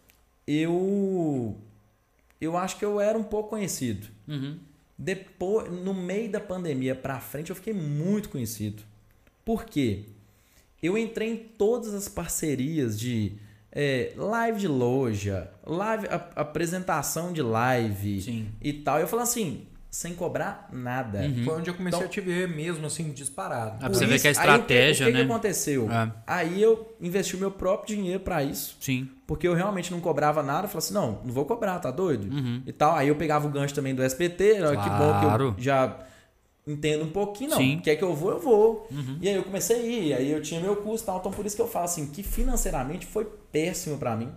[SPEAKER 3] eu acho que eu era um pouco conhecido. Depois, no meio da pandemia pra frente, eu fiquei muito conhecido. Por quê? Eu entrei em todas as parcerias de... live de loja, apresentação de live e tal. Eu falo assim, sem cobrar nada.
[SPEAKER 2] Foi onde eu comecei a te ver mesmo, assim, disparado.
[SPEAKER 1] Pra você ver que a estratégia,
[SPEAKER 3] o que aconteceu? Aí eu investi o meu próprio dinheiro pra isso.
[SPEAKER 1] Sim.
[SPEAKER 3] Porque eu realmente não cobrava nada. Eu falei assim, não vou cobrar, tá doido? E tal. Aí eu pegava o gancho também do SBT. Claro. Que bom que eu já... entendo um pouquinho, não.
[SPEAKER 1] Sim.
[SPEAKER 3] Quer que eu vou, eu vou. E aí eu comecei a ir, aí eu tinha meu curso e tal. Então por isso que eu falo assim, que financeiramente foi péssimo pra mim.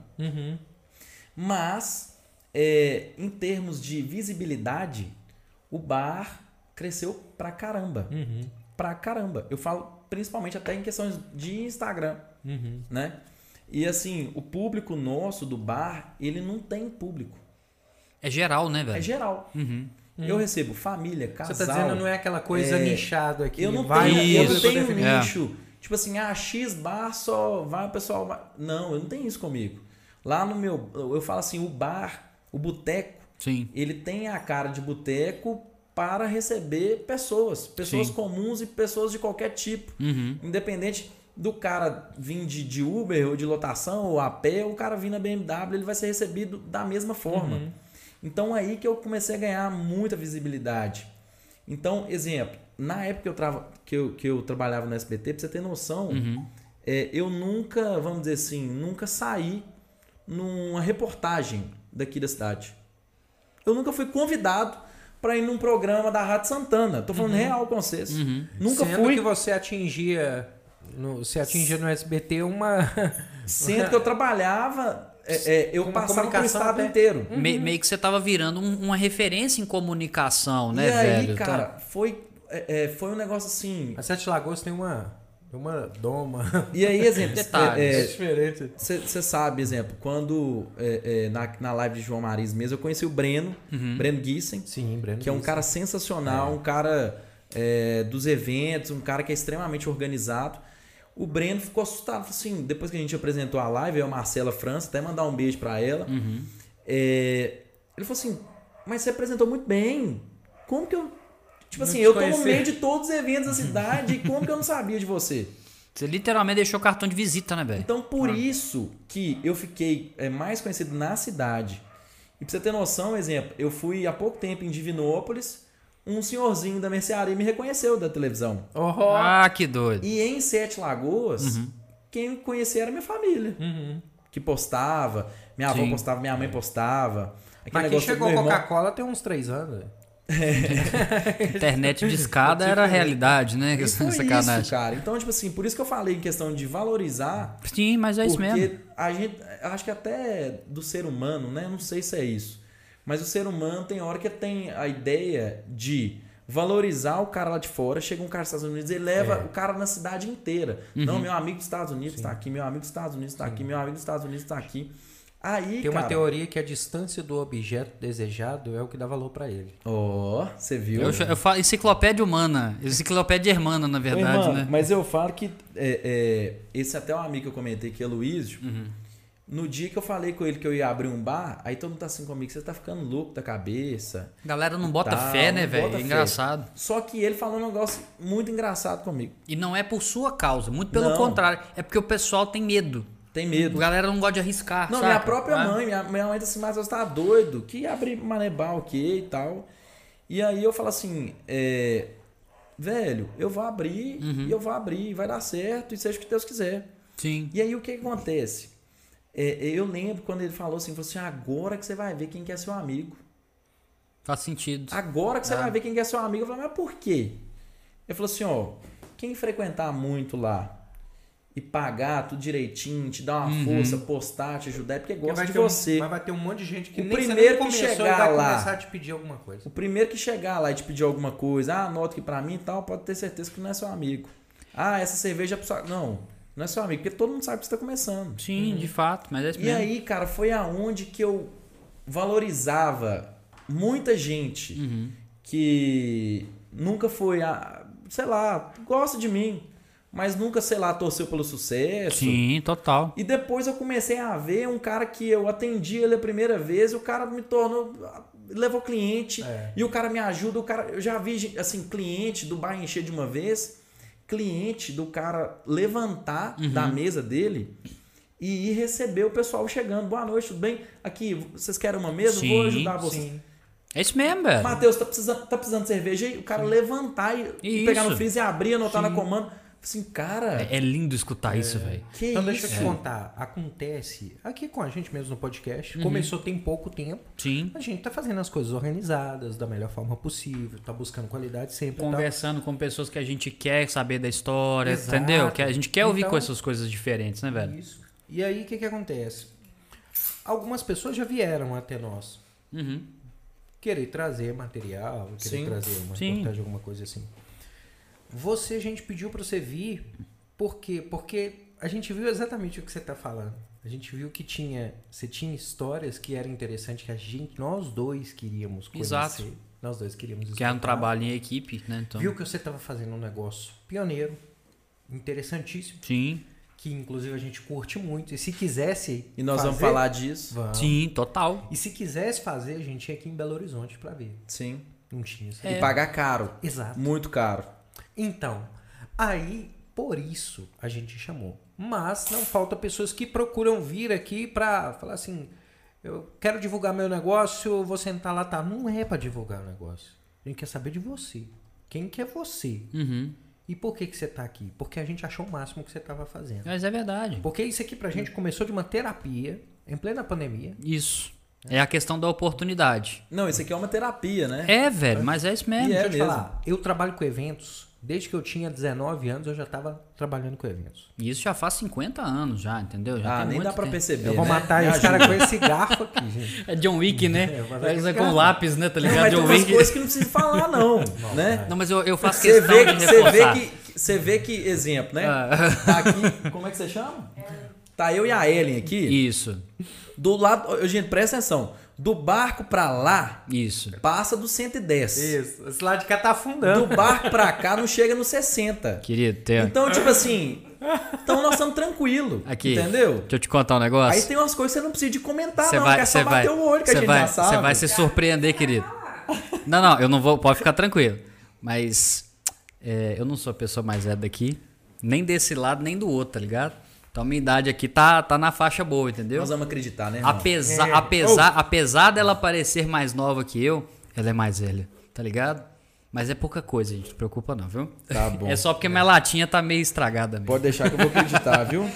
[SPEAKER 3] Mas, em termos de visibilidade, o bar cresceu pra caramba. Pra caramba. Eu falo principalmente até em questões de Instagram, né? E assim, o público nosso do bar, ele não tem público.
[SPEAKER 1] É geral, né, velho?
[SPEAKER 3] É geral. Eu recebo família, casal.
[SPEAKER 2] Você tá dizendo não é aquela coisa nichada aqui.
[SPEAKER 3] Eu não tenho nicho. Tipo assim, X bar só vai o pessoal... Não, eu não tenho isso comigo. Lá no meu... Eu falo assim, o bar, o boteco, ele tem a cara de boteco para receber pessoas. Pessoas comuns e pessoas de qualquer tipo. Independente do cara vir de Uber ou de lotação ou a pé, o cara vir na BMW, ele vai ser recebido da mesma forma. Então aí que eu comecei a ganhar muita visibilidade. Então, exemplo, na época que eu trabalhava no SBT, pra você ter noção, eu nunca, vamos dizer assim, nunca saí numa reportagem daqui da cidade. Eu nunca fui convidado para ir num programa da Rádio Santana. Tô falando real com vocês. Nunca
[SPEAKER 2] Sendo
[SPEAKER 3] fui.
[SPEAKER 2] que você atingia no SBT uma...
[SPEAKER 3] Sendo que eu trabalhava... eu passava pro estado inteiro.
[SPEAKER 1] Meio que você tava virando uma referência em comunicação, né,
[SPEAKER 3] velho?
[SPEAKER 1] E aí,
[SPEAKER 3] cara, foi um negócio assim...
[SPEAKER 2] A Sete Lagoas tem uma doma.
[SPEAKER 3] E aí, exemplo...
[SPEAKER 1] Detalhes.
[SPEAKER 2] É diferente.
[SPEAKER 3] Você sabe, exemplo, quando na live de João Maris mesmo, eu conheci o Breno Gissen.
[SPEAKER 2] Sim, Breno
[SPEAKER 3] que é um cara sensacional, um cara dos eventos, um cara que é extremamente organizado. O Breno ficou assustado, assim, depois que a gente apresentou a live, eu, a Marcela França, até mandar um beijo pra ela. Ele falou assim, mas você apresentou muito bem. Como que eu... Tipo assim, eu tô no meio de todos os eventos da cidade e como que eu não sabia de você?
[SPEAKER 1] Você literalmente deixou cartão de visita, né, velho?
[SPEAKER 3] Então, por isso que eu fiquei mais conhecido na cidade. E pra você ter noção, exemplo, eu fui há pouco tempo em Divinópolis, um senhorzinho da mercearia me reconheceu da televisão.
[SPEAKER 1] Ah, que doido.
[SPEAKER 3] E em Sete Lagoas, quem me conhecia era minha família. Que postava, minha avó postava, minha mãe postava.
[SPEAKER 2] Mas quem chegou a Coca-Cola tem uns 3 anos.
[SPEAKER 1] Internet de escada era a realidade, né?
[SPEAKER 3] E foi
[SPEAKER 1] sacanagem.
[SPEAKER 3] Isso, cara. Então, tipo assim, por isso que eu falei em questão de valorizar.
[SPEAKER 1] Sim, mas é isso mesmo.
[SPEAKER 3] Porque a gente, acho que até do ser humano, né? Não sei se é isso. Mas o ser humano tem hora que tem a ideia de valorizar o cara lá de fora. Chega um cara dos Estados Unidos e leva o cara na cidade inteira. Não, meu amigo dos Estados Unidos está aqui, meu amigo dos Estados Unidos está aqui, meu amigo dos Estados Unidos está aqui. Aí,
[SPEAKER 2] tem uma teoria que a distância do objeto desejado é o que dá valor para ele.
[SPEAKER 3] Você viu?
[SPEAKER 1] Eu falo enciclopédia humana, enciclopédia hermana, na verdade,
[SPEAKER 3] irmão,
[SPEAKER 1] né?
[SPEAKER 3] Mas eu falo que esse até um amigo que eu comentei, que é Luísio, no dia que eu falei com ele que eu ia abrir um bar, aí todo mundo tá assim comigo, você tá ficando louco da cabeça.
[SPEAKER 1] Galera não bota fé, né, velho? É engraçado.
[SPEAKER 3] Só que ele falou um negócio muito engraçado comigo.
[SPEAKER 1] E não é por sua causa, muito pelo contrário. É porque o pessoal tem medo.
[SPEAKER 3] Tem medo.
[SPEAKER 1] A galera não gosta de arriscar.
[SPEAKER 3] Não,
[SPEAKER 1] saca?
[SPEAKER 3] minha própria mãe, minha mãe tá assim, mas você tá doido? Que abrir Manebal aqui e tal. E aí eu falo assim, velho, eu vou abrir e eu vou abrir, vai dar certo e seja o que Deus quiser.
[SPEAKER 1] Sim.
[SPEAKER 3] E aí o que acontece? Eu lembro quando ele falou assim, agora que você vai ver quem quer ser seu amigo.
[SPEAKER 1] Faz sentido.
[SPEAKER 3] Agora que você vai ver quem quer ser seu amigo. Eu falei, mas por quê? Ele falou assim, quem frequentar muito lá e pagar tudo direitinho, te dar uma força, postar, te ajudar, é porque gosta de você.
[SPEAKER 2] Mas vai ter um monte de gente que
[SPEAKER 3] o
[SPEAKER 2] nem
[SPEAKER 3] primeiro
[SPEAKER 2] que
[SPEAKER 3] chegar
[SPEAKER 2] vai
[SPEAKER 3] lá,
[SPEAKER 2] começar a te pedir alguma coisa.
[SPEAKER 3] O primeiro que chegar lá e te pedir alguma coisa, anota aqui pra mim e tal, pode ter certeza que não é seu amigo. Essa cerveja é pro seu... Não é seu amigo, porque todo mundo sabe que você tá começando.
[SPEAKER 1] Sim, de fato, mas é isso
[SPEAKER 3] E
[SPEAKER 1] mesmo.
[SPEAKER 3] aí, cara, foi aonde que eu valorizava muita gente que nunca foi, sei lá, gosta de mim, mas nunca, sei lá, torceu pelo sucesso.
[SPEAKER 1] Sim, total.
[SPEAKER 3] E depois eu comecei a ver um cara que eu atendi ele a primeira vez e o cara me tornou, levou cliente e o cara me ajuda, eu já vi, assim, cliente do bar encher de uma vez, cliente do cara levantar da mesa dele e ir receber o pessoal chegando. Boa noite, tudo bem? Aqui, vocês querem uma mesa?
[SPEAKER 1] Sim,
[SPEAKER 3] vou ajudar vocês.
[SPEAKER 1] Sim. É isso mesmo, velho.
[SPEAKER 3] Matheus, tá precisando de cerveja? E o cara levantar e pegar no freezer e abrir, anotar na comanda. Assim, cara...
[SPEAKER 1] É lindo escutar isso, velho.
[SPEAKER 2] Então deixa eu te contar. Acontece aqui com a gente mesmo no podcast. Começou tem pouco tempo.
[SPEAKER 1] Sim.
[SPEAKER 2] A gente tá fazendo as coisas organizadas, da melhor forma possível. Tá buscando qualidade sempre.
[SPEAKER 1] Conversando com pessoas que a gente quer saber da história,
[SPEAKER 2] Exato.
[SPEAKER 1] entendeu? Que a gente quer ouvir
[SPEAKER 2] Então,
[SPEAKER 1] com essas coisas diferentes, né, velho?
[SPEAKER 2] Isso. E aí, o que acontece? Algumas pessoas já vieram até nós. Querer trazer material, querer trazer uma reportagem, alguma coisa assim. A gente pediu para você vir, por quê? Porque a gente viu exatamente o que você está falando. A gente viu que você tinha histórias que eram interessantes, que nós dois queríamos conhecer.
[SPEAKER 1] Exato.
[SPEAKER 2] Nós dois queríamos escutar.
[SPEAKER 1] Que é um trabalho em equipe, né? Então...
[SPEAKER 2] Viu que você estava fazendo um negócio pioneiro, interessantíssimo.
[SPEAKER 1] Sim.
[SPEAKER 2] Que inclusive a gente curte muito. E se quisesse.
[SPEAKER 3] E nós vamos falar disso.
[SPEAKER 2] Vamos.
[SPEAKER 1] Sim, total.
[SPEAKER 2] E se quisesse fazer, a gente ia aqui em Belo Horizonte para ver.
[SPEAKER 3] Sim.
[SPEAKER 2] Não tinha.
[SPEAKER 3] E pagar caro.
[SPEAKER 2] Exato.
[SPEAKER 3] Muito caro.
[SPEAKER 2] Então, aí, por isso, a gente chamou. Mas não falta pessoas que procuram vir aqui para falar assim, eu quero divulgar meu negócio, vou sentar lá, tá? Não é para divulgar o negócio. A gente quer saber de você. Quem que é você? E por que você tá aqui? Porque a gente achou o máximo que você tava fazendo.
[SPEAKER 1] Mas é verdade.
[SPEAKER 2] Porque isso aqui pra gente começou de uma terapia em plena pandemia.
[SPEAKER 1] Isso. É a questão da oportunidade.
[SPEAKER 3] Não, isso aqui é uma terapia, né?
[SPEAKER 1] É, velho, mas é isso mesmo.
[SPEAKER 3] E
[SPEAKER 2] Deixa eu te falar, eu trabalho com eventos. Desde que eu tinha 19 anos, eu já estava trabalhando com eventos.
[SPEAKER 1] E isso já faz 50 anos já, entendeu? Já tem
[SPEAKER 3] nem
[SPEAKER 1] muito
[SPEAKER 3] dá pra
[SPEAKER 1] tempo.
[SPEAKER 3] perceber,
[SPEAKER 2] Eu vou matar esse cara com esse garfo aqui, gente.
[SPEAKER 1] É John Wick, né?
[SPEAKER 2] É
[SPEAKER 1] com lápis, né? Tá
[SPEAKER 3] Não,
[SPEAKER 1] ligado?
[SPEAKER 3] mas tem
[SPEAKER 1] John
[SPEAKER 3] umas
[SPEAKER 1] Wick.
[SPEAKER 3] coisas que não precisa falar, não. Né?
[SPEAKER 1] Não, mas eu faço questão de reforçar.
[SPEAKER 3] Você vê que, exemplo, né? Tá aqui, como é que você chama? Tá eu e a Ellen aqui.
[SPEAKER 1] Isso.
[SPEAKER 3] Do lado, gente, presta atenção. Do barco pra lá,
[SPEAKER 1] Isso.
[SPEAKER 3] passa do 110.
[SPEAKER 2] Isso. Esse lado de cá tá afundando.
[SPEAKER 3] Do barco pra cá não chega no 60.
[SPEAKER 1] Querido,
[SPEAKER 3] Então, tipo assim, então nós estamos tranquilos.
[SPEAKER 1] Aqui,
[SPEAKER 3] entendeu?
[SPEAKER 1] Deixa eu te contar um negócio.
[SPEAKER 3] Aí tem umas coisas que você não precisa de comentar,
[SPEAKER 1] Cê
[SPEAKER 3] não.
[SPEAKER 1] vai,
[SPEAKER 3] Que é só bater o olho que a gente já sabe.
[SPEAKER 1] Você vai se surpreender, querido. Não, eu não vou. Pode ficar tranquilo. Mas eu não sou a pessoa mais velha daqui. Nem desse lado, nem do outro, tá ligado? Então minha idade aqui tá na faixa boa, entendeu?
[SPEAKER 3] Nós vamos acreditar, né, irmão?
[SPEAKER 1] Apesar dela parecer mais nova que eu, ela é mais velha, tá ligado? Mas é pouca coisa, gente. Não se preocupa não, viu?
[SPEAKER 3] Tá bom.
[SPEAKER 1] É só porque minha latinha tá meio estragada mesmo.
[SPEAKER 3] Pode deixar que eu vou acreditar, viu?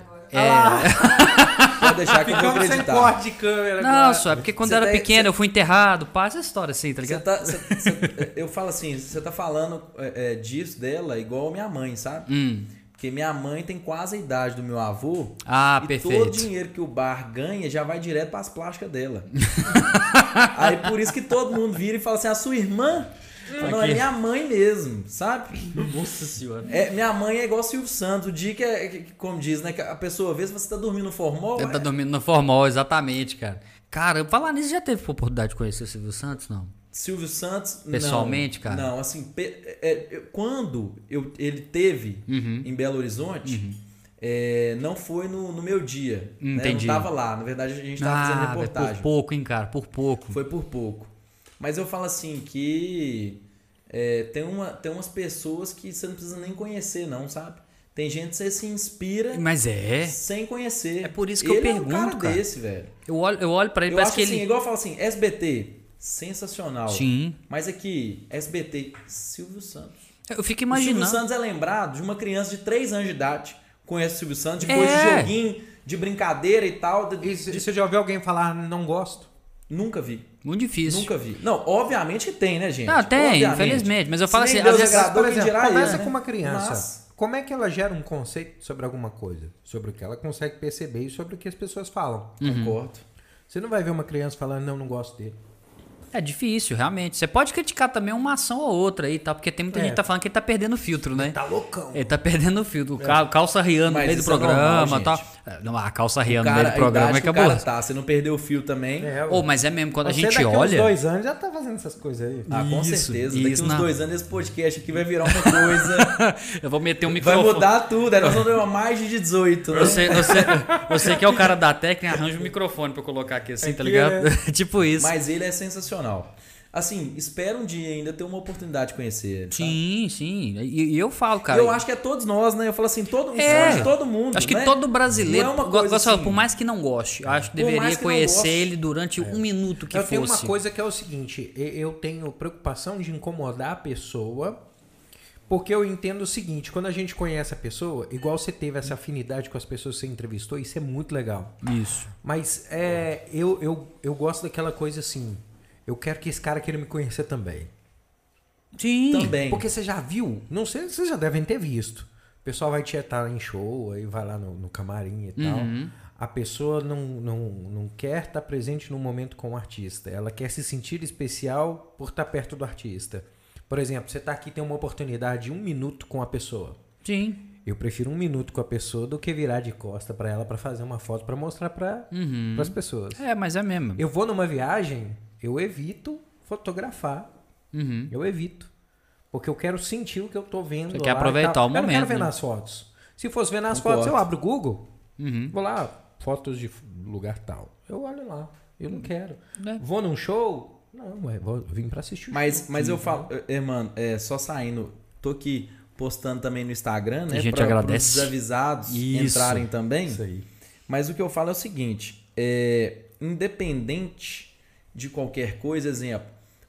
[SPEAKER 3] Pode deixar que eu vou
[SPEAKER 2] Ficamos sem
[SPEAKER 3] acreditar.
[SPEAKER 2] corte de câmera.
[SPEAKER 1] Não,
[SPEAKER 2] agora.
[SPEAKER 1] só é porque quando eu era pequeno eu fui enterrado. Passa essa história assim, tá ligado?
[SPEAKER 3] Eu falo assim, você tá falando disso dela igual a minha mãe, sabe? Porque minha mãe tem quase a idade do meu avô. E
[SPEAKER 1] perfeito.
[SPEAKER 3] todo o dinheiro que o bar ganha já vai direto para as plásticas dela. Aí por isso que todo mundo vira e fala assim, a sua irmã Não, é minha mãe mesmo, sabe?
[SPEAKER 1] Nossa senhora.
[SPEAKER 3] Minha mãe é igual o Silvio Santos. O dia que como diz, né? Que a pessoa vê se você tá dormindo no formal.
[SPEAKER 1] Você tá dormindo no formal, exatamente, cara. Cara, falar nisso, já teve oportunidade de conhecer o Silvio Santos, não?
[SPEAKER 3] Silvio Santos,
[SPEAKER 1] pessoalmente,
[SPEAKER 3] não,
[SPEAKER 1] cara?
[SPEAKER 3] Não, assim, quando ele teve em Belo Horizonte, não foi no meu dia.
[SPEAKER 1] Entendi.
[SPEAKER 3] Né? Não tava lá. Na verdade, a gente tava fazendo reportagem.
[SPEAKER 1] Por pouco, hein, cara? Por pouco.
[SPEAKER 3] Foi por pouco. Mas eu falo assim que tem umas pessoas que você não precisa nem conhecer, não, sabe? Tem gente que você se inspira sem conhecer.
[SPEAKER 1] É por isso que eu pergunto,
[SPEAKER 3] é um cara desse, velho.
[SPEAKER 1] Eu olho pra ele,
[SPEAKER 3] eu
[SPEAKER 1] parece
[SPEAKER 3] acho
[SPEAKER 1] que
[SPEAKER 3] assim, igual eu falo assim, SBT, sensacional.
[SPEAKER 1] Sim.
[SPEAKER 3] Mas aqui, SBT, Silvio Santos.
[SPEAKER 1] Eu fico imaginando.
[SPEAKER 3] O Silvio Santos é lembrado de uma criança de 3 anos de idade, conhece o Silvio Santos, depois de joguinho, de brincadeira e tal.
[SPEAKER 2] Você já ouviu alguém falar, não gosto?
[SPEAKER 3] Nunca vi.
[SPEAKER 1] Muito difícil.
[SPEAKER 3] Nunca vi. Não, obviamente que tem, né, gente?
[SPEAKER 1] Não, tem,
[SPEAKER 3] obviamente.
[SPEAKER 1] Infelizmente. Mas eu falo assim,
[SPEAKER 3] Deus
[SPEAKER 1] às vezes...
[SPEAKER 3] agradou,
[SPEAKER 2] por exemplo, conversa com uma
[SPEAKER 3] Mas...
[SPEAKER 2] criança. Como é que ela gera um conceito sobre alguma coisa? Sobre o que ela consegue perceber e sobre o que as pessoas falam.
[SPEAKER 3] Concordo.
[SPEAKER 2] Você não vai ver uma criança falando, não gosto dele.
[SPEAKER 1] É difícil, realmente. Você pode criticar também uma ação ou outra aí, tá? Porque tem muita gente que tá falando que ele tá perdendo o filtro, né?
[SPEAKER 2] Ele tá loucão.
[SPEAKER 1] Ele tá perdendo o filtro. Calça riando no meio do programa e tal. Não, a calça riando no meio do programa é que acabou.
[SPEAKER 3] Você não perdeu o fio também.
[SPEAKER 1] Mas é mesmo, quando a gente
[SPEAKER 2] daqui
[SPEAKER 1] olha...
[SPEAKER 2] uns 2 anos já tá fazendo essas coisas aí.
[SPEAKER 3] Com certeza. Daqui uns 2 anos esse podcast aqui vai virar uma coisa...
[SPEAKER 1] Eu vou meter um microfone.
[SPEAKER 3] Vai mudar tudo. Aí nós vamos ter uma mais de 18, né?
[SPEAKER 1] Você que é o cara da técnica, arranja um microfone pra eu colocar aqui assim, tá ligado? Tipo isso.
[SPEAKER 3] Mas ele é sensacional. Assim, espero um dia ainda ter uma oportunidade de conhecer ele.
[SPEAKER 1] Sim. E eu falo, cara.
[SPEAKER 3] Eu acho que é todos nós, né? Eu falo assim, sonho de todo mundo.
[SPEAKER 1] Acho que
[SPEAKER 3] né?
[SPEAKER 1] todo brasileiro,
[SPEAKER 3] não é uma coisa assim,
[SPEAKER 1] por mais que não goste, acho que deveria conhecer ele durante um minuto que fosse.
[SPEAKER 2] Eu tenho uma coisa que é o seguinte, eu tenho preocupação de incomodar a pessoa, porque eu entendo o seguinte, quando a gente conhece a pessoa, igual você teve essa afinidade com as pessoas que você entrevistou, isso é muito legal.
[SPEAKER 1] Isso.
[SPEAKER 2] Mas eu gosto daquela coisa assim... Eu quero que esse cara queira me conhecer também.
[SPEAKER 1] Sim.
[SPEAKER 3] Também.
[SPEAKER 2] Porque você já viu, não sei, vocês já devem ter visto. O pessoal vai tietar em show, aí vai lá no camarim e tal. A pessoa não quer estar presente no momento com o artista. Ela quer se sentir especial por estar perto do artista. Por exemplo, você está aqui e tem uma oportunidade de 1 minuto com a pessoa.
[SPEAKER 1] Sim.
[SPEAKER 2] Eu prefiro 1 minuto com a pessoa do que virar de costa para ela para fazer uma foto para mostrar para as pessoas.
[SPEAKER 1] Mas é mesmo.
[SPEAKER 2] Eu vou numa viagem... Eu evito fotografar. Eu evito. Porque eu quero sentir o que eu tô vendo.
[SPEAKER 1] Você quer aproveitar o momento.
[SPEAKER 2] Eu não quero ver nas fotos. Se fosse ver nas fotos, eu abro o Google. Vou lá, fotos de lugar tal. Eu olho lá. Eu não quero. Vou num show? Não, vou vir pra assistir o show.
[SPEAKER 3] Mas eu falo, mano, só saindo. Tô aqui postando também no Instagram, né?
[SPEAKER 1] A gente
[SPEAKER 3] pra
[SPEAKER 1] agradece.
[SPEAKER 3] Os desavisados entrarem também.
[SPEAKER 2] Isso aí.
[SPEAKER 3] Mas o que eu falo é o seguinte. Independente de qualquer coisa, exemplo,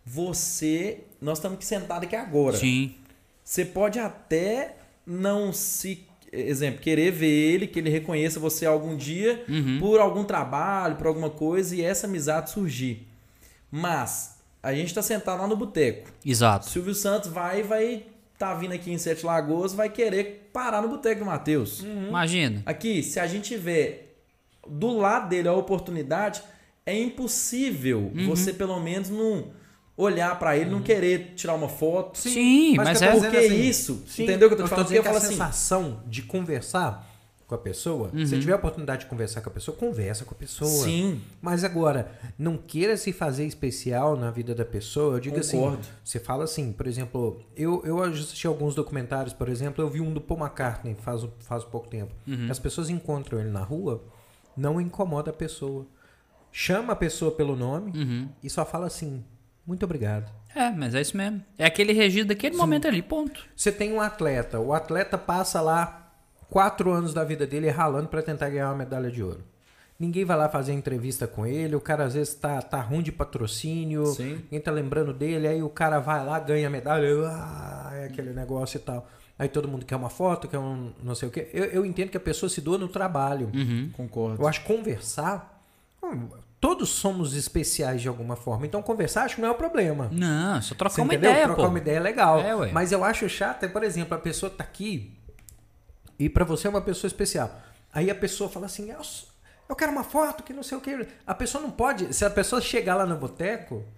[SPEAKER 3] nós estamos aqui sentados aqui agora.
[SPEAKER 1] Sim.
[SPEAKER 3] Você pode até não se, exemplo, querer ver ele, que ele reconheça você algum dia por algum trabalho, por alguma coisa e essa amizade surgir. Mas a gente está sentado lá no boteco.
[SPEAKER 1] Exato.
[SPEAKER 3] Silvio Santos vai tá vindo aqui em Sete Lagoas, vai querer parar no boteco do Matheus.
[SPEAKER 1] Imagina.
[SPEAKER 3] Aqui, se a gente tiver do lado dele a oportunidade, é impossível você pelo menos não olhar pra ele, não querer tirar uma foto.
[SPEAKER 1] Sim, mas é
[SPEAKER 3] porque
[SPEAKER 2] assim,
[SPEAKER 3] isso, entendeu o que eu tô te falando?
[SPEAKER 2] Porque eu falo
[SPEAKER 3] assim,
[SPEAKER 2] a sensação de conversar com a pessoa, se tiver a oportunidade de conversar com a pessoa, conversa com a pessoa.
[SPEAKER 3] Sim.
[SPEAKER 2] Mas agora, não queira se fazer especial na vida da pessoa. Eu digo
[SPEAKER 3] Concordo.
[SPEAKER 2] assim, você fala assim, por exemplo, eu assisti alguns documentários, por exemplo, eu vi um do Paul McCartney faz pouco tempo. As pessoas encontram ele na rua, não incomoda a pessoa. Chama a pessoa pelo nome e só fala assim, muito obrigado.
[SPEAKER 1] Mas é isso mesmo. É aquele registro daquele momento ali, ponto.
[SPEAKER 2] Você tem um atleta, o atleta passa lá 4 anos da vida dele ralando para tentar ganhar uma medalha de ouro. Ninguém vai lá fazer entrevista com ele, o cara às vezes tá ruim de patrocínio, ninguém tá lembrando dele, aí o cara vai lá, ganha a medalha, é aquele negócio e tal. Aí todo mundo quer uma foto, quer um não sei o quê. Eu entendo que a pessoa se doa no trabalho.
[SPEAKER 3] Concordo.
[SPEAKER 2] Eu acho que conversar... Todos somos especiais de alguma forma. Então, conversar acho que não é o problema.
[SPEAKER 1] Não, só trocar uma
[SPEAKER 2] entendeu?
[SPEAKER 1] ideia,
[SPEAKER 2] Trocar uma ideia é legal.
[SPEAKER 1] Ué.
[SPEAKER 2] Mas eu acho chato, por exemplo, a pessoa tá aqui e pra você é uma pessoa especial. Aí a pessoa fala assim, eu quero uma foto, que não sei o que. A pessoa não pode... Se a pessoa chegar lá no boteco,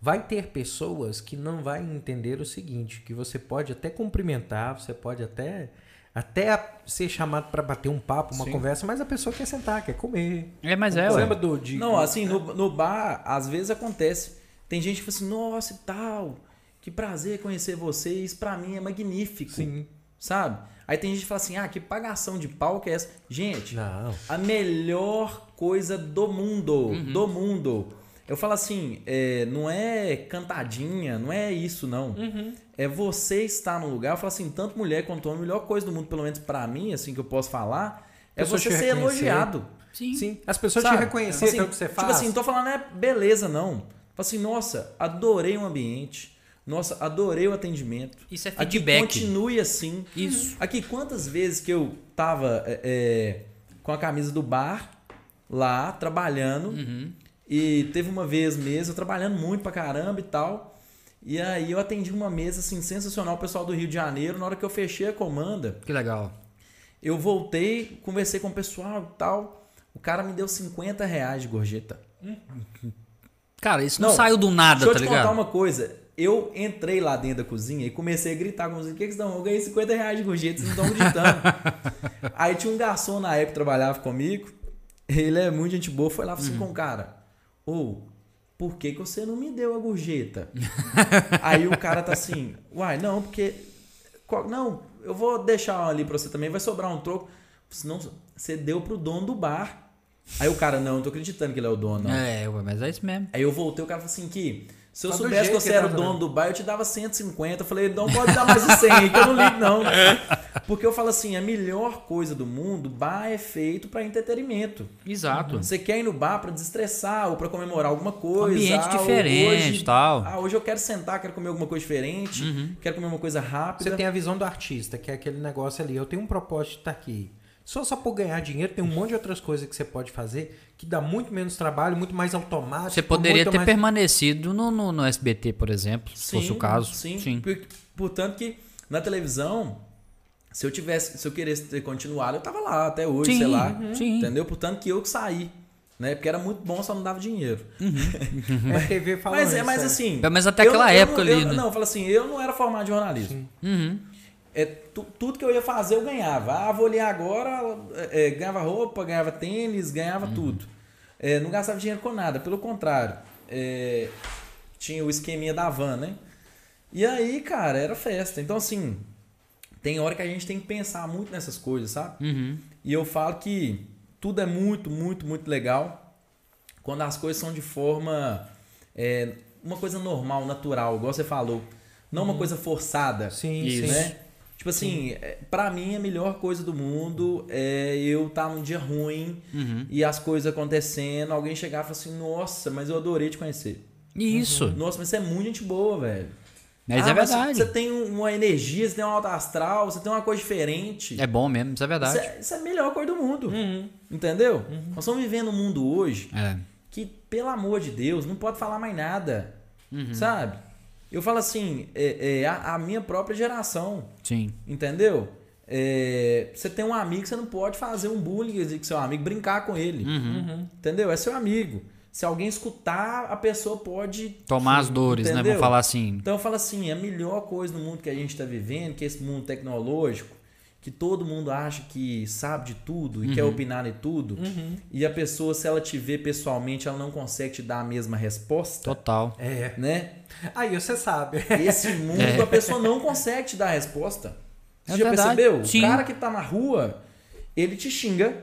[SPEAKER 2] Vai ter pessoas que não vai entender o seguinte, que você pode até cumprimentar, você pode até ser chamado para bater um papo, uma conversa, mas a pessoa quer sentar, quer comer.
[SPEAKER 1] Mas
[SPEAKER 2] Você lembra
[SPEAKER 3] Não, assim, no bar, às vezes acontece. Tem gente que fala assim, nossa e tal, que prazer conhecer vocês, pra mim é magnífico.
[SPEAKER 2] Sim.
[SPEAKER 3] Sabe? Aí tem gente que fala assim, que pagação de pau que é essa? Gente,
[SPEAKER 2] não.
[SPEAKER 3] A melhor coisa do mundo, eu falo assim, não é cantadinha, não é isso não. É você estar num lugar, eu falo assim, tanto mulher quanto homem, a melhor coisa do mundo, pelo menos pra mim, assim que eu posso falar, é você ser elogiado.
[SPEAKER 2] Sim. As pessoas te reconhecerem
[SPEAKER 3] assim,
[SPEAKER 2] pelo que você faz.
[SPEAKER 3] Tipo assim, não tô falando beleza não. Falo assim, nossa, adorei o ambiente. Nossa, adorei o atendimento.
[SPEAKER 1] Isso é feedback.
[SPEAKER 3] Aqui continue assim.
[SPEAKER 1] Isso.
[SPEAKER 3] Aqui, quantas vezes que eu tava com a camisa do bar lá, trabalhando. E teve uma vez mesmo, eu trabalhando muito pra caramba e tal. E aí eu atendi uma mesa assim, sensacional, o pessoal do Rio de Janeiro. Na hora que eu fechei a comanda.
[SPEAKER 1] Que legal.
[SPEAKER 3] Eu voltei, conversei com o pessoal e tal. O cara me deu R$50 de gorjeta.
[SPEAKER 1] Cara, isso não saiu do nada, tá ligado?
[SPEAKER 3] Deixa eu te contar uma coisa. Eu entrei lá dentro da cozinha e comecei a gritar com os o que vocês estão? Eu ganhei R$50 de gorjeta, vocês não estão gritando. Aí tinha um garçom na época que trabalhava comigo. Ele é muito gente boa, foi lá e falou assim com o cara. Por que você não me deu a gorjeta? Aí o cara tá assim, não, porque... Não, eu vou deixar ali pra você também, vai sobrar um troco. Senão você deu pro dono do bar. Aí o cara, não tô acreditando que ele é o dono. Não.
[SPEAKER 1] Mas é isso mesmo.
[SPEAKER 3] Aí eu voltei, o cara falou assim que se eu soubesse que você era o dono do bar, eu te dava 150. Eu falei, não pode dar mais de 100, que eu não ligo não. Porque eu falo assim, a melhor coisa do mundo, bar é feito pra entretenimento.
[SPEAKER 1] Exato.
[SPEAKER 3] Você quer ir no bar pra desestressar ou pra comemorar alguma coisa.
[SPEAKER 1] Ambiente diferente e tal.
[SPEAKER 3] Hoje eu quero sentar, quero comer alguma coisa diferente, quero comer uma coisa rápida.
[SPEAKER 2] Você tem a visão do artista, que é aquele negócio ali, eu tenho um propósito de estar aqui. Só por ganhar dinheiro, tem um monte de outras coisas que você pode fazer que dá muito menos trabalho, muito mais automático.
[SPEAKER 1] Você poderia ter permanecido no SBT, por exemplo, se fosse o caso.
[SPEAKER 3] Sim. Portanto que na televisão, se eu quisesse ter continuado, eu tava lá até hoje, sei lá. Entendeu? Portanto que eu que saí. Né? Porque era muito bom, só não dava dinheiro.
[SPEAKER 2] A TV fala
[SPEAKER 3] mas assim...
[SPEAKER 1] Mas até aquela época ali, né?
[SPEAKER 3] Não, eu falo assim, eu não era formado em jornalismo. Tudo que eu ia fazer eu ganhava. Vou ali agora, ganhava roupa, ganhava tênis, ganhava tudo. Não gastava dinheiro com nada, pelo contrário. Tinha o esqueminha da van, né? E aí, cara, era festa. Então, assim, tem hora que a gente tem que pensar muito nessas coisas, sabe? E eu falo que tudo é muito, muito, muito legal quando as coisas são de forma... uma coisa normal, natural, igual você falou. Não uma coisa forçada.
[SPEAKER 2] Sim,
[SPEAKER 3] né? Tipo assim, pra mim a melhor coisa do mundo é eu estar num dia ruim e as coisas acontecendo, alguém chegar e falar assim, nossa, mas eu adorei te conhecer.
[SPEAKER 1] Isso.
[SPEAKER 3] Nossa, mas você é muito gente boa, velho.
[SPEAKER 1] Mas é verdade.
[SPEAKER 3] Você tem uma energia, você tem um alto astral, você tem uma coisa diferente.
[SPEAKER 1] É bom mesmo, isso é verdade.
[SPEAKER 3] Isso é a melhor coisa do mundo. Entendeu? Nós estamos vivendo um mundo hoje que, pelo amor de Deus, não pode falar mais nada. Sabe? Eu falo assim, a minha própria geração.
[SPEAKER 1] Sim.
[SPEAKER 3] Entendeu? Você tem um amigo, você não pode fazer um bullying com seu amigo, brincar com ele. Entendeu? É seu amigo. Se alguém escutar, a pessoa pode...
[SPEAKER 1] tomar as dores, entendeu? Né? Vamos falar assim.
[SPEAKER 3] Então eu falo assim, a melhor coisa no mundo que a gente está vivendo, que é esse mundo tecnológico, que todo mundo acha que sabe de tudo e quer opinar de tudo, e a pessoa, se ela te vê pessoalmente, ela não consegue te dar a mesma resposta.
[SPEAKER 1] Total.
[SPEAKER 3] Né?
[SPEAKER 2] Aí você sabe.
[SPEAKER 3] Esse mundo, a pessoa não consegue te dar a resposta. Você já
[SPEAKER 1] verdade.
[SPEAKER 3] percebeu?
[SPEAKER 1] Sim.
[SPEAKER 3] O cara que tá na rua, ele te xinga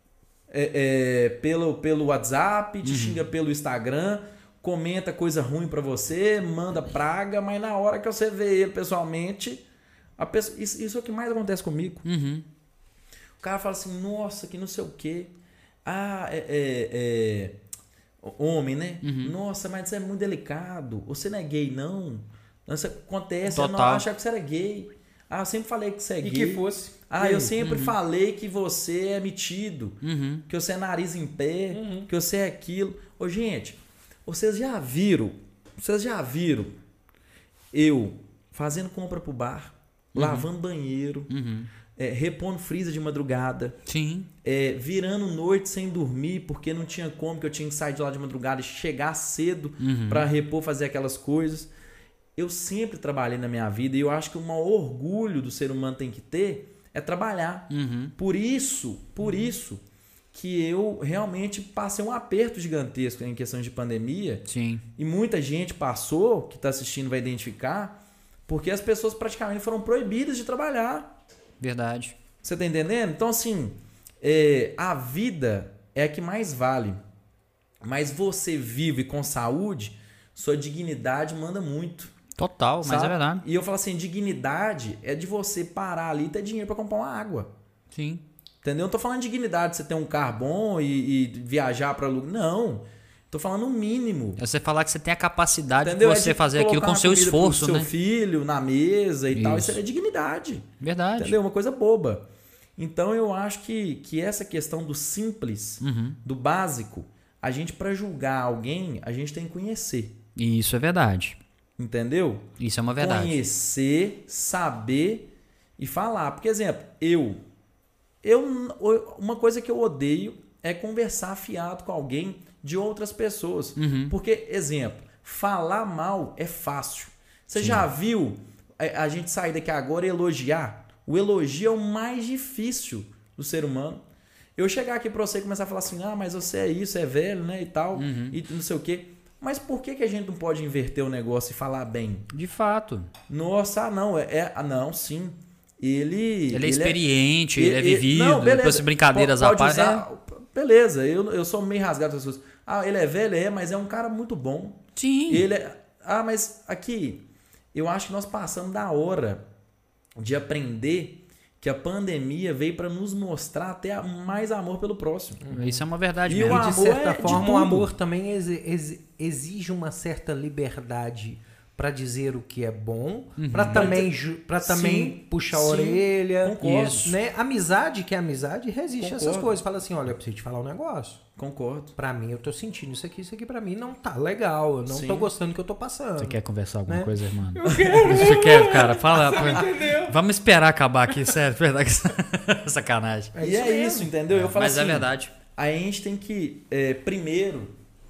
[SPEAKER 3] pelo WhatsApp, te xinga pelo Instagram, comenta coisa ruim pra você, manda praga, mas na hora que você vê ele pessoalmente... Isso é o que mais acontece comigo. O cara fala assim, nossa, que não sei o quê. Homem, né? Nossa, mas isso é muito delicado. Você não é gay, não. Isso acontece, eu não achava que você era gay. Eu sempre falei que você é gay.
[SPEAKER 2] E que fosse.
[SPEAKER 3] Eu sempre falei que você é metido. Que você é nariz em pé. Que você é aquilo. Ô, gente, vocês já viram eu fazendo compra pro bar? lavando banheiro, repondo freezer de madrugada,
[SPEAKER 1] Sim.
[SPEAKER 3] Virando noite sem dormir, porque não tinha como, que eu tinha que sair de lá de madrugada e chegar cedo para repor, fazer aquelas coisas. Eu sempre trabalhei na minha vida e eu acho que o maior orgulho do ser humano tem que ter é trabalhar. Por isso que eu realmente passei um aperto gigantesco em questão de pandemia.
[SPEAKER 1] Sim.
[SPEAKER 3] E muita gente passou, que está assistindo vai identificar, porque as pessoas praticamente foram proibidas de trabalhar.
[SPEAKER 1] Verdade.
[SPEAKER 3] Você tá entendendo? Então, assim, a vida é a que mais vale. Mas você vive com saúde, sua dignidade manda muito.
[SPEAKER 1] Total, mas
[SPEAKER 3] sabe?
[SPEAKER 1] é verdade.
[SPEAKER 3] E eu falo assim, dignidade é de você parar ali e ter dinheiro para comprar uma água.
[SPEAKER 1] Sim.
[SPEAKER 3] Entendeu? Não tô falando de dignidade de você ter um carro bom e viajar para lugar. Não. Tô falando o mínimo.
[SPEAKER 1] É você falar que você tem a capacidade
[SPEAKER 3] Entendeu?
[SPEAKER 1] de você fazer aquilo com seu esforço,
[SPEAKER 3] pro
[SPEAKER 1] né?
[SPEAKER 3] seu filho na mesa e tal. Isso é dignidade.
[SPEAKER 1] Verdade.
[SPEAKER 3] Entendeu? Uma coisa boba. Então eu acho que essa questão do simples, do básico, a gente, para julgar alguém, a gente tem que conhecer.
[SPEAKER 1] E isso é verdade.
[SPEAKER 3] Entendeu?
[SPEAKER 1] Isso é uma verdade.
[SPEAKER 3] Conhecer, saber e falar. Porque, exemplo, uma coisa que eu odeio é conversar fiado com alguém de outras pessoas. Porque, exemplo, falar mal é fácil. Você já viu a gente sair daqui agora e elogiar? O elogio é o mais difícil do ser humano. Eu chegar aqui pra você e começar a falar assim, mas você é isso, é velho, né, e tal, e não sei o quê. Mas por que a gente não pode inverter o negócio e falar bem?
[SPEAKER 1] De fato.
[SPEAKER 3] Nossa, não, sim. Ele
[SPEAKER 1] é experiente, ele é vivido, não, depois de brincadeiras à parte.
[SPEAKER 3] Beleza, eu sou meio rasgado das pessoas. Ele é velho, mas é um cara muito bom.
[SPEAKER 1] Sim.
[SPEAKER 3] Mas aqui, eu acho que nós passamos da hora de aprender que a pandemia veio para nos mostrar até mais amor pelo próximo.
[SPEAKER 1] Isso é uma verdade
[SPEAKER 2] mesmo.
[SPEAKER 1] E
[SPEAKER 2] de certa forma, o amor também exige uma certa liberdade para dizer o que é bom, para também puxar a orelha.
[SPEAKER 3] Concordo.
[SPEAKER 2] Né? Amizade, que é amizade, resiste a essas coisas. Fala assim, olha, eu preciso te falar um negócio.
[SPEAKER 3] Concordo.
[SPEAKER 2] Pra mim, eu tô sentindo isso aqui pra mim não tá legal. Eu não tô gostando do que eu tô passando.
[SPEAKER 1] Você quer conversar alguma coisa, irmão?
[SPEAKER 2] Eu quero.
[SPEAKER 1] Você quer, cara? Fala. Vamos esperar acabar aqui, sério. Sacanagem.
[SPEAKER 3] É isso, entendeu? Eu falo
[SPEAKER 1] mas
[SPEAKER 3] assim,
[SPEAKER 1] é verdade.
[SPEAKER 3] A gente tem que, primeiro,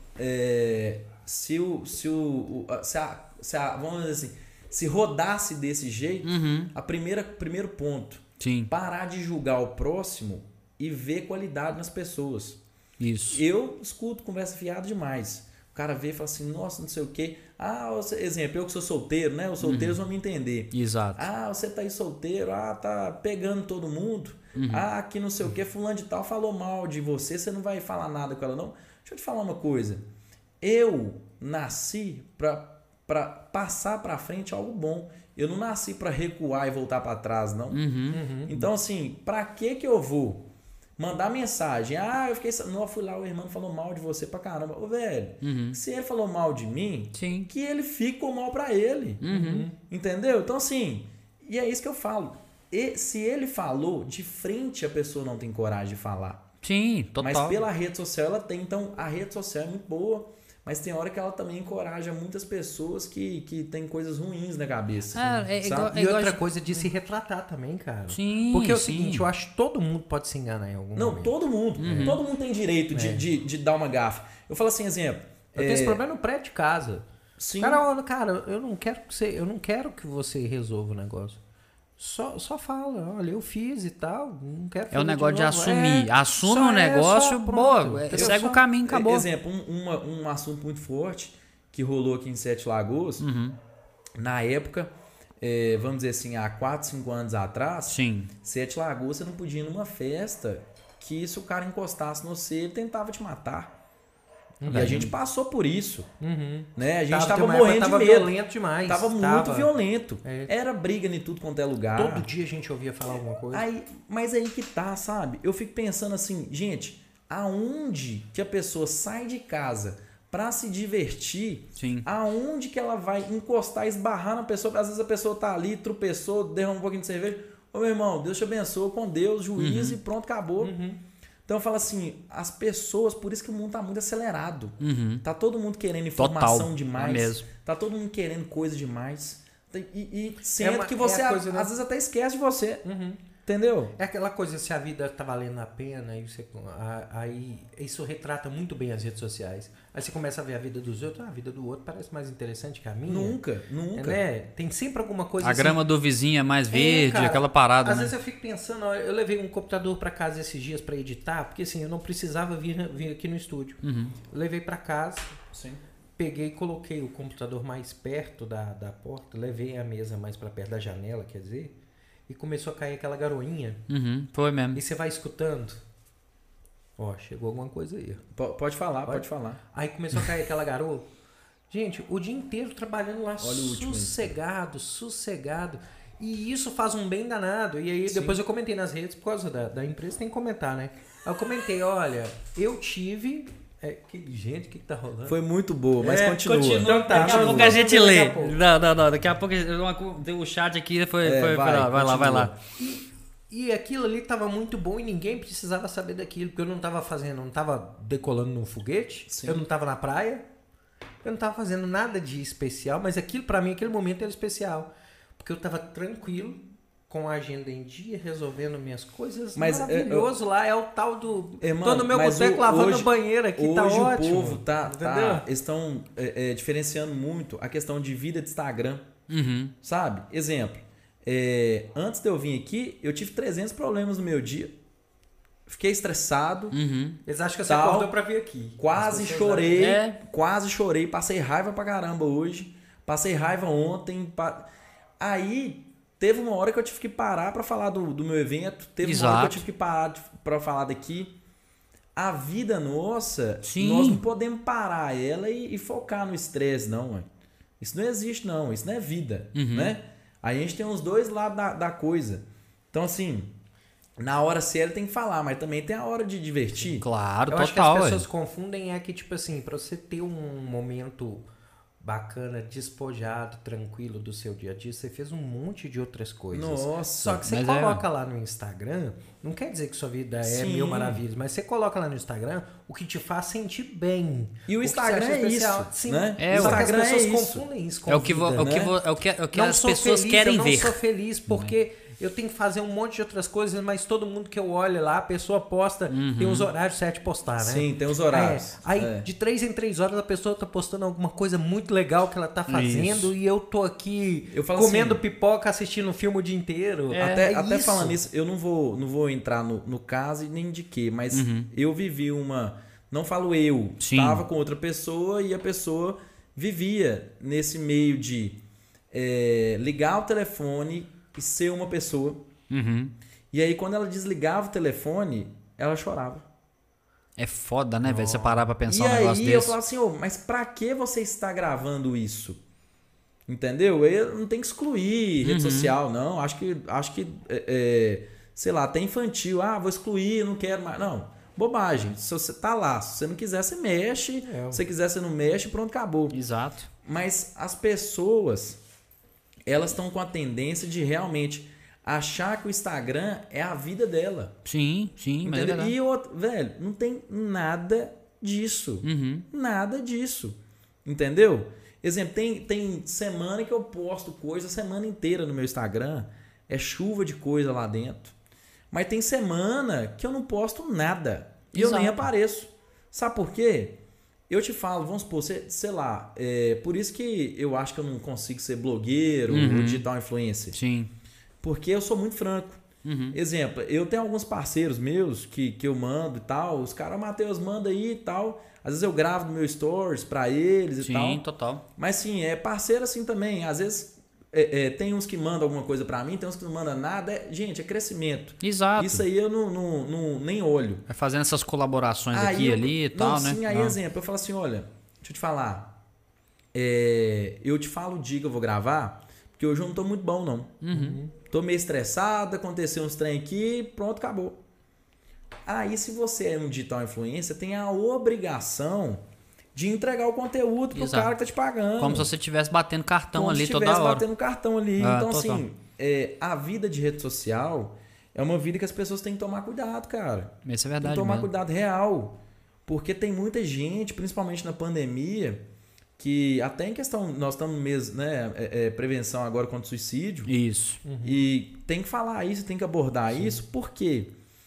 [SPEAKER 3] vamos dizer assim, se rodasse desse jeito, primeiro ponto, parar de julgar o próximo e ver qualidade nas pessoas.
[SPEAKER 1] Isso.
[SPEAKER 3] Eu escuto conversa fiada demais. O cara vê e fala assim, nossa, não sei o quê. Exemplo, eu que sou solteiro, né? Os solteiros vão me entender.
[SPEAKER 1] Exato.
[SPEAKER 3] Você tá aí solteiro, tá pegando todo mundo. Que não sei o quê, fulano de tal falou mal de você, você não vai falar nada com ela, não. Deixa eu te falar uma coisa. Eu nasci para passar para frente algo bom. Eu não nasci para recuar e voltar para trás, não. Então, assim, para que eu vou mandar mensagem? Eu fui lá, o irmão falou mal de você pra caramba. Ô, velho, se ele falou mal de mim, que ele ficou mal pra ele. Entendeu? Então, assim, e é isso que eu falo. Se ele falou, de frente a pessoa não tem coragem de falar.
[SPEAKER 1] Sim, total.
[SPEAKER 3] Mas pela rede social ela tem. Então, a rede social é muito boa. Mas tem hora que ela também encoraja muitas pessoas que tem coisas ruins na cabeça.
[SPEAKER 2] E outra coisa de se retratar também, cara.
[SPEAKER 1] Sim.
[SPEAKER 2] Porque é o seguinte, eu acho que todo mundo pode se enganar em algum momento.
[SPEAKER 3] Não, todo mundo. Todo mundo tem direito de dar uma gafe. Eu falo assim, exemplo.
[SPEAKER 2] Eu tenho esse problema no prédio de casa.
[SPEAKER 3] Sim.
[SPEAKER 2] Cara, eu não quero que você resolva o negócio. Só fala, olha, eu fiz e tal, não quero fazer.
[SPEAKER 1] É o negócio de assumir. Assume o negócio, segue o caminho, acabou.
[SPEAKER 3] Exemplo, um assunto muito forte que rolou aqui em Sete Lagoas, na época, vamos dizer assim, há 4, 5 anos atrás, Sete Lagoas você não podia ir numa festa que se o cara encostasse no você, ele tentava te matar. E a gente passou por isso. Né? A gente tava morrendo de medo.
[SPEAKER 2] Violento demais.
[SPEAKER 3] Tava muito violento. Era briga em tudo quanto é lugar.
[SPEAKER 2] Todo dia a gente ouvia falar alguma coisa.
[SPEAKER 3] Mas aí que tá, sabe? Eu fico pensando assim, gente, aonde que a pessoa sai de casa pra se divertir? Aonde que ela vai encostar, esbarrar na pessoa? Às vezes a pessoa tá ali, tropeçou, derramou um pouquinho de cerveja. Ô, meu irmão, Deus te abençoe, com Deus, juiz e pronto, acabou. Então eu falo assim, as pessoas, por isso que o mundo tá muito acelerado. Tá todo mundo querendo informação demais. Tá todo mundo querendo coisa demais. E sendo que você, às vezes, até esquece de você. Entendeu?
[SPEAKER 2] É aquela coisa, se a vida tá valendo a pena, aí isso retrata muito bem as redes sociais. Aí você começa a ver a vida dos outros, a vida do outro parece mais interessante que a minha.
[SPEAKER 3] Nunca.
[SPEAKER 2] Né? Tem sempre alguma coisa
[SPEAKER 1] a grama do vizinho é mais verde, cara, aquela parada,
[SPEAKER 2] às vezes eu fico pensando, eu levei um computador para casa esses dias para editar, porque assim, eu não precisava vir aqui no estúdio. Eu levei para casa, peguei, coloquei o computador mais perto da porta, levei a mesa mais para perto da janela, quer dizer... E começou a cair aquela garoinha.
[SPEAKER 1] Foi mesmo.
[SPEAKER 2] E você vai escutando. Ó, chegou alguma coisa aí.
[SPEAKER 3] Pode falar.
[SPEAKER 2] Aí começou a cair aquela garoa. Gente, o dia inteiro trabalhando lá, sossegado. E isso faz um bem danado. E aí depois eu comentei nas redes, por causa da empresa, tem que comentar, né? Aí eu comentei, olha, eu tive... Gente, o que tá rolando?
[SPEAKER 3] Foi muito boa, mas continua.
[SPEAKER 1] Então tá, daqui a pouco a gente lê. Não, daqui a pouco o chat aqui foi vai lá.
[SPEAKER 2] E aquilo ali tava muito bom e ninguém precisava saber daquilo, porque eu não tava decolando num foguete, eu não tava na praia, eu não tava fazendo nada de especial, mas aquilo pra mim, aquele momento era especial, porque eu tava tranquilo, com a agenda em dia, resolvendo minhas coisas. Mas maravilhoso lá, é o tal do... tô no meu boteco lavando o banheiro aqui, tá ótimo.
[SPEAKER 3] Hoje o povo eles estão diferenciando muito a questão de vida de Instagram, sabe? Exemplo, antes de eu vir aqui, eu tive 300 problemas no meu dia. Fiquei estressado.
[SPEAKER 2] Eles acham que você acordou pra vir aqui.
[SPEAKER 3] Quase chorei, passei raiva pra caramba hoje, passei raiva ontem. Aí... Teve uma hora que eu tive que parar para falar do meu evento. Teve uma hora que eu tive que parar para falar daqui. A vida nossa, nós não podemos parar ela e focar no estresse, não. Ué. Isso não existe, não. Isso não é vida, né? Aí a gente tem os dois lados da coisa. Então, assim, na hora certa tem que falar, mas também tem a hora de divertir.
[SPEAKER 1] Claro,
[SPEAKER 2] eu acho que as pessoas confundem que, tipo assim, para você ter um momento... bacana, despojado, tranquilo do seu dia a dia, você fez um monte de outras coisas.
[SPEAKER 3] Nossa,
[SPEAKER 2] só que você coloca lá no Instagram, não quer dizer que sua vida é mil maravilhas, mas você coloca lá no Instagram o que te faz sentir bem.
[SPEAKER 3] E o Instagram é isso,
[SPEAKER 2] sim,
[SPEAKER 3] né?
[SPEAKER 2] O Instagram as pessoas confundem isso com
[SPEAKER 1] o que as pessoas querem ver.
[SPEAKER 2] Eu não sou feliz porque eu tenho que fazer um monte de outras coisas, mas todo mundo que eu olho lá, a pessoa posta, tem os horários certos de postar, né?
[SPEAKER 3] Sim, tem os horários.
[SPEAKER 2] Aí, de 3 em 3 horas, a pessoa tá postando alguma coisa muito legal que ela tá fazendo e eu tô aqui comendo pipoca, assistindo um filme o dia inteiro.
[SPEAKER 3] Até falando nisso, eu não vou entrar no caso e nem de quê, mas eu vivi uma... Não falo eu, estava com outra pessoa e a pessoa vivia nesse meio de ligar o telefone... e ser uma pessoa. E aí, quando ela desligava o telefone, ela chorava.
[SPEAKER 1] É foda, né, velho? Você parar pra pensar um negócio desse.
[SPEAKER 3] E aí eu falava assim, mas pra que você está gravando isso? Entendeu? Eu não tem que excluir rede social, não. Acho que sei lá, até infantil. Vou excluir, não quero mais. Não, bobagem. Se você tá lá, se você não quiser, você mexe. Se você quiser, você não mexe, pronto, acabou.
[SPEAKER 1] Exato.
[SPEAKER 3] Mas as pessoas... elas estão com a tendência de realmente achar que o Instagram é a vida dela.
[SPEAKER 1] Sim, mas é verdade.
[SPEAKER 3] E outro, velho, não tem nada disso. Nada disso. Entendeu? Exemplo, tem semana que eu posto coisa a semana inteira no meu Instagram. É chuva de coisa lá dentro. Mas tem semana que eu não posto nada. E eu nem apareço. Sabe por quê? Eu te falo, vamos supor, sei lá, por isso que eu acho que eu não consigo ser blogueiro ou digital influencer.
[SPEAKER 1] Sim.
[SPEAKER 3] Porque eu sou muito franco. Exemplo, eu tenho alguns parceiros meus que eu mando e tal. Os caras, Matheus, manda aí e tal. Às vezes eu gravo no meu stories pra eles e tal.
[SPEAKER 1] Sim, total.
[SPEAKER 3] Mas sim, é parceiro assim também. Às vezes tem uns que mandam alguma coisa pra mim, tem uns que não mandam nada. Gente, é crescimento.
[SPEAKER 1] Exato.
[SPEAKER 3] Isso aí eu nem olho.
[SPEAKER 1] É fazendo essas colaborações aqui e ali e tal, né?
[SPEAKER 3] Sim, aí exemplo, eu falo assim, olha, deixa eu te falar. Eu te falo o dia que eu vou gravar, porque hoje eu não tô muito bom, não. Tô meio estressado, aconteceu uns trem aqui, pronto, acabou. Aí se você é um digital influencer, tem a obrigação de entregar o conteúdo pro cara que tá te pagando.
[SPEAKER 1] Como se você estivesse batendo cartão ali toda hora.
[SPEAKER 3] Como se estivesse batendo cartão ali. Então, assim, a vida de rede social é uma vida que as pessoas têm que tomar cuidado, cara.
[SPEAKER 1] Isso é verdade.
[SPEAKER 3] Tem que tomar cuidado real. Porque tem muita gente, principalmente na pandemia, que até em questão, nós estamos mesmo, né, prevenção agora contra o suicídio.
[SPEAKER 1] Isso.
[SPEAKER 3] E tem que falar isso, tem que abordar isso, porque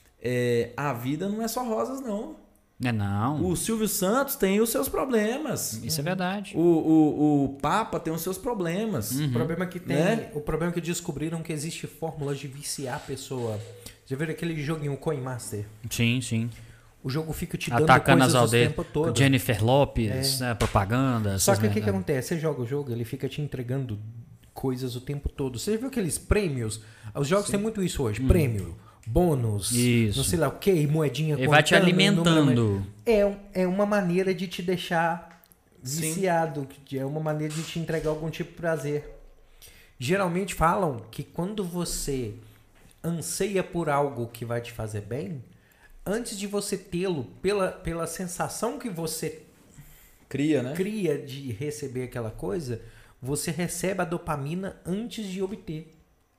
[SPEAKER 3] a vida não é só rosas, não.
[SPEAKER 1] Não.
[SPEAKER 3] O Silvio Santos tem os seus problemas.
[SPEAKER 1] Isso é verdade.
[SPEAKER 3] O Papa tem os seus problemas.
[SPEAKER 2] O problema que tem, né? O problema é que descobriram que existe fórmulas de viciar a pessoa. Já viram aquele joguinho Coin Master?
[SPEAKER 1] Sim, sim.
[SPEAKER 2] O jogo fica te dando
[SPEAKER 1] atacando
[SPEAKER 2] coisas
[SPEAKER 1] as
[SPEAKER 2] o
[SPEAKER 1] aldeias.
[SPEAKER 2] tempo todo.
[SPEAKER 1] Jennifer Lopes, né, propaganda.
[SPEAKER 2] Só que o que acontece? Você joga o jogo, ele fica te entregando coisas o tempo todo. Você viu aqueles prêmios? Os jogos têm muito isso hoje. Prêmio, bônus,
[SPEAKER 1] isso.
[SPEAKER 2] não sei lá o que, moedinha.
[SPEAKER 1] Ele vai te alimentando.
[SPEAKER 2] É uma maneira de te deixar viciado. É uma maneira de te entregar algum tipo de prazer. Geralmente falam que quando você anseia por algo que vai te fazer bem, antes de você tê-lo, pela sensação que você
[SPEAKER 3] cria, né?
[SPEAKER 2] Cria de receber aquela coisa, você recebe a dopamina antes de obter.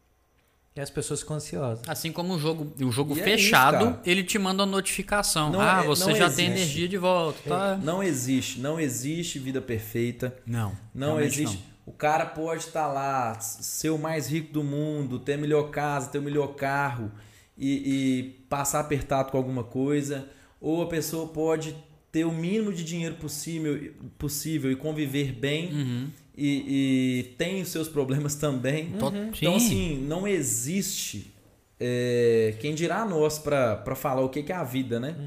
[SPEAKER 2] E as pessoas ficam ansiosas.
[SPEAKER 1] Assim como o jogo fechado, isso, ele te manda uma notificação. Você já tem energia de volta. Tá?
[SPEAKER 3] Não existe vida perfeita. Não existe. Não. O cara pode estar lá, ser o mais rico do mundo, ter a melhor casa, ter o melhor carro e passar apertado com alguma coisa. Ou a pessoa pode ter o mínimo de dinheiro possível e conviver bem e tem os seus problemas também. Então, assim, não existe quem dirá nós para falar o que é a vida, né?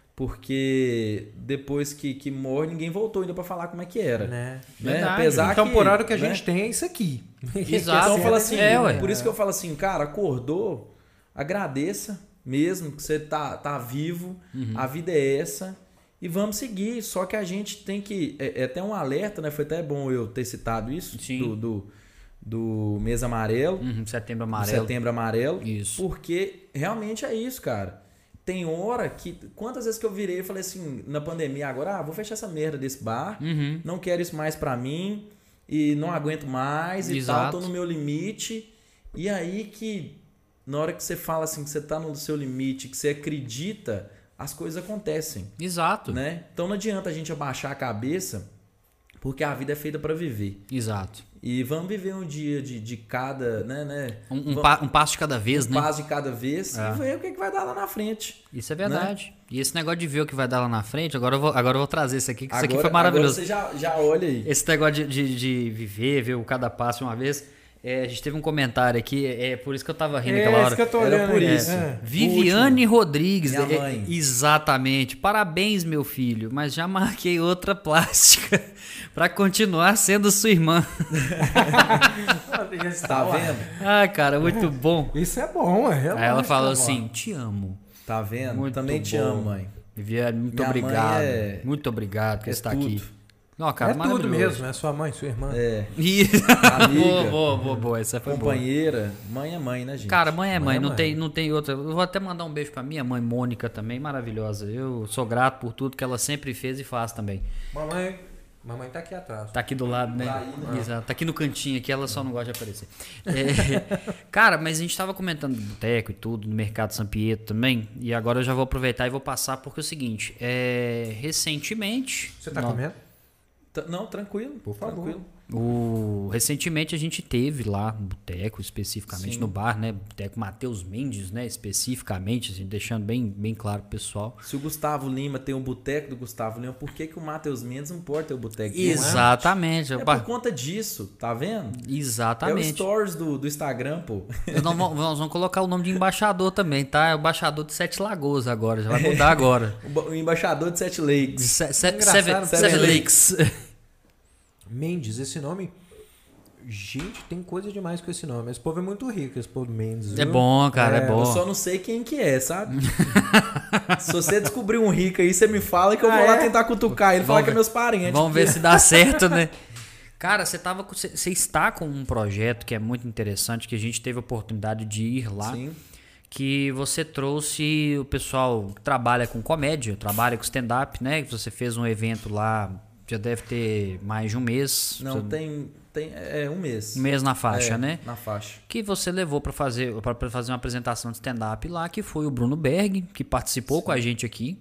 [SPEAKER 3] Porque depois que morre, ninguém voltou ainda para falar como é que era. Né?
[SPEAKER 2] Apesar então, por hora que a gente tem é isso aqui.
[SPEAKER 3] Exato. Então, fala assim, por isso que eu falo assim, cara, acordou, agradeça mesmo que você tá vivo, a vida é essa e vamos seguir. Só que a gente tem que... É até um alerta, né? Foi até bom eu ter citado isso do mês amarelo.
[SPEAKER 1] Setembro amarelo.
[SPEAKER 3] Setembro amarelo.
[SPEAKER 1] Isso.
[SPEAKER 3] Porque realmente é isso, cara. Tem hora que... Quantas vezes que eu virei e falei assim, na pandemia agora, vou fechar essa merda desse bar, não quero isso mais pra mim e não aguento mais e tal, tô no meu limite. E aí que... Na hora que você fala assim, que você tá no seu limite, que você acredita, as coisas acontecem.
[SPEAKER 1] Exato.
[SPEAKER 3] Né? Então não adianta a gente abaixar a cabeça, porque a vida é feita para viver.
[SPEAKER 1] Exato.
[SPEAKER 3] E vamos viver um dia de cada... Né?
[SPEAKER 1] Um passo de cada vez, né?
[SPEAKER 3] Um passo de cada vez e ver o que vai dar lá na frente.
[SPEAKER 1] Isso é verdade. Né? E esse negócio de ver o que vai dar lá na frente, agora eu vou trazer isso aqui, que isso aqui foi maravilhoso.
[SPEAKER 3] Agora você já olha aí.
[SPEAKER 1] Esse negócio de viver, ver o cada passo de uma vez... a gente teve um comentário aqui, por isso que eu tava rindo aquela hora.
[SPEAKER 2] É isso que eu tô olhando.
[SPEAKER 3] Era por isso.
[SPEAKER 1] Viviane Rodrigues.
[SPEAKER 3] Minha mãe.
[SPEAKER 1] Exatamente. Parabéns, meu filho, mas já marquei outra plástica para continuar sendo sua irmã.
[SPEAKER 3] Tá vendo?
[SPEAKER 1] Ah, cara, muito bom.
[SPEAKER 2] Isso é bom,
[SPEAKER 1] Aí ela falou assim, te amo.
[SPEAKER 3] Tá vendo?
[SPEAKER 1] Muito
[SPEAKER 3] Também te amo, mãe.
[SPEAKER 1] Viviane, muito obrigado. Muito obrigado por estar aqui.
[SPEAKER 2] Não, cara, é tudo mesmo, é sua mãe, sua irmã.
[SPEAKER 3] Amiga.
[SPEAKER 1] Boa, essa foi
[SPEAKER 3] companheira. Boa. Mãe é mãe, né, gente?
[SPEAKER 1] Cara, mãe é mãe, não tem outra. Eu vou até mandar um beijo pra minha mãe, Mônica, também, maravilhosa. Eu sou grato por tudo que ela sempre fez e faz também.
[SPEAKER 2] Mamãe tá aqui atrás.
[SPEAKER 1] Tá aqui do lado, né?
[SPEAKER 3] Tá aí, né?
[SPEAKER 1] Exato. Tá aqui no cantinho, aqui ela só não gosta de aparecer. Cara, mas a gente tava comentando do boteco e tudo, do Mercado São Pietro também, e agora eu já vou aproveitar e vou passar, porque é o seguinte, recentemente...
[SPEAKER 2] Você tá comendo?
[SPEAKER 3] Não, tranquilo.
[SPEAKER 2] Por favor.
[SPEAKER 3] Tranquilo.
[SPEAKER 1] Recentemente a gente teve lá no boteco, especificamente no bar, né? Boteco Matheus Mendes, né? Especificamente, assim, deixando bem claro pro pessoal.
[SPEAKER 3] Se o Gustavo Lima tem um boteco do Gustavo Lima, por que o Matheus Mendes não pode ter o boteco dele?
[SPEAKER 1] Exatamente.
[SPEAKER 3] É por conta disso, tá vendo?
[SPEAKER 1] Exatamente.
[SPEAKER 3] É o stories do Instagram, pô.
[SPEAKER 1] Nós vamos colocar o nome de embaixador também, tá? É o embaixador de Sete Lagoas agora, já vai mudar agora.
[SPEAKER 3] O embaixador de Sete Lakes.
[SPEAKER 1] Seven Lakes.
[SPEAKER 2] Mendes, esse nome... Gente, tem coisa demais com esse nome. Esse povo é muito rico, esse povo Mendes. Viu?
[SPEAKER 1] É bom, cara, é bom.
[SPEAKER 3] Eu só não sei quem que é, sabe? Se você descobrir um rico aí, você me fala que eu vou lá tentar cutucar ele e falar que é meus parentes.
[SPEAKER 1] Vamos ver se dá certo, né? Cara, você está com um projeto que é muito interessante, que a gente teve a oportunidade de ir lá.
[SPEAKER 3] Sim.
[SPEAKER 1] Que você trouxe o pessoal que trabalha com comédia, trabalha com stand-up, né? Que você fez um evento lá, já deve ter mais de um mês.
[SPEAKER 3] Não, tem um mês.
[SPEAKER 1] Um mês na faixa, né?
[SPEAKER 3] Na faixa.
[SPEAKER 1] Que você levou para fazer uma apresentação de stand-up lá, que foi o Bruno Berg, que participou com a gente aqui.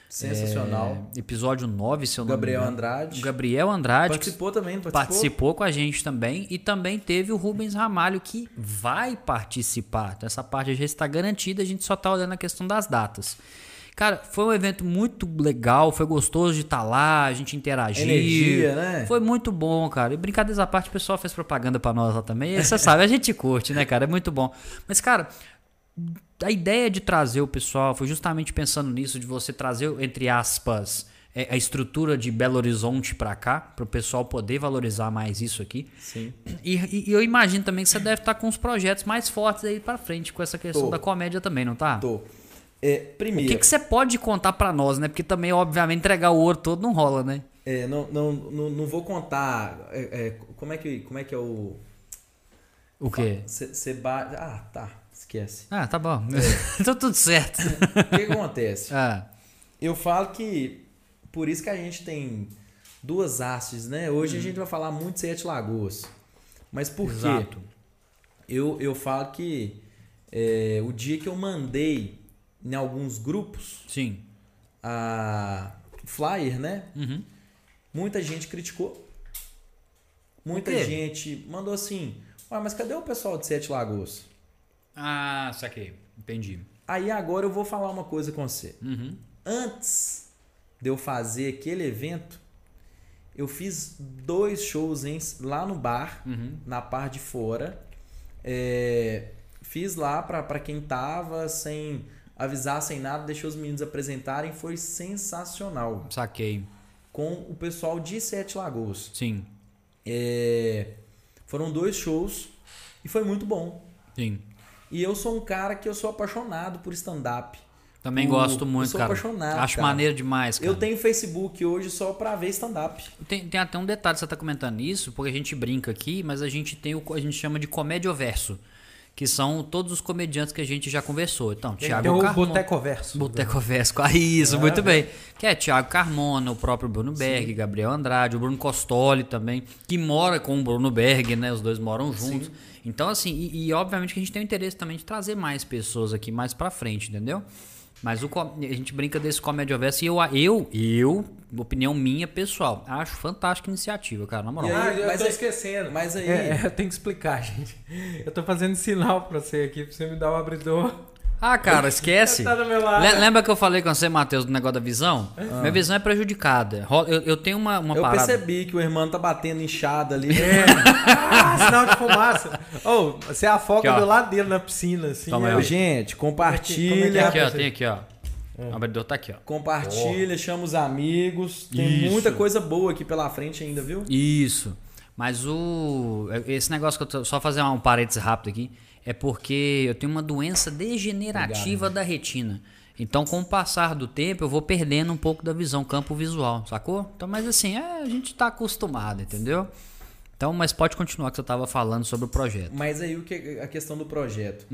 [SPEAKER 3] Sensacional.
[SPEAKER 1] Episódio 9, se eu não me engano.
[SPEAKER 3] Andrade.
[SPEAKER 1] O Gabriel Andrade.
[SPEAKER 3] Participou também,
[SPEAKER 1] Participou com a gente também. E também teve o Rubens Ramalho, que vai participar. Então, essa parte já está garantida, a gente só está olhando a questão das datas. Cara, foi um evento muito legal, foi gostoso de estar lá, a gente interagiu.
[SPEAKER 3] Energia, né?
[SPEAKER 1] Foi muito bom, cara. E brincadeiras à parte, o pessoal fez propaganda pra nós lá também. E você sabe, a gente curte, né, cara? É muito bom. Mas, cara, a ideia de trazer o pessoal foi justamente pensando nisso, de você trazer, entre aspas, a estrutura de Belo Horizonte pra cá, pro pessoal poder valorizar mais isso aqui.
[SPEAKER 3] Sim.
[SPEAKER 1] E eu imagino também que você deve estar com os projetos mais fortes aí pra frente, com essa questão da comédia também, não tá?
[SPEAKER 3] Tô. Primeiro,
[SPEAKER 1] o que você pode contar pra nós, né? Porque também, obviamente, entregar o ouro todo não rola, né?
[SPEAKER 3] Não vou contar. Como é que é o.
[SPEAKER 1] O quê?
[SPEAKER 3] Tá. Esquece.
[SPEAKER 1] Ah, tá bom. Então tudo certo.
[SPEAKER 3] O que acontece? Eu falo que por isso que a gente tem duas hastes, né? Hoje a gente vai falar muito de Sete Lagoas. Mas por quê? Eu falo que o dia que eu mandei em alguns grupos
[SPEAKER 1] sim,
[SPEAKER 3] a flyer, né?
[SPEAKER 1] Uhum.
[SPEAKER 3] Muita gente criticou. Muita gente mandou assim: mas cadê o pessoal de Sete Lagoas?
[SPEAKER 1] Ah, saquei. Entendi.
[SPEAKER 3] Aí agora eu vou falar uma coisa com você.
[SPEAKER 1] Uhum.
[SPEAKER 3] Antes de eu fazer aquele evento, eu fiz 2 shows lá no bar, na parte de fora. Fiz lá pra quem tava, sem avisar, sem nada, deixei os meninos apresentarem. Foi sensacional.
[SPEAKER 1] Saquei.
[SPEAKER 3] Com o pessoal de Sete Lagoas.
[SPEAKER 1] Sim.
[SPEAKER 3] Foram 2 shows e foi muito bom.
[SPEAKER 1] Sim.
[SPEAKER 3] E eu sou um cara que eu sou apaixonado por stand-up.
[SPEAKER 1] Também gosto muito, cara.
[SPEAKER 3] Eu sou apaixonado.
[SPEAKER 1] Acho maneiro demais, cara.
[SPEAKER 3] Eu tenho Facebook hoje só pra ver stand-up.
[SPEAKER 1] Tem até um detalhe, você tá comentando isso, porque a gente brinca aqui, mas a gente tem a gente chama de Comedioverso, que são todos os comediantes que a gente já conversou. Então, Thiago Carmona.
[SPEAKER 2] Botecoverso.
[SPEAKER 1] Botecoverso. Isso, muito bem. Que é Thiago Carmona, o próprio Bruno Berg, Gabriel Andrade, o Bruno Costoli também, que mora com o Bruno Berg, né? Os dois moram juntos. Sim. Então, assim, e obviamente que a gente tem o interesse também de trazer mais pessoas aqui mais pra frente, entendeu? Mas a gente brinca desse Comedioverso e eu, opinião minha pessoal, acho fantástica iniciativa, cara, na moral.
[SPEAKER 2] Eu tô esquecendo.
[SPEAKER 3] Mas aí...
[SPEAKER 2] eu tenho que explicar, gente. Eu tô fazendo sinal pra você aqui, pra você me dar o abridor.
[SPEAKER 1] Ah, cara, esquece.
[SPEAKER 2] Tá do meu lado.
[SPEAKER 1] Lembra que eu falei com você, Matheus, do negócio da visão? Minha visão é prejudicada. Eu tenho uma parada.
[SPEAKER 3] Eu percebi que o irmão tá batendo inchada ali.
[SPEAKER 2] Sinal de fumaça. Você afoga aqui, do lado dele na piscina, assim.
[SPEAKER 3] Gente, compartilha.
[SPEAKER 1] Tem aqui, ó. O abridor tá aqui, ó.
[SPEAKER 3] Compartilha, chama os amigos. Tem muita coisa boa aqui pela frente ainda, viu?
[SPEAKER 1] Isso. Mas esse negócio que eu tô... Só fazer um parênteses rápido aqui. É porque eu tenho uma doença degenerativa da retina. Então, com o passar do tempo, eu vou perdendo um pouco da visão, campo visual, sacou? Então, mas assim, a gente tá acostumado, entendeu? Então, mas pode continuar que você tava falando sobre o projeto.
[SPEAKER 3] Mas aí a questão do projeto.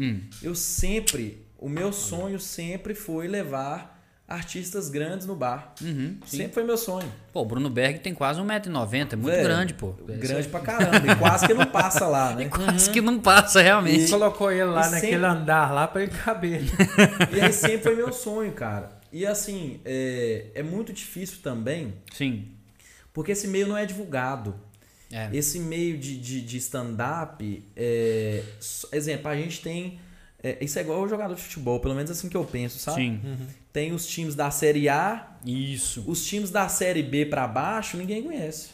[SPEAKER 3] O meu sonho sempre foi levar artistas grandes no bar. Sempre foi meu sonho.
[SPEAKER 1] Pô, o Bruno Berg tem quase 1,90 m, é muito grande, pô.
[SPEAKER 3] Grande pra caramba, e quase que não passa lá, né?
[SPEAKER 1] Quase que não passa, realmente.
[SPEAKER 2] E colocou ele lá naquele andar lá pra ele caber.
[SPEAKER 3] E aí sempre foi meu sonho, cara. E assim, é muito difícil também.
[SPEAKER 1] Sim.
[SPEAKER 3] Porque esse meio não é divulgado. Esse meio de stand-up, exemplo, a gente tem... isso é igual ao jogador de futebol, pelo menos assim que eu penso, sabe?
[SPEAKER 1] Sim.
[SPEAKER 3] Tem os times da Série A.
[SPEAKER 1] Isso.
[SPEAKER 3] Os times da Série B pra baixo, ninguém conhece.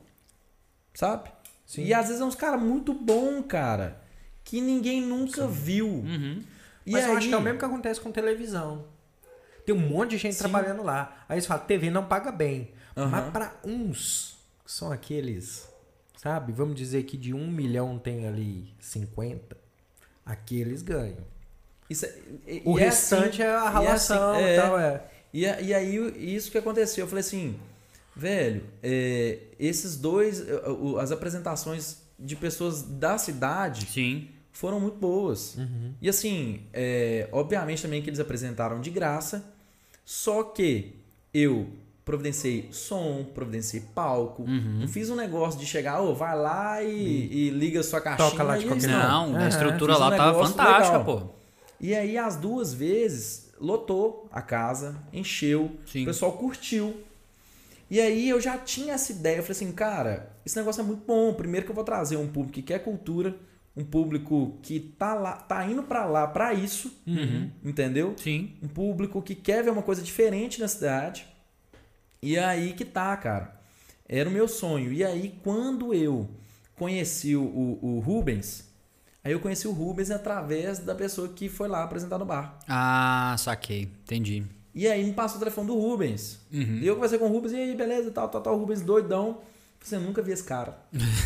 [SPEAKER 3] Sabe? Sim. E às vezes é uns caras muito bons, cara. Que ninguém nunca viu.
[SPEAKER 2] Mas eu acho que é o mesmo que acontece com televisão. Tem um monte de gente trabalhando lá. Aí você fala, TV não paga bem. Mas pra uns, que são aqueles, sabe? Vamos dizer que de 1 milhão tem ali 50. Aqui eles ganham. O restante é a relação e tal.
[SPEAKER 3] E aí, isso que aconteceu. Eu falei assim, velho, esses dois, as apresentações de pessoas da cidade foram muito boas. E assim, obviamente também que eles apresentaram de graça, só que eu providenciei som, providenciei palco. Não fiz um negócio de chegar, vai lá e liga sua caixinha.
[SPEAKER 2] Toca lá de qualquer
[SPEAKER 1] Não, a estrutura lá tava fantástica, pô.
[SPEAKER 3] E aí, as 2 vezes, lotou a casa, encheu,
[SPEAKER 1] Sim.
[SPEAKER 3] o pessoal curtiu. E aí eu já tinha essa ideia, eu falei assim, cara, esse negócio é muito bom. Primeiro que eu vou trazer um público que quer cultura, um público que tá lá, tá indo pra lá pra isso, entendeu?
[SPEAKER 1] Sim.
[SPEAKER 3] Um público que quer ver uma coisa diferente na cidade. E aí que tá, cara. Era o meu sonho. E aí quando eu conheci o Rubens, aí eu conheci o Rubens através da pessoa que foi lá apresentar no bar.
[SPEAKER 1] Ah, saquei. Entendi.
[SPEAKER 3] E aí me passou o telefone do Rubens. E eu conversei com o Rubens, e aí, beleza, tal, o Rubens doidão. Eu nunca vi esse cara.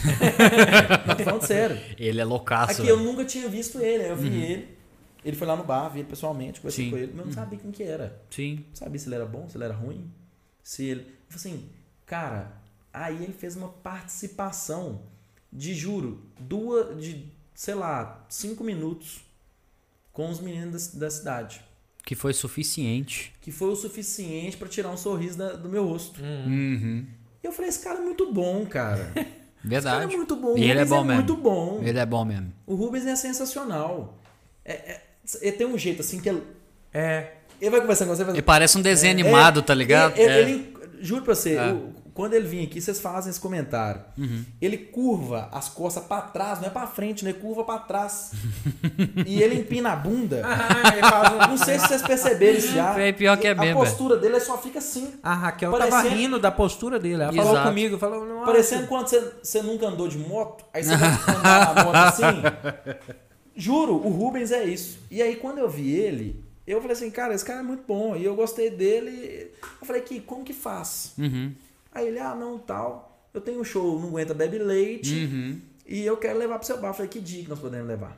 [SPEAKER 3] Não, tô falando sério.
[SPEAKER 1] Ele é loucaço.
[SPEAKER 3] Aqui eu nunca tinha visto ele, aí eu vi ele. Ele foi lá no bar, vi ele pessoalmente, conversei com ele, mas eu não sabia quem que era.
[SPEAKER 1] Sim.
[SPEAKER 3] Não sabia se ele era bom, se ele era ruim. Se ele... Eu falei assim, cara, aí ele fez uma participação de, juro, sei lá, 5 minutos com os meninos da cidade.
[SPEAKER 1] Que foi suficiente.
[SPEAKER 3] Que foi o suficiente pra tirar um sorriso do meu rosto.
[SPEAKER 1] Uhum.
[SPEAKER 3] E eu falei, esse cara é muito bom, cara.
[SPEAKER 1] Verdade.
[SPEAKER 3] Esse cara é muito bom.
[SPEAKER 1] E ele é bom mesmo.
[SPEAKER 3] Muito bom.
[SPEAKER 1] Ele é bom mesmo.
[SPEAKER 3] O Rubens é sensacional. Ele tem um jeito assim que ele...
[SPEAKER 2] É.
[SPEAKER 3] Ele vai conversar com você...
[SPEAKER 1] Ele parece um desenho animado, tá ligado?
[SPEAKER 3] Juro pra você, quando ele vir aqui, vocês fazem esse comentário. Ele curva as costas pra trás, não é pra frente, né? Curva pra trás. E ele empina a bunda. Não sei se vocês perceberam isso já.
[SPEAKER 1] É pior que é mesmo.
[SPEAKER 3] A postura dele só fica assim.
[SPEAKER 2] A Raquel tava rindo da postura dele. Ela falou comigo, falou... Nossa.
[SPEAKER 3] Parecendo quando você nunca andou de moto, aí você vai andar na moto assim. Juro, o Rubens é isso. E aí quando eu vi ele... Eu falei assim, cara, esse cara é muito bom. E eu gostei dele. Eu falei, como que faz? Aí ele, não, tal. Eu tenho um show, não aguenta bebe leite. E eu quero levar pro seu bar. Eu falei, que dia que nós podemos levar?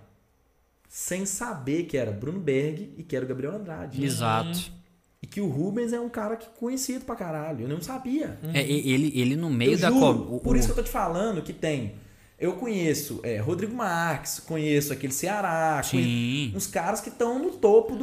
[SPEAKER 3] Sem saber que era Bruno Berg e que era o Gabriel Andrade.
[SPEAKER 1] Exato.
[SPEAKER 3] E que o Rubens é um cara que conhecido pra caralho. Eu não sabia.
[SPEAKER 1] Ele no meio
[SPEAKER 3] Por isso que eu tô te falando que tem... Eu conheço Rodrigo Marques, conheço aquele Ceará, conheço uns caras que estão no topo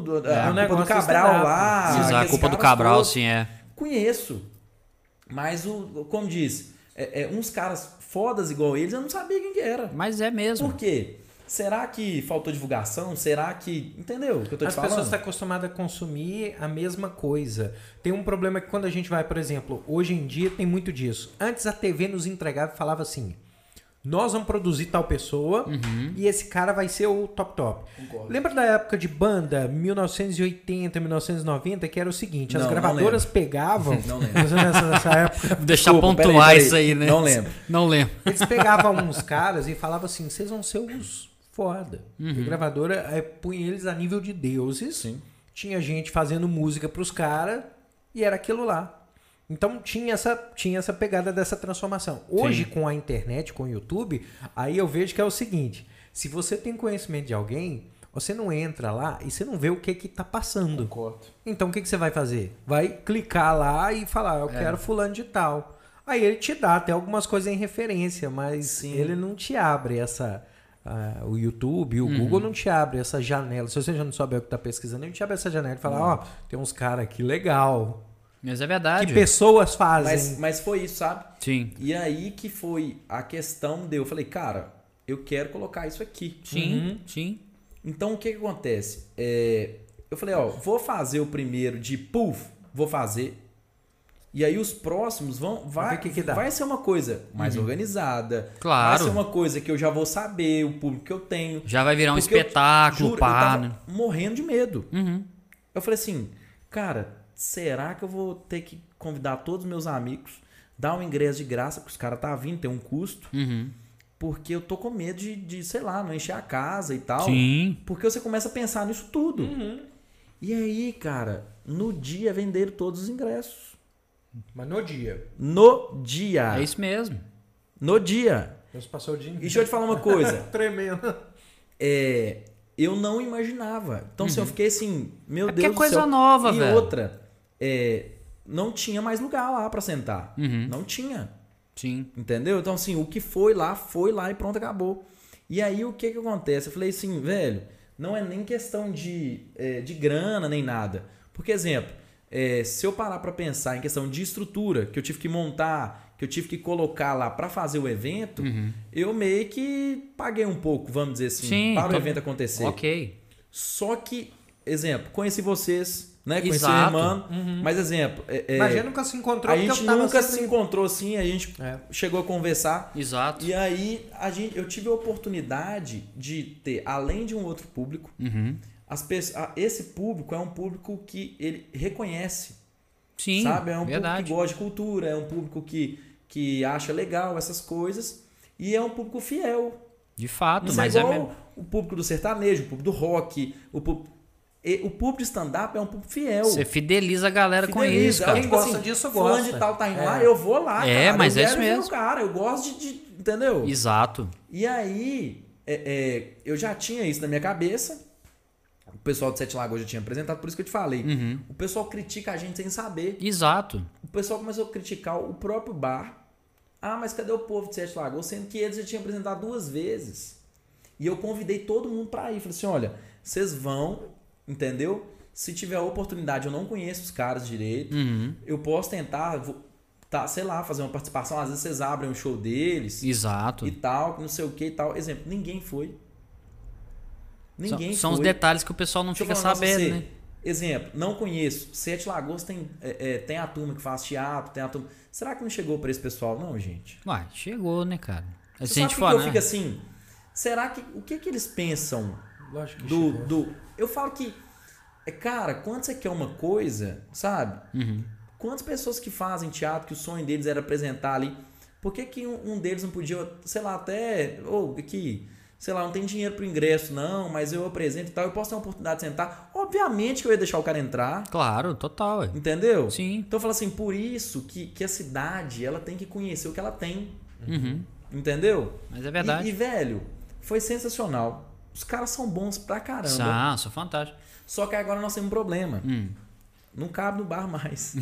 [SPEAKER 3] a culpa do Cabral lá.
[SPEAKER 1] Exato, a culpa do Cabral,
[SPEAKER 3] todos.
[SPEAKER 1] sim, é.
[SPEAKER 3] Conheço. Mas, como diz, uns caras fodas igual eles, eu não sabia quem que era.
[SPEAKER 1] Mas é mesmo.
[SPEAKER 3] Por quê? Será que faltou divulgação? Será que... Entendeu o que eu tô te falando?
[SPEAKER 2] As pessoas estão acostumadas a consumir a mesma coisa. Tem um problema que quando a gente vai, por exemplo, hoje em dia tem muito disso. Antes a TV nos entregava e falava assim... Nós vamos produzir tal pessoa e esse cara vai ser o top.
[SPEAKER 3] Concordo.
[SPEAKER 2] Lembra da época de banda, 1980, 1990, que era o seguinte, as gravadoras pegavam...
[SPEAKER 3] Não lembro.
[SPEAKER 2] Nessa época...
[SPEAKER 1] Deixa pontuar isso aí, né?
[SPEAKER 3] Não lembro.
[SPEAKER 1] Não lembro.
[SPEAKER 2] Eles pegavam uns caras e falavam assim, vocês vão ser os foda. A gravadora punha eles a nível de deuses.
[SPEAKER 3] Sim.
[SPEAKER 2] Tinha gente fazendo música pros caras e era aquilo lá. Então tinha essa pegada dessa transformação. Hoje,
[SPEAKER 1] Sim.
[SPEAKER 2] com a internet, com o YouTube, aí eu vejo que é o seguinte: se você tem conhecimento de alguém, você não entra lá e você não vê o que tá passando.
[SPEAKER 3] Concordo.
[SPEAKER 2] Então o que você vai fazer? Vai clicar lá e falar, eu quero fulano de tal. Aí ele te dá até algumas coisas em referência, mas ele não te abre o YouTube, o Google não te abre essa janela. Se você já não souber o que tá pesquisando, ele te abre essa janela e fala, tem uns caras aqui legal.
[SPEAKER 1] Mas é verdade.
[SPEAKER 2] Que pessoas fazem.
[SPEAKER 3] Mas foi isso, sabe?
[SPEAKER 1] Sim.
[SPEAKER 3] E aí que foi a questão de eu falei, cara, eu quero colocar isso aqui.
[SPEAKER 1] Sim, sim.
[SPEAKER 3] Então o que acontece? Eu falei, vou fazer o primeiro de vou fazer. E aí os próximos vai ser uma coisa mais organizada.
[SPEAKER 1] Claro.
[SPEAKER 3] Vai ser uma coisa que eu já vou saber, o público que eu tenho.
[SPEAKER 1] Já vai virar um espetáculo,
[SPEAKER 3] eu tava morrendo de medo. Eu falei assim, cara, será que eu vou ter que convidar todos os meus amigos, dar um ingresso de graça, porque os caras tá vindo, tem um custo. Porque eu tô com medo de, sei lá, não encher a casa e tal.
[SPEAKER 1] Sim.
[SPEAKER 3] Porque você começa a pensar nisso tudo. E aí, cara, no dia venderam todos os ingressos.
[SPEAKER 2] Mas no dia.
[SPEAKER 3] No dia.
[SPEAKER 1] É isso mesmo.
[SPEAKER 3] No dia.
[SPEAKER 2] Deus passou o dia.
[SPEAKER 3] E deixa eu te falar uma coisa.
[SPEAKER 2] Tremendo.
[SPEAKER 3] Eu não imaginava. Então, assim, eu fiquei assim, meu Deus do céu.
[SPEAKER 1] É coisa nova, velho.
[SPEAKER 3] E outra, não tinha mais lugar lá pra sentar. Não tinha.
[SPEAKER 1] Sim.
[SPEAKER 3] Entendeu? Então, assim, o que foi lá e pronto, acabou. E aí, o que acontece? Eu falei assim, velho, não é nem questão de grana, nem nada. Porque, exemplo, se eu parar pra pensar em questão de estrutura, que eu tive que montar, que eu tive que colocar lá pra fazer o evento, eu meio que paguei um pouco, vamos dizer assim, para o evento acontecer.
[SPEAKER 1] Ok.
[SPEAKER 3] Só que exemplo, conheci vocês, né? Conheci o irmão, mas exemplo...
[SPEAKER 2] Mas a gente nunca se encontrou.
[SPEAKER 3] A gente nunca se encontrou assim, a gente chegou a conversar.
[SPEAKER 1] Exato.
[SPEAKER 3] E aí eu tive a oportunidade de ter, além de um outro público, esse público é um público que ele reconhece.
[SPEAKER 1] Sim,
[SPEAKER 3] sabe? É um
[SPEAKER 1] verdade.
[SPEAKER 3] público que gosta de cultura, é um público que acha legal essas coisas e é um público fiel.
[SPEAKER 1] De fato,
[SPEAKER 3] não
[SPEAKER 1] mas
[SPEAKER 3] é igual o público do sertanejo, o público do rock, o público de stand-up é um público fiel.
[SPEAKER 1] Você fideliza a galera com isso, cara.
[SPEAKER 2] Quem gosta disso, gosta.
[SPEAKER 3] Fulano de tal tá indo lá, eu vou lá, cara.
[SPEAKER 1] Mas
[SPEAKER 3] eu
[SPEAKER 1] é isso mesmo.
[SPEAKER 3] Cara, eu gosto de... Entendeu?
[SPEAKER 1] Exato.
[SPEAKER 3] E aí, eu já tinha isso na minha cabeça. O pessoal de Sete Lagoas já tinha apresentado, por isso que eu te falei. O pessoal critica a gente sem saber.
[SPEAKER 1] Exato.
[SPEAKER 3] O pessoal começou a criticar o próprio bar. Ah, mas cadê o povo de Sete Lagoas? Sendo que eles já tinham apresentado 2 vezes. E eu convidei todo mundo pra ir. Falei assim, olha, vocês vão, entendeu? Se tiver a oportunidade, eu não conheço os caras direito. Eu posso tentar, sei lá, fazer uma participação. Às vezes vocês abrem um show deles.
[SPEAKER 1] Exato.
[SPEAKER 3] E tal, não sei o que e tal. Exemplo, ninguém foi.
[SPEAKER 1] São os detalhes que o pessoal não fica sabendo, né?
[SPEAKER 3] Exemplo, não conheço. Sete Lagoas tem a turma que faz teatro, tem a turma... Será que não chegou para esse pessoal, não, gente?
[SPEAKER 1] Uai, chegou, né, cara?
[SPEAKER 3] Você sabe que eu fico assim... Será que... O que eles pensam Eu falo que... Cara, quando você quer uma coisa, sabe? Quantas pessoas que fazem teatro, que o sonho deles era apresentar ali... Por que um deles não podia, sei lá, até... sei lá, não tem dinheiro pro ingresso, não, mas eu apresento e tal, eu posso ter uma oportunidade de sentar. Obviamente que eu ia deixar o cara entrar.
[SPEAKER 1] Claro, total.
[SPEAKER 3] Entendeu?
[SPEAKER 1] Sim.
[SPEAKER 3] Então eu falo assim, por isso que a cidade, ela tem que conhecer o que ela tem. Entendeu?
[SPEAKER 1] Mas é verdade.
[SPEAKER 3] E, velho, foi sensacional. Os caras são bons pra caramba.
[SPEAKER 1] São fantásticos.
[SPEAKER 3] Só que agora nós temos um problema. Não cabe no bar mais.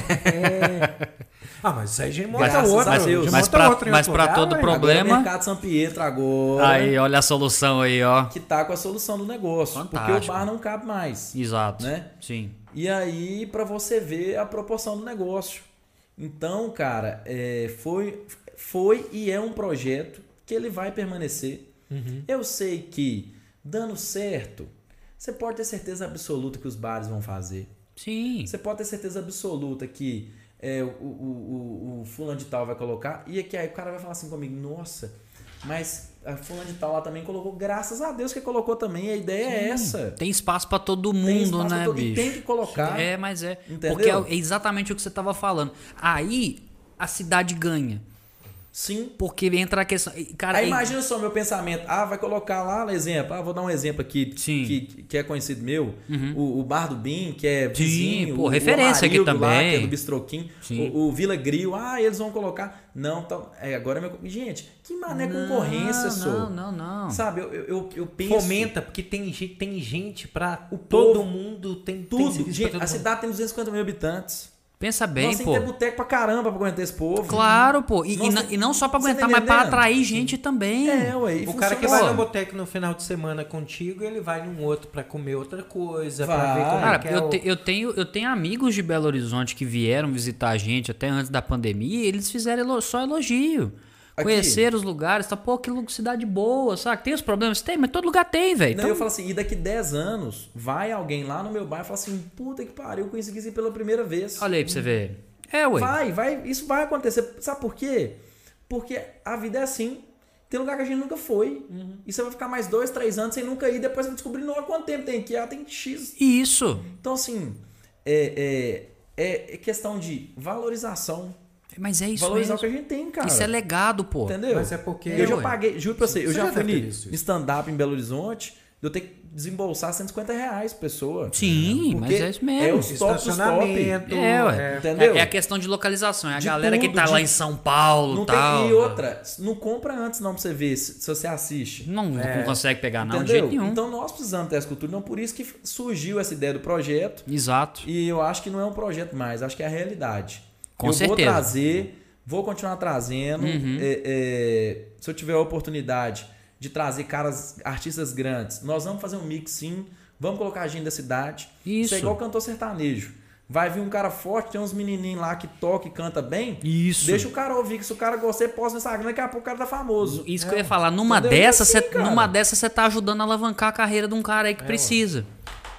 [SPEAKER 2] Mas isso aí já monta outro.
[SPEAKER 1] Mas pra todo problema...
[SPEAKER 3] Agora é o Mercado São Pietro agora.
[SPEAKER 1] Aí, olha a solução aí, ó.
[SPEAKER 3] Que tá com a solução do negócio.
[SPEAKER 1] Fantástico.
[SPEAKER 3] Porque o bar não cabe mais.
[SPEAKER 1] Exato.
[SPEAKER 3] Né?
[SPEAKER 1] Sim.
[SPEAKER 3] E aí, pra você ver a proporção do negócio. Então, cara, foi e é um projeto que ele vai permanecer. Eu sei que, dando certo, você pode ter certeza absoluta que os bares vão fazer.
[SPEAKER 1] Sim.
[SPEAKER 3] Você pode ter certeza absoluta que o fulano de tal vai colocar e que aí o cara vai falar assim comigo, nossa, mas a fulano de tal lá também colocou, graças a Deus que colocou também, a ideia é essa.
[SPEAKER 1] Tem espaço pra todo mundo, né, bicho?
[SPEAKER 3] E tem que colocar.
[SPEAKER 1] Mas é.
[SPEAKER 3] Entendeu?
[SPEAKER 1] Porque é exatamente o que você tava falando. Aí a cidade ganha.
[SPEAKER 3] Sim.
[SPEAKER 1] Porque entra a questão... Cara,
[SPEAKER 3] aí imagina só meu pensamento. Vai colocar lá, exemplo. Vou dar um exemplo aqui que é conhecido meu. O Bar do Bim, que é vizinho.
[SPEAKER 1] Pô, referência aqui também.
[SPEAKER 3] Lá, que é do Bistroquim. O Vila Grill. Eles vão colocar. Não, agora é meu... Gente, que mané concorrência, sou.
[SPEAKER 1] Não.
[SPEAKER 3] Sabe, eu penso...
[SPEAKER 2] Fomenta, porque tem gente pra todo mundo. Tem
[SPEAKER 3] tudo.
[SPEAKER 2] Tem
[SPEAKER 3] gente, a cidade tem 250 mil habitantes.
[SPEAKER 1] Pensa bem,
[SPEAKER 3] Nós
[SPEAKER 1] pô.
[SPEAKER 3] tem que ter boteco pra caramba pra aguentar esse povo.
[SPEAKER 1] Claro, pô. E não só pra aguentar, mas pra atrair gente também.
[SPEAKER 2] O cara que vai no boteco no final de semana contigo, ele vai num outro pra comer outra coisa, pra ver como
[SPEAKER 1] eu tenho amigos de Belo Horizonte que vieram visitar a gente até antes da pandemia e eles fizeram só elogio. Conhecer os lugares, pô, que cidade boa, sabe? Tem os problemas? Tem, mas todo lugar tem, velho.
[SPEAKER 3] Então... Eu falo assim, e daqui 10 anos, vai alguém lá no meu bairro e fala assim, puta que pariu, eu consegui isso pela primeira vez.
[SPEAKER 1] Olha aí pra você ver.
[SPEAKER 3] Isso vai acontecer. Sabe por quê? Porque a vida é assim. Tem lugar que a gente nunca foi. E você vai ficar mais 2, 3 anos sem nunca ir, depois vai descobrir, não, há quanto tempo tem aqui? Tem X.
[SPEAKER 1] Isso.
[SPEAKER 3] Então, assim, é questão de valorização.
[SPEAKER 1] Mas é isso
[SPEAKER 3] valorizar
[SPEAKER 1] mesmo.
[SPEAKER 3] O que a gente tem, cara.
[SPEAKER 1] Isso é legado, pô.
[SPEAKER 3] Entendeu?
[SPEAKER 2] Mas é porque...
[SPEAKER 3] Eu já paguei, juro pra você, eu já fui
[SPEAKER 2] em
[SPEAKER 3] stand-up em Belo Horizonte, eu tenho que desembolsar R$150 por pessoa.
[SPEAKER 1] Sim, mas é isso mesmo.
[SPEAKER 3] É os top dos top.
[SPEAKER 1] Entendeu? É a questão de localização. É a galera que tá lá em São Paulo e tal.
[SPEAKER 3] E outra, não compra antes não pra você ver se você assiste.
[SPEAKER 1] Não consegue pegar não,
[SPEAKER 3] entendeu?
[SPEAKER 1] De jeito nenhum.
[SPEAKER 3] Então nós precisamos ter essa cultura. Não, por isso que surgiu essa ideia do projeto.
[SPEAKER 1] Exato.
[SPEAKER 3] E eu acho que não é um projeto mais, acho que é a realidade.
[SPEAKER 1] Com certeza.
[SPEAKER 3] Vou continuar trazendo. Se eu tiver a oportunidade de trazer artistas grandes, nós vamos fazer um mix, sim. Vamos colocar a agenda da cidade. Isso é igual cantor sertanejo. Vai vir um cara forte, tem uns menininhos lá que toca e canta bem.
[SPEAKER 1] Isso.
[SPEAKER 3] Deixa o cara ouvir, que se o cara gostar, posta no Instagram, daqui a pouco o cara tá famoso.
[SPEAKER 1] Isso que eu ia falar. Numa dessa, você tá ajudando a alavancar a carreira de um cara aí que precisa.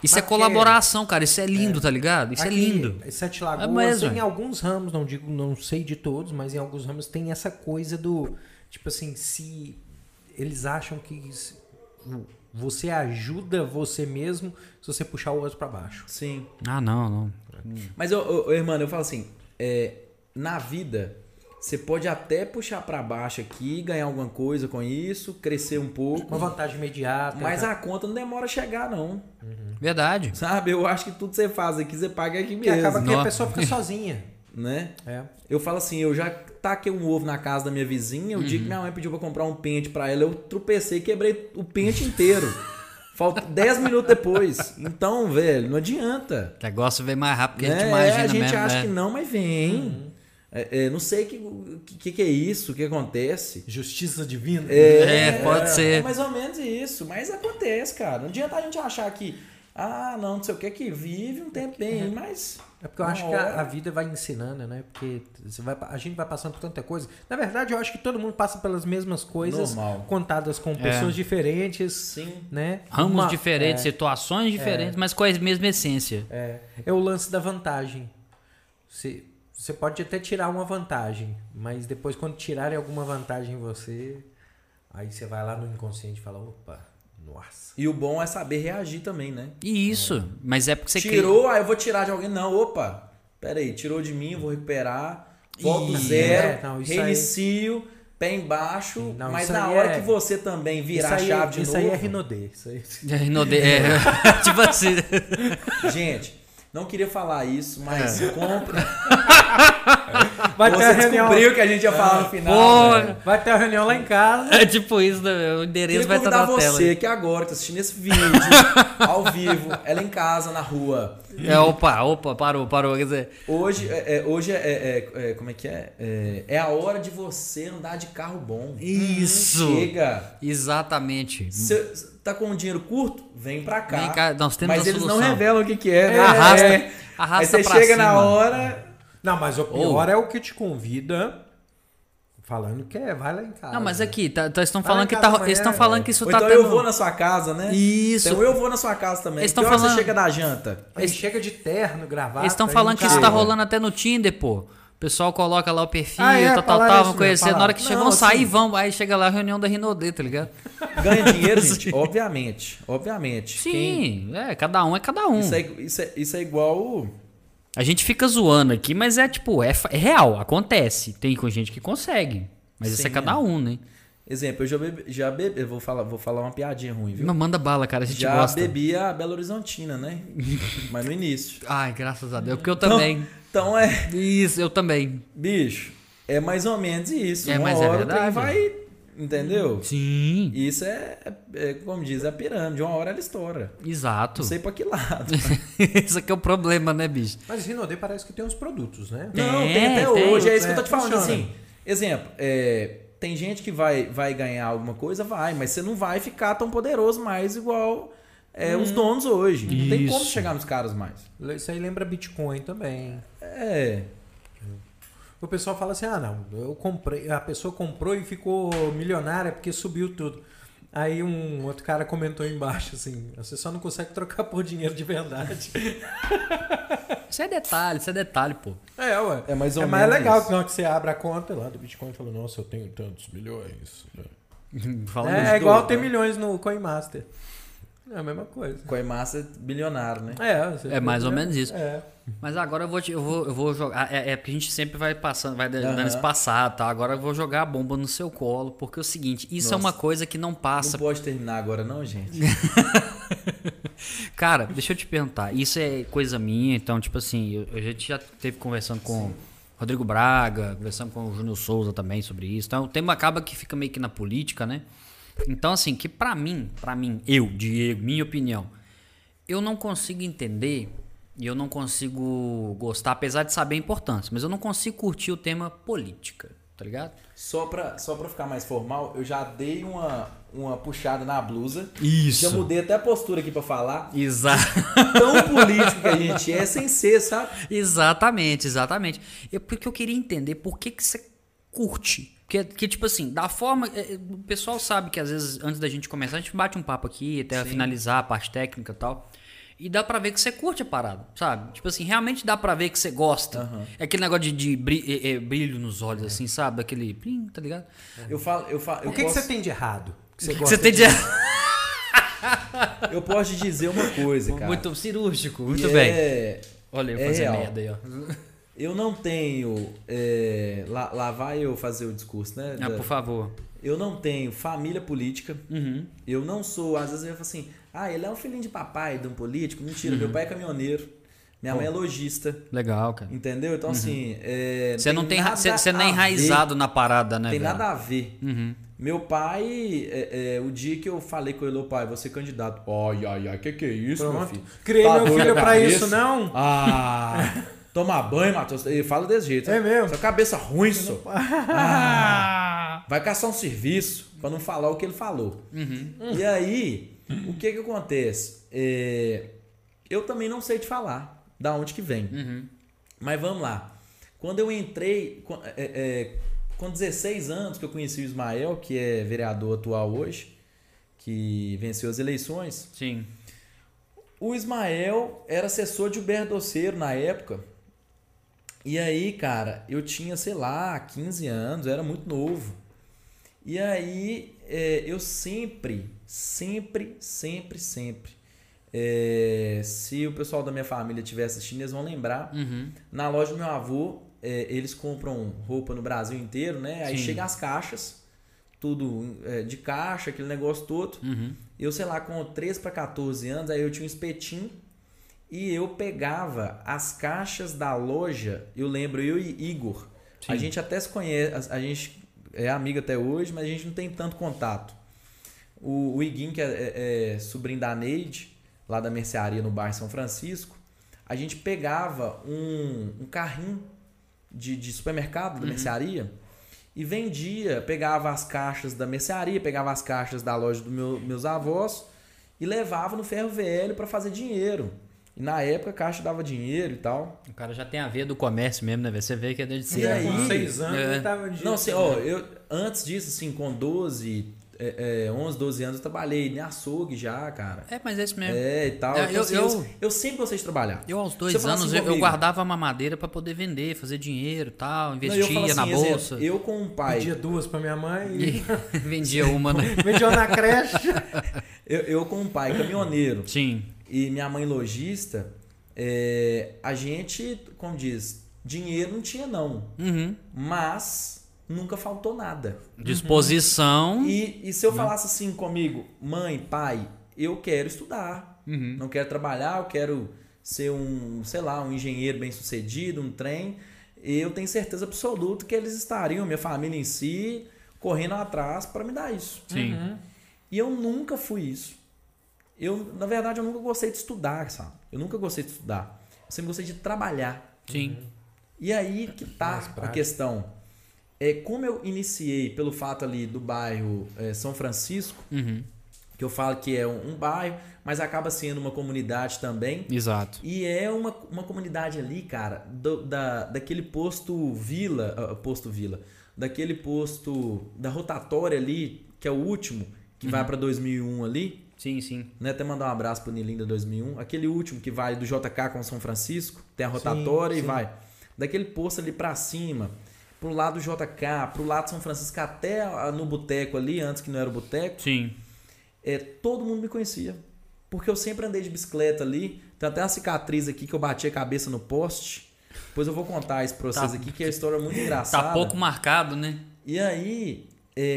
[SPEAKER 1] Isso é colaboração, cara. Isso é lindo, tá ligado? Isso
[SPEAKER 2] aqui,
[SPEAKER 1] é lindo.
[SPEAKER 2] Sete Lagoas, em alguns ramos, não sei de todos, mas em alguns ramos tem essa coisa do... Tipo assim, se eles acham que você ajuda você mesmo se você puxar o outro pra baixo.
[SPEAKER 3] Sim.
[SPEAKER 1] Ah, não.
[SPEAKER 3] Mas, irmão, eu falo assim, na vida, você pode até puxar pra baixo aqui, ganhar alguma coisa com isso, crescer um pouco.
[SPEAKER 2] Uma vantagem imediata.
[SPEAKER 3] Mas a conta não demora a chegar, não.
[SPEAKER 1] Verdade.
[SPEAKER 3] Sabe? Eu acho que tudo que você faz aqui, você paga aqui
[SPEAKER 2] que
[SPEAKER 3] mesmo.
[SPEAKER 2] acaba que a pessoa fica sozinha.
[SPEAKER 3] Né? Eu falo assim, eu já taquei um ovo na casa da minha vizinha, o dia que minha mãe pediu pra comprar um pente pra ela, eu tropecei e quebrei o pente inteiro. Falta 10 minutos depois. Então, velho, não adianta.
[SPEAKER 1] O negócio vem mais rápido que a gente imagina mesmo.
[SPEAKER 3] A gente acha que não, mas vem. Não sei o que é isso, o que acontece.
[SPEAKER 2] Justiça divina?
[SPEAKER 1] Pode ser.
[SPEAKER 3] É mais ou menos isso, mas acontece, cara. Não adianta a gente achar que, não sei o que vive um tempo bem, mas...
[SPEAKER 2] É porque eu acho que a vida vai ensinando, né? Porque a gente vai passando por tanta coisa. Na verdade, eu acho que todo mundo passa pelas mesmas coisas, contadas com pessoas diferentes.
[SPEAKER 3] Sim.
[SPEAKER 2] Né?
[SPEAKER 1] Ramos diferentes, situações diferentes, mas com a mesma essência.
[SPEAKER 2] É o lance da vantagem. Você pode até tirar uma vantagem, mas depois quando tirarem alguma vantagem em você, aí você vai lá no inconsciente e fala, opa, nossa.
[SPEAKER 3] E o bom é saber reagir também, né?
[SPEAKER 1] Isso, mas é porque você
[SPEAKER 3] tirou, aí eu vou tirar de alguém. Não, opa, peraí, tirou de mim, vou recuperar, volto do zero, reinicio, pé embaixo, mas na hora que você também virar a chave de novo...
[SPEAKER 2] Isso aí é Rinodê.
[SPEAKER 1] Rinodê, tipo assim...
[SPEAKER 3] Gente... Não queria falar isso, mas compra.
[SPEAKER 2] Vai ter a reunião.
[SPEAKER 3] Descobriu que a gente ia falar no final.
[SPEAKER 2] Vai ter a reunião lá em casa.
[SPEAKER 1] É tipo isso, né? O endereço vai estar na tela.
[SPEAKER 3] Você que agora tá assistindo esse vídeo, ao vivo, ela em casa, na rua.
[SPEAKER 1] Opa, parou. Quer dizer...
[SPEAKER 3] Hoje como é que é? É a hora de você andar de carro bom.
[SPEAKER 1] Isso.
[SPEAKER 3] Chega.
[SPEAKER 1] Exatamente.
[SPEAKER 3] Você tá com um dinheiro curto? Vem pra cá.
[SPEAKER 1] Vem cá, nós temos
[SPEAKER 3] mas
[SPEAKER 1] a
[SPEAKER 3] eles
[SPEAKER 1] solução.
[SPEAKER 3] não revelam o que é, né?
[SPEAKER 1] Arrasta
[SPEAKER 3] aí você
[SPEAKER 1] pra
[SPEAKER 3] chega
[SPEAKER 1] cima.
[SPEAKER 3] na hora...
[SPEAKER 2] Não, mas o pior é o que te convida... Falando que vai lá em casa.
[SPEAKER 1] Não, mas aqui, estão falando que eles estão falando que isso
[SPEAKER 3] ou
[SPEAKER 1] tá
[SPEAKER 3] então
[SPEAKER 1] tendo...
[SPEAKER 3] eu vou na sua casa, né?
[SPEAKER 1] Isso.
[SPEAKER 3] Então eu vou na sua casa também.
[SPEAKER 1] Eles
[SPEAKER 3] que
[SPEAKER 1] estão falando...
[SPEAKER 3] você chega da janta?
[SPEAKER 2] Aí chega de terno, gravata.
[SPEAKER 1] Eles estão falando que isso tá rolando até no Tinder, pô. O pessoal coloca lá o perfil, vão conhecer. Na hora que vão sair, vão. Aí chega lá a reunião da Rinodê, tá ligado?
[SPEAKER 3] Ganha dinheiro, gente? Obviamente.
[SPEAKER 1] Sim, cada um é cada um.
[SPEAKER 3] Isso é igual...
[SPEAKER 1] A gente fica zoando aqui, mas é real, acontece. Tem com gente que consegue. Mas isso é cada um, né?
[SPEAKER 3] Exemplo, eu já bebi, eu vou falar uma piadinha ruim, viu?
[SPEAKER 1] Não, manda bala, cara, a gente
[SPEAKER 3] já
[SPEAKER 1] gosta.
[SPEAKER 3] Já bebi a Belo Horizontina, né? Mas no início.
[SPEAKER 1] Ai, graças a Deus, porque eu também.
[SPEAKER 3] Então
[SPEAKER 1] Isso, eu também.
[SPEAKER 3] Bicho, é mais ou menos isso.
[SPEAKER 1] Mas
[SPEAKER 3] hora
[SPEAKER 1] é verdade.
[SPEAKER 3] Vai, entendeu?
[SPEAKER 1] Sim.
[SPEAKER 3] Isso como diz, é a pirâmide. Uma hora ela estoura.
[SPEAKER 1] Exato.
[SPEAKER 3] Não sei pra que lado.
[SPEAKER 1] Isso aqui é o problema, né, bicho?
[SPEAKER 2] Mas Rinodê parece que tem uns produtos, né?
[SPEAKER 3] Não, tem até hoje. É isso que eu tô te falando, assim. Exemplo, tem gente que vai ganhar alguma coisa, mas você não vai ficar tão poderoso mais igual os donos hoje. Não tem como chegar nos caras mais.
[SPEAKER 2] Isso aí lembra Bitcoin também. O pessoal fala assim, eu comprei, a pessoa comprou e ficou milionária porque subiu tudo. Aí um outro cara comentou embaixo assim, você só não consegue trocar por dinheiro de verdade.
[SPEAKER 1] Isso é detalhe, pô.
[SPEAKER 2] Ué.
[SPEAKER 3] É mais ou menos.
[SPEAKER 2] Mais legal que na hora que você abre a conta lá do Bitcoin e fala, nossa, eu tenho tantos milhões. É igual ter milhões no Coinmaster. É a mesma coisa.
[SPEAKER 3] Coinmaster bilionário, né?
[SPEAKER 1] É mais ou menos isso. Mas agora eu vou jogar. Porque a gente sempre vai passando, vai dando esse passado, tá? Agora eu vou jogar a bomba no seu colo, porque é o seguinte, isso é uma coisa que não passa.
[SPEAKER 3] Não pode terminar agora, não, gente.
[SPEAKER 1] Cara, deixa eu te perguntar. Isso é coisa minha, então, tipo assim, a gente já esteve conversando com o Rodrigo Braga, conversando com o Júnior Souza também sobre isso. Então, o tema acaba que fica meio que na política, né? Então, assim, que pra mim, eu, Diego, minha opinião, eu não consigo entender e eu não consigo gostar, apesar de saber a importância, mas eu não consigo curtir o tema política, tá ligado?
[SPEAKER 3] Só pra ficar mais formal, eu já dei uma puxada na blusa.
[SPEAKER 1] Isso.
[SPEAKER 3] Já mudei até a postura aqui pra falar.
[SPEAKER 1] Exato.
[SPEAKER 3] Tão político que a gente é, sem ser, sabe?
[SPEAKER 1] Exatamente. Porque eu queria entender por que você curte Que tipo assim, da forma... O pessoal sabe que às vezes, antes da gente começar, a gente bate um papo aqui, até finalizar a parte técnica e tal. E dá pra ver que você curte a parada, sabe? Tipo assim, realmente dá pra ver que você gosta.
[SPEAKER 3] Uhum.
[SPEAKER 1] É aquele negócio de brilho nos olhos, assim, sabe? Aquele... Plim, tá ligado?
[SPEAKER 2] O que você tem de errado?
[SPEAKER 1] O que você tem de errado?
[SPEAKER 3] Eu posso te dizer uma coisa, cara.
[SPEAKER 1] Muito cirúrgico, muito bem. Olha, eu fazer
[SPEAKER 3] real.
[SPEAKER 1] merda aí, ó.
[SPEAKER 3] Eu não tenho... lá vai eu fazer o discurso, né?
[SPEAKER 1] Por favor.
[SPEAKER 3] Eu não tenho família política.
[SPEAKER 1] Uhum.
[SPEAKER 3] Eu não sou... Às vezes eu falo assim... ele é um filhinho de papai de um político. Mentira, meu pai é caminhoneiro. Minha mãe é logista.
[SPEAKER 1] Legal, cara.
[SPEAKER 3] Entendeu? Então, assim...
[SPEAKER 1] Você não tem você não é enraizado na parada, né,
[SPEAKER 3] Tem
[SPEAKER 1] velho?
[SPEAKER 3] nada a ver.
[SPEAKER 1] Uhum.
[SPEAKER 3] Meu pai... o dia que eu falei com ele, pai, você é candidato. Ai, que é isso, meu filho?
[SPEAKER 2] Criei meu filho pra isso, não?
[SPEAKER 3] Tomar banho, Matheus. Ele fala desse jeito.
[SPEAKER 2] É mesmo?
[SPEAKER 3] Sua cabeça ruim, só. Vai caçar um serviço pra não falar o que ele falou. E aí, o que acontece? Eu também não sei te falar da onde que vem. Mas vamos lá. Quando eu entrei, com 16 anos que eu conheci o Ismael, que é vereador atual hoje, que venceu as eleições.
[SPEAKER 1] Sim.
[SPEAKER 3] O Ismael era assessor de Gilberto Doceiro na época. E aí, cara, eu tinha, sei lá, 15 anos, eu era muito novo. E aí, eu sempre, se o pessoal da minha família estiver assistindo, eles vão lembrar. Na loja do meu avô, eles compram roupa no Brasil inteiro, né? Aí chega as caixas, tudo de caixa, aquele negócio todo. Eu, sei lá, com 13 para 14 anos, aí eu tinha um espetinho e eu pegava as caixas da loja. Eu lembro, eu e Igor, a gente até se conhece, a gente é amigo até hoje, mas a gente não tem tanto contato. O Iguinho, que é sobrinho da Neide, lá da mercearia no bairro São Francisco, a gente pegava um carrinho de supermercado da mercearia e vendia, pegava as caixas da mercearia, pegava as caixas da loja dos meus avós e levava no ferro velho para fazer dinheiro. E na época a caixa dava dinheiro e tal.
[SPEAKER 1] O cara já tem a ver do comércio mesmo, né? Você vê que é desde
[SPEAKER 3] cedo.
[SPEAKER 2] Com 6 anos ele tava de
[SPEAKER 3] não, assim, eu antes disso, assim, com 11, 12 anos eu trabalhei em açougue já, cara.
[SPEAKER 1] Mas é isso mesmo.
[SPEAKER 3] E tal. Eu sempre gostei de trabalhar.
[SPEAKER 1] Eu aos 2 anos assim, eu guardava uma madeira para poder vender, fazer dinheiro e tal, investia assim, na bolsa.
[SPEAKER 3] Eu com um pai...
[SPEAKER 2] Pedia 2 para minha mãe e...
[SPEAKER 1] vendia uma, né?
[SPEAKER 2] Vendia uma na creche.
[SPEAKER 3] eu com um pai caminhoneiro.
[SPEAKER 1] Sim.
[SPEAKER 3] E minha mãe lojista, a gente, como diz, dinheiro não tinha não. Mas nunca faltou nada.
[SPEAKER 1] Disposição.
[SPEAKER 3] E se eu falasse assim comigo, mãe, pai, eu quero estudar. Não quero trabalhar, eu quero ser um engenheiro bem sucedido, um trem. Eu tenho certeza absoluta que eles estariam, minha família em si, correndo atrás para me dar isso.
[SPEAKER 1] Sim.
[SPEAKER 3] E eu nunca fui isso. Na verdade, eu nunca gostei de estudar, sabe? Eu nunca gostei de estudar. Eu sempre gostei de trabalhar.
[SPEAKER 1] Sim.
[SPEAKER 3] E aí que tá a questão. Como eu iniciei pelo fato ali do bairro São Francisco, que eu falo que é um bairro, mas acaba sendo uma comunidade também.
[SPEAKER 1] Exato.
[SPEAKER 3] E é uma comunidade ali, cara, daquele posto Vila, daquele posto da rotatória ali, que é o último, que vai para 2001 ali.
[SPEAKER 1] Sim.
[SPEAKER 3] Né? Até mandar um abraço pro Nilinda 2001. Aquele último que vai do JK com São Francisco, tem a rotatória e vai. Daquele posto ali pra cima, pro lado do JK, pro lado de São Francisco, até no boteco ali, antes que não era o boteco.
[SPEAKER 1] Sim.
[SPEAKER 3] Todo mundo me conhecia. Porque eu sempre andei de bicicleta ali. Tem até uma cicatriz aqui que eu bati a cabeça no poste. Depois eu vou contar isso pra vocês aqui, que é uma história muito engraçada.
[SPEAKER 1] Tá pouco marcado, né?
[SPEAKER 3] E aí...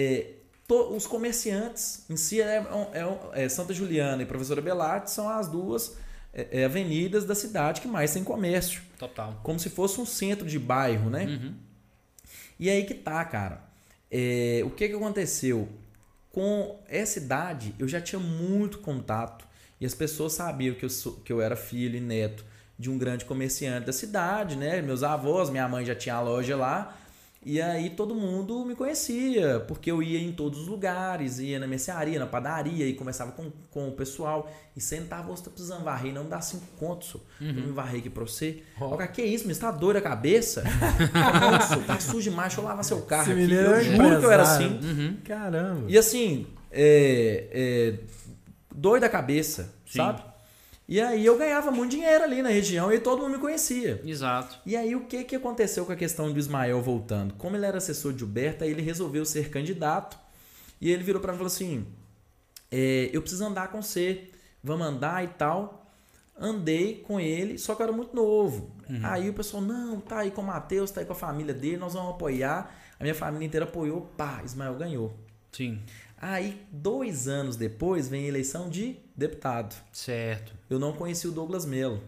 [SPEAKER 3] os comerciantes em si Santa Juliana e Professora Belarte são as duas avenidas da cidade que mais tem comércio.
[SPEAKER 1] Total.
[SPEAKER 3] Como se fosse um centro de bairro, né? E aí que tá, cara. O que aconteceu? Com essa idade, eu já tinha muito contato e as pessoas sabiam que eu era filho e neto de um grande comerciante da cidade, né? Meus avós, minha mãe já tinha a loja lá. E aí todo mundo me conhecia, porque eu ia em todos os lugares, ia na mercearia, na padaria, e conversava com o pessoal, e sentava, você tá precisando varrer, não dá 5 contos, eu me varrei aqui pra você. Que isso, mas tá doido a cabeça? Não, tá sujo demais, deixa eu lavar seu carro aqui. Eu juro que eu era assim.
[SPEAKER 2] Caramba.
[SPEAKER 3] E assim, doido a cabeça, sabe? E aí eu ganhava muito dinheiro ali na região e todo mundo me conhecia.
[SPEAKER 1] Exato.
[SPEAKER 3] E aí o que aconteceu com a questão do Ismael voltando? Como ele era assessor de Gilberto, aí ele resolveu ser candidato. E ele virou pra mim e falou assim, eu preciso andar com você, vamos andar e tal. Andei com ele, só que eu era muito novo. Aí o pessoal, não, tá aí com o Matheus, tá aí com a família dele, nós vamos apoiar. A minha família inteira apoiou, Ismael ganhou.
[SPEAKER 1] Sim.
[SPEAKER 3] Aí, 2 anos depois, vem a eleição de deputado.
[SPEAKER 1] Certo.
[SPEAKER 3] Eu não conheci o Douglas Melo.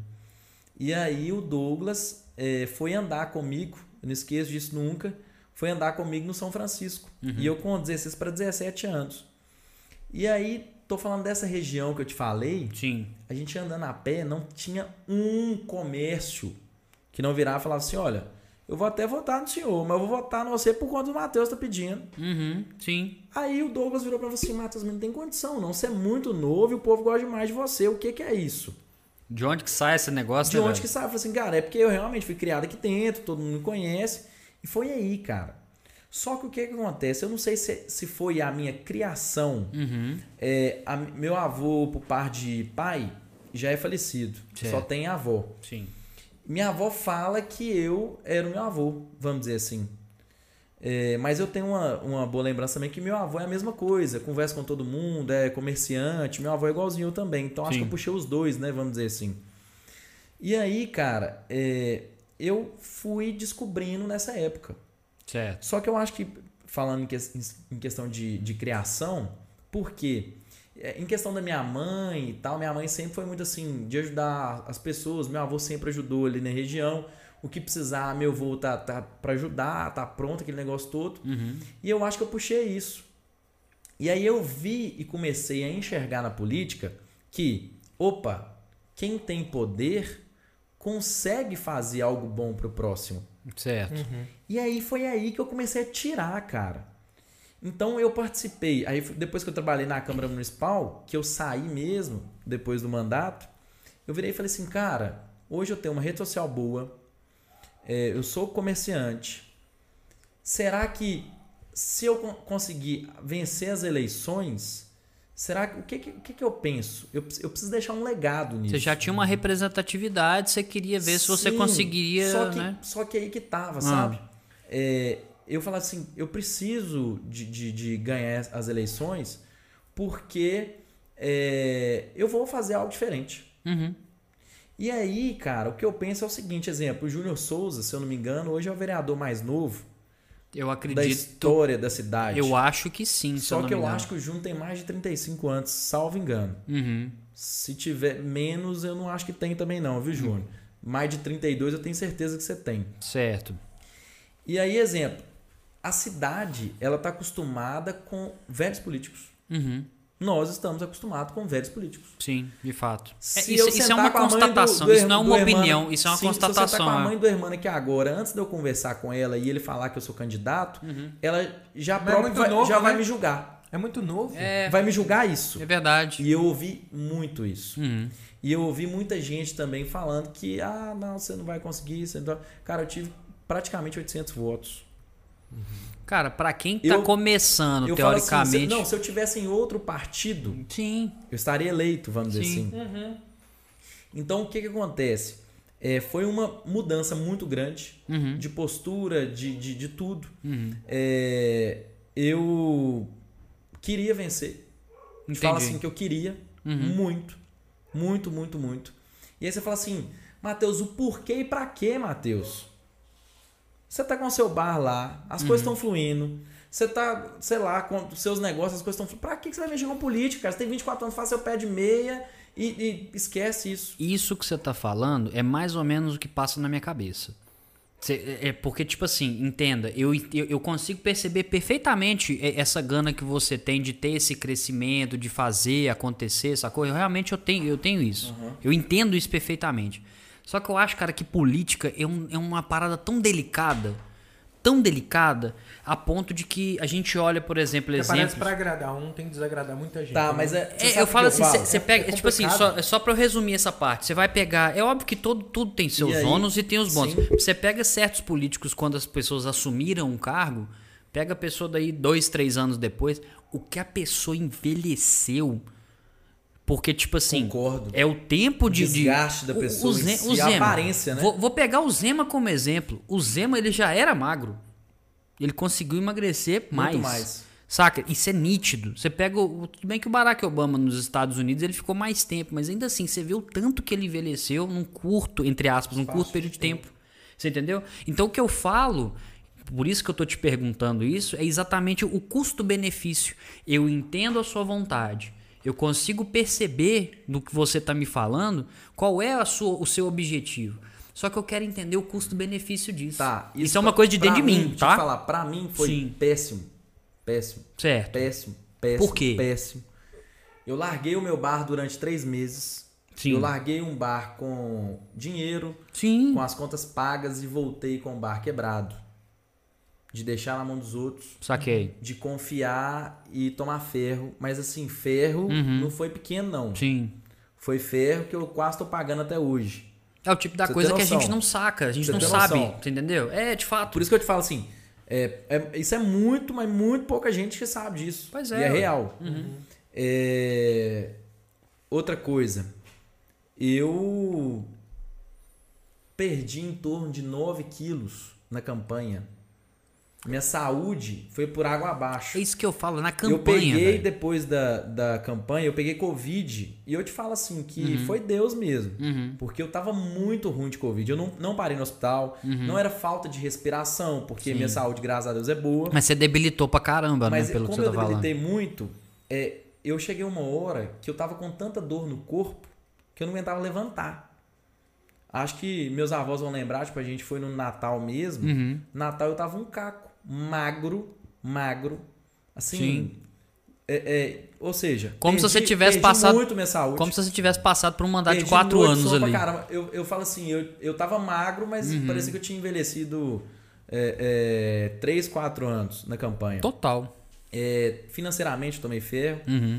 [SPEAKER 3] E aí o Douglas foi andar comigo, eu não esqueço disso nunca, foi andar comigo no São Francisco. E eu com 16 para 17 anos. E aí, tô falando dessa região que eu te falei.
[SPEAKER 1] Sim.
[SPEAKER 3] A gente andando a pé, não tinha um comércio que não virava e falava assim, olha, eu vou até votar no senhor, mas eu vou votar no você por conta do Matheus tá pedindo.
[SPEAKER 1] Sim.
[SPEAKER 3] Aí o Douglas virou pra você assim, Matheus, não tem condição não, você é muito novo e o povo gosta demais de você, o que é isso?
[SPEAKER 1] De onde que sai esse negócio?
[SPEAKER 3] De onde que sai? Eu falei assim, cara, é porque eu realmente fui criado aqui dentro, todo mundo me conhece, e foi aí, cara. Só que o que acontece? Eu não sei se foi a minha criação, meu avô, por par de pai, já é falecido, só tem avó.
[SPEAKER 1] Sim.
[SPEAKER 3] Minha avó fala que eu era o meu avô, vamos dizer assim. Mas eu tenho uma boa lembrança também que meu avô é a mesma coisa. Conversa com todo mundo, é comerciante. Meu avô é igualzinho eu também. Então acho que eu puxei os dois, né? Vamos dizer assim. E aí, cara, eu fui descobrindo nessa época.
[SPEAKER 1] Certo.
[SPEAKER 3] Só que eu acho que, falando em questão de criação, por quê? Em questão da minha mãe e tal, minha mãe sempre foi muito assim, de ajudar as pessoas, meu avô sempre ajudou ali na região, o que precisar, meu avô tá pra ajudar, tá pronto, aquele negócio todo, e eu acho que eu puxei isso. E aí eu vi e comecei a enxergar na política que, quem tem poder consegue fazer algo bom pro próximo.
[SPEAKER 1] Certo.
[SPEAKER 3] E aí foi aí que eu comecei a tirar, cara. Então eu participei, aí depois que eu trabalhei na Câmara Municipal, que eu saí mesmo, depois do mandato, eu virei e falei assim, cara, hoje eu tenho uma rede social boa, eu sou comerciante, será que se eu conseguir vencer as eleições, será que o que eu penso? Eu preciso deixar um legado nisso.
[SPEAKER 1] Você já tinha uma representatividade, você queria ver se você conseguiria,
[SPEAKER 3] só que aí que tava, sabe? Eu falo assim, eu preciso de ganhar as eleições porque eu vou fazer algo diferente. E aí, cara, o que eu penso é o seguinte, exemplo, o Júnior Souza, se eu não me engano, hoje é o vereador mais novo da história da cidade.
[SPEAKER 1] Eu acho que sim,
[SPEAKER 3] Só que eu acho que o Júnior tem mais de 35 anos, salvo engano. Se tiver menos, eu não acho que tem também não, viu, Júnior? Mais de 32 eu tenho certeza que você tem.
[SPEAKER 1] Certo.
[SPEAKER 3] E aí, exemplo, a cidade, ela está acostumada com velhos políticos. Nós estamos acostumados com velhos políticos.
[SPEAKER 1] Sim, de fato. Isso é uma constatação, isso não é uma opinião, isso é uma constatação.
[SPEAKER 3] Se você tá com a mãe do Hermano aqui agora, antes de eu conversar com ela e ele falar que eu sou candidato, ela já vai me julgar.
[SPEAKER 2] É muito novo.
[SPEAKER 3] Vai me julgar isso.
[SPEAKER 1] É verdade.
[SPEAKER 3] E eu ouvi muito isso. E eu ouvi muita gente também falando que, não, você não vai conseguir. Cara, eu tive praticamente 800 votos.
[SPEAKER 1] Cara, pra quem tá começando, teoricamente...
[SPEAKER 3] Assim, se eu tivesse em outro partido,
[SPEAKER 1] sim,
[SPEAKER 3] eu estaria eleito, vamos dizer assim. Então, o que acontece? Foi uma mudança muito grande de postura, de tudo. Eu queria vencer. Fala assim que eu queria muito. Muito, muito, muito. E aí você fala assim, Matheus, o porquê e pra quê, Matheus? Você tá com o seu bar lá, as coisas estão fluindo. Você tá, sei lá, com os seus negócios, as coisas estão fluindo. Pra que você vai mexer com política, cara? Você tem 24 anos, faz seu pé de meia e esquece isso.
[SPEAKER 1] Isso que você tá falando é mais ou menos o que passa na minha cabeça. Porque, tipo assim, entenda, eu consigo perceber perfeitamente essa gana que você tem de ter esse crescimento, de fazer acontecer, sacou? Realmente eu tenho isso. Eu entendo isso perfeitamente. Só que eu acho, cara, que política é uma parada tão delicada, tão delicada a ponto de que a gente olha, por exemplo, exemplos...
[SPEAKER 2] Parece pra agradar um, tem que desagradar muita gente.
[SPEAKER 3] Tá, mas
[SPEAKER 1] eu falo assim, você pega... tipo assim, só pra eu resumir essa parte. Você vai pegar... É óbvio que tudo tem seus ônus e tem os bônus. Você pega certos políticos quando as pessoas assumiram um cargo, pega a pessoa daí 2, 3 anos depois, o que a pessoa envelheceu... Porque, tipo assim,
[SPEAKER 3] concordo.
[SPEAKER 1] É o tempo de...
[SPEAKER 3] desgaste da pessoa e a aparência, né?
[SPEAKER 1] Vou pegar o Zema como exemplo. O Zema, ele já era magro. Ele conseguiu emagrecer
[SPEAKER 3] muito mais.
[SPEAKER 1] Saca? Isso é nítido. Você pega... Tudo bem que o Barack Obama nos Estados Unidos, ele ficou mais tempo. Mas ainda assim, você vê o tanto que ele envelheceu num curto, entre aspas, num curto período de tempo. Você entendeu? Então, o que eu falo... Por isso que eu tô te perguntando isso, é exatamente o custo-benefício. Eu entendo a sua vontade. Eu consigo perceber do que você está me falando qual é o seu objetivo. Só que eu quero entender o custo-benefício disso.
[SPEAKER 3] Tá,
[SPEAKER 1] isso é uma coisa de dentro de mim, tá?
[SPEAKER 3] Deixa eu falar, pra mim foi péssimo. Péssimo.
[SPEAKER 1] Certo.
[SPEAKER 3] Péssimo.
[SPEAKER 1] Por quê?
[SPEAKER 3] Péssimo. Eu larguei o meu bar durante 3 meses.
[SPEAKER 1] Sim.
[SPEAKER 3] Eu larguei um bar com dinheiro,
[SPEAKER 1] Sim.
[SPEAKER 3] com as contas pagas e voltei com o bar quebrado. De deixar na mão dos outros.
[SPEAKER 1] Saquei.
[SPEAKER 3] De confiar e tomar ferro. Mas assim, ferro não foi pequeno, não.
[SPEAKER 1] Sim.
[SPEAKER 3] Foi ferro que eu quase tô pagando até hoje.
[SPEAKER 1] É o tipo da coisa que a gente não saca, a gente não sabe, entendeu? É, de fato.
[SPEAKER 3] Por isso que eu te falo assim, isso é muito, mas muito pouca gente que sabe disso.
[SPEAKER 1] Pois é.
[SPEAKER 3] E é real. Outra coisa, eu perdi em torno de 9 quilos na campanha. Minha saúde foi por água abaixo.
[SPEAKER 1] É isso que eu falo, na campanha.
[SPEAKER 3] Eu peguei, depois da campanha, eu peguei Covid. E eu te falo assim, que foi Deus mesmo. Porque eu tava muito ruim de Covid. Eu não parei no hospital. Não era falta de respiração, porque minha saúde, graças a Deus, é boa.
[SPEAKER 1] Mas você debilitou pra caramba,
[SPEAKER 3] mas,
[SPEAKER 1] né? Pelo que você
[SPEAKER 3] tá falando.
[SPEAKER 1] Mas como eu
[SPEAKER 3] debilitei muito, eu cheguei uma hora que eu tava com tanta dor no corpo que eu não aguentava levantar. Acho que meus avós vão lembrar, tipo, a gente foi no Natal mesmo. Natal eu tava um caco. Magro, assim, ou seja,
[SPEAKER 1] como se você tivesse passado
[SPEAKER 3] muito minha saúde.
[SPEAKER 1] Como se você tivesse passado por um mandato de 4 anos ali.
[SPEAKER 3] Caramba. Eu falo assim, eu tava magro, mas parecia que eu tinha envelhecido 3, 4 anos na campanha.
[SPEAKER 1] Total.
[SPEAKER 3] Financeiramente eu tomei ferro.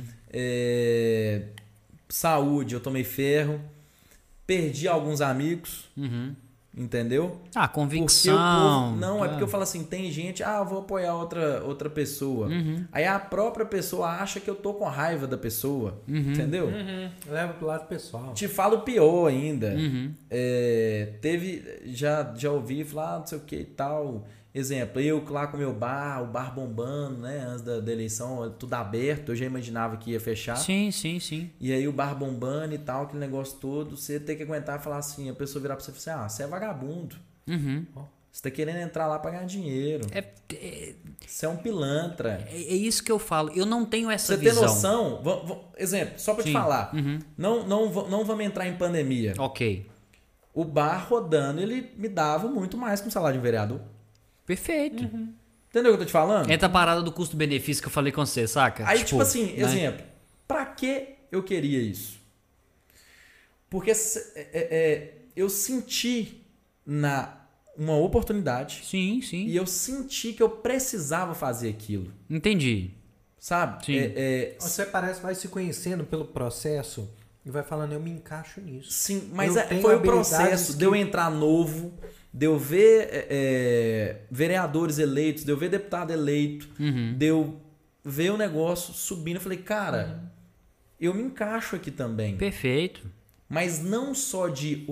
[SPEAKER 3] Saúde eu tomei ferro. Perdi alguns amigos. Entendeu?
[SPEAKER 1] Convicção.
[SPEAKER 3] É porque eu falo assim, tem gente, eu vou apoiar outra pessoa. Aí a própria pessoa acha que eu tô com raiva da pessoa. Entendeu?
[SPEAKER 2] Leva pro lado pessoal.
[SPEAKER 3] Te falo pior ainda. Já ouvi falar, não sei o que e tal. Exemplo, eu lá com o meu bar, o bar bombando, né? Antes da eleição, tudo aberto. Eu já imaginava que ia fechar.
[SPEAKER 1] Sim.
[SPEAKER 3] E aí o bar bombando e tal, aquele negócio todo. Você tem que aguentar e falar assim, a pessoa virar pra você e falar assim, você é vagabundo. Você tá querendo entrar lá pra ganhar dinheiro. Você é um pilantra.
[SPEAKER 1] É isso que eu falo. Eu não tenho essa visão.
[SPEAKER 3] Você tem noção? Exemplo, só pra te falar. Não vamos entrar em pandemia.
[SPEAKER 1] Ok.
[SPEAKER 3] O bar rodando, ele me dava muito mais que um salário de vereador.
[SPEAKER 1] Perfeito.
[SPEAKER 3] Entendeu o que eu tô te falando?
[SPEAKER 1] Entra a parada do custo-benefício que eu falei com você, saca?
[SPEAKER 3] Aí, tipo assim, né? Exemplo. Pra que eu queria isso? Porque eu senti uma oportunidade.
[SPEAKER 1] Sim.
[SPEAKER 3] E eu senti que eu precisava fazer aquilo.
[SPEAKER 1] Entendi.
[SPEAKER 3] Sabe?
[SPEAKER 1] Sim.
[SPEAKER 2] Você vai se conhecendo pelo processo e vai falando, eu me encaixo nisso.
[SPEAKER 3] Sim, mas foi o processo de eu entrar novo, de eu ver vereadores eleitos, de eu ver deputado eleito, de eu ver o negócio subindo. Eu falei, cara, eu me encaixo aqui também.
[SPEAKER 1] Perfeito.
[SPEAKER 3] Mas não só de,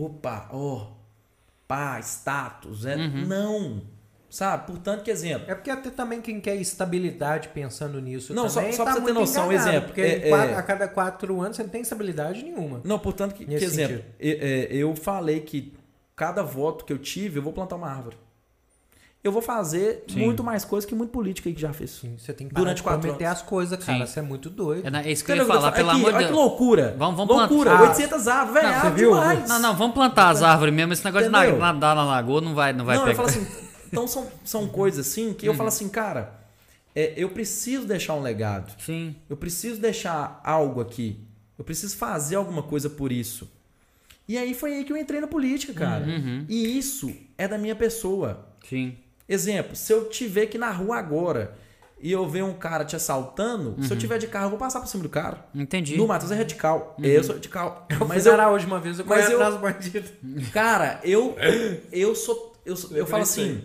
[SPEAKER 3] status, não. Sabe? Portanto, que exemplo.
[SPEAKER 2] É porque até também quem quer estabilidade pensando nisso
[SPEAKER 3] não,
[SPEAKER 2] também
[SPEAKER 3] só pra você ter noção, exemplo.
[SPEAKER 2] Porque a cada 4 anos você não tem estabilidade nenhuma.
[SPEAKER 3] Não, portanto, que exemplo. Eu falei que cada voto que eu tive, eu vou plantar uma árvore. Eu vou fazer muito mais coisa que muito político aí que já fez.
[SPEAKER 2] Sim, você tem que parar de prometer as coisas, cara. Você é muito doido.
[SPEAKER 1] É isso que eu ia falar, pelo amor de Deus.
[SPEAKER 3] Olha que loucura.
[SPEAKER 1] Vamos
[SPEAKER 3] loucura.
[SPEAKER 1] plantar.
[SPEAKER 3] 800 árvores, velho.
[SPEAKER 2] Você viu?
[SPEAKER 3] Demais.
[SPEAKER 1] Não, vamos plantar as árvores mesmo. Esse negócio de nadar na lagoa não vai pegar.
[SPEAKER 3] Eu falo assim, então são coisas assim que eu falo assim, cara, eu preciso deixar um legado.
[SPEAKER 1] Sim.
[SPEAKER 3] Eu preciso deixar algo aqui. Eu preciso fazer alguma coisa por isso. E aí foi aí que eu entrei na política, cara. E isso é da minha pessoa.
[SPEAKER 1] Sim.
[SPEAKER 3] Exemplo, se eu tiver aqui na rua agora e eu ver um cara te assaltando, se eu tiver de carro, eu vou passar por cima do cara.
[SPEAKER 1] Entendi.
[SPEAKER 3] No Matheus é radical. Eu sou radical.
[SPEAKER 2] Mas eu hoje uma vez, eu corri atrás do bandido.
[SPEAKER 3] Cara, eu falo assim,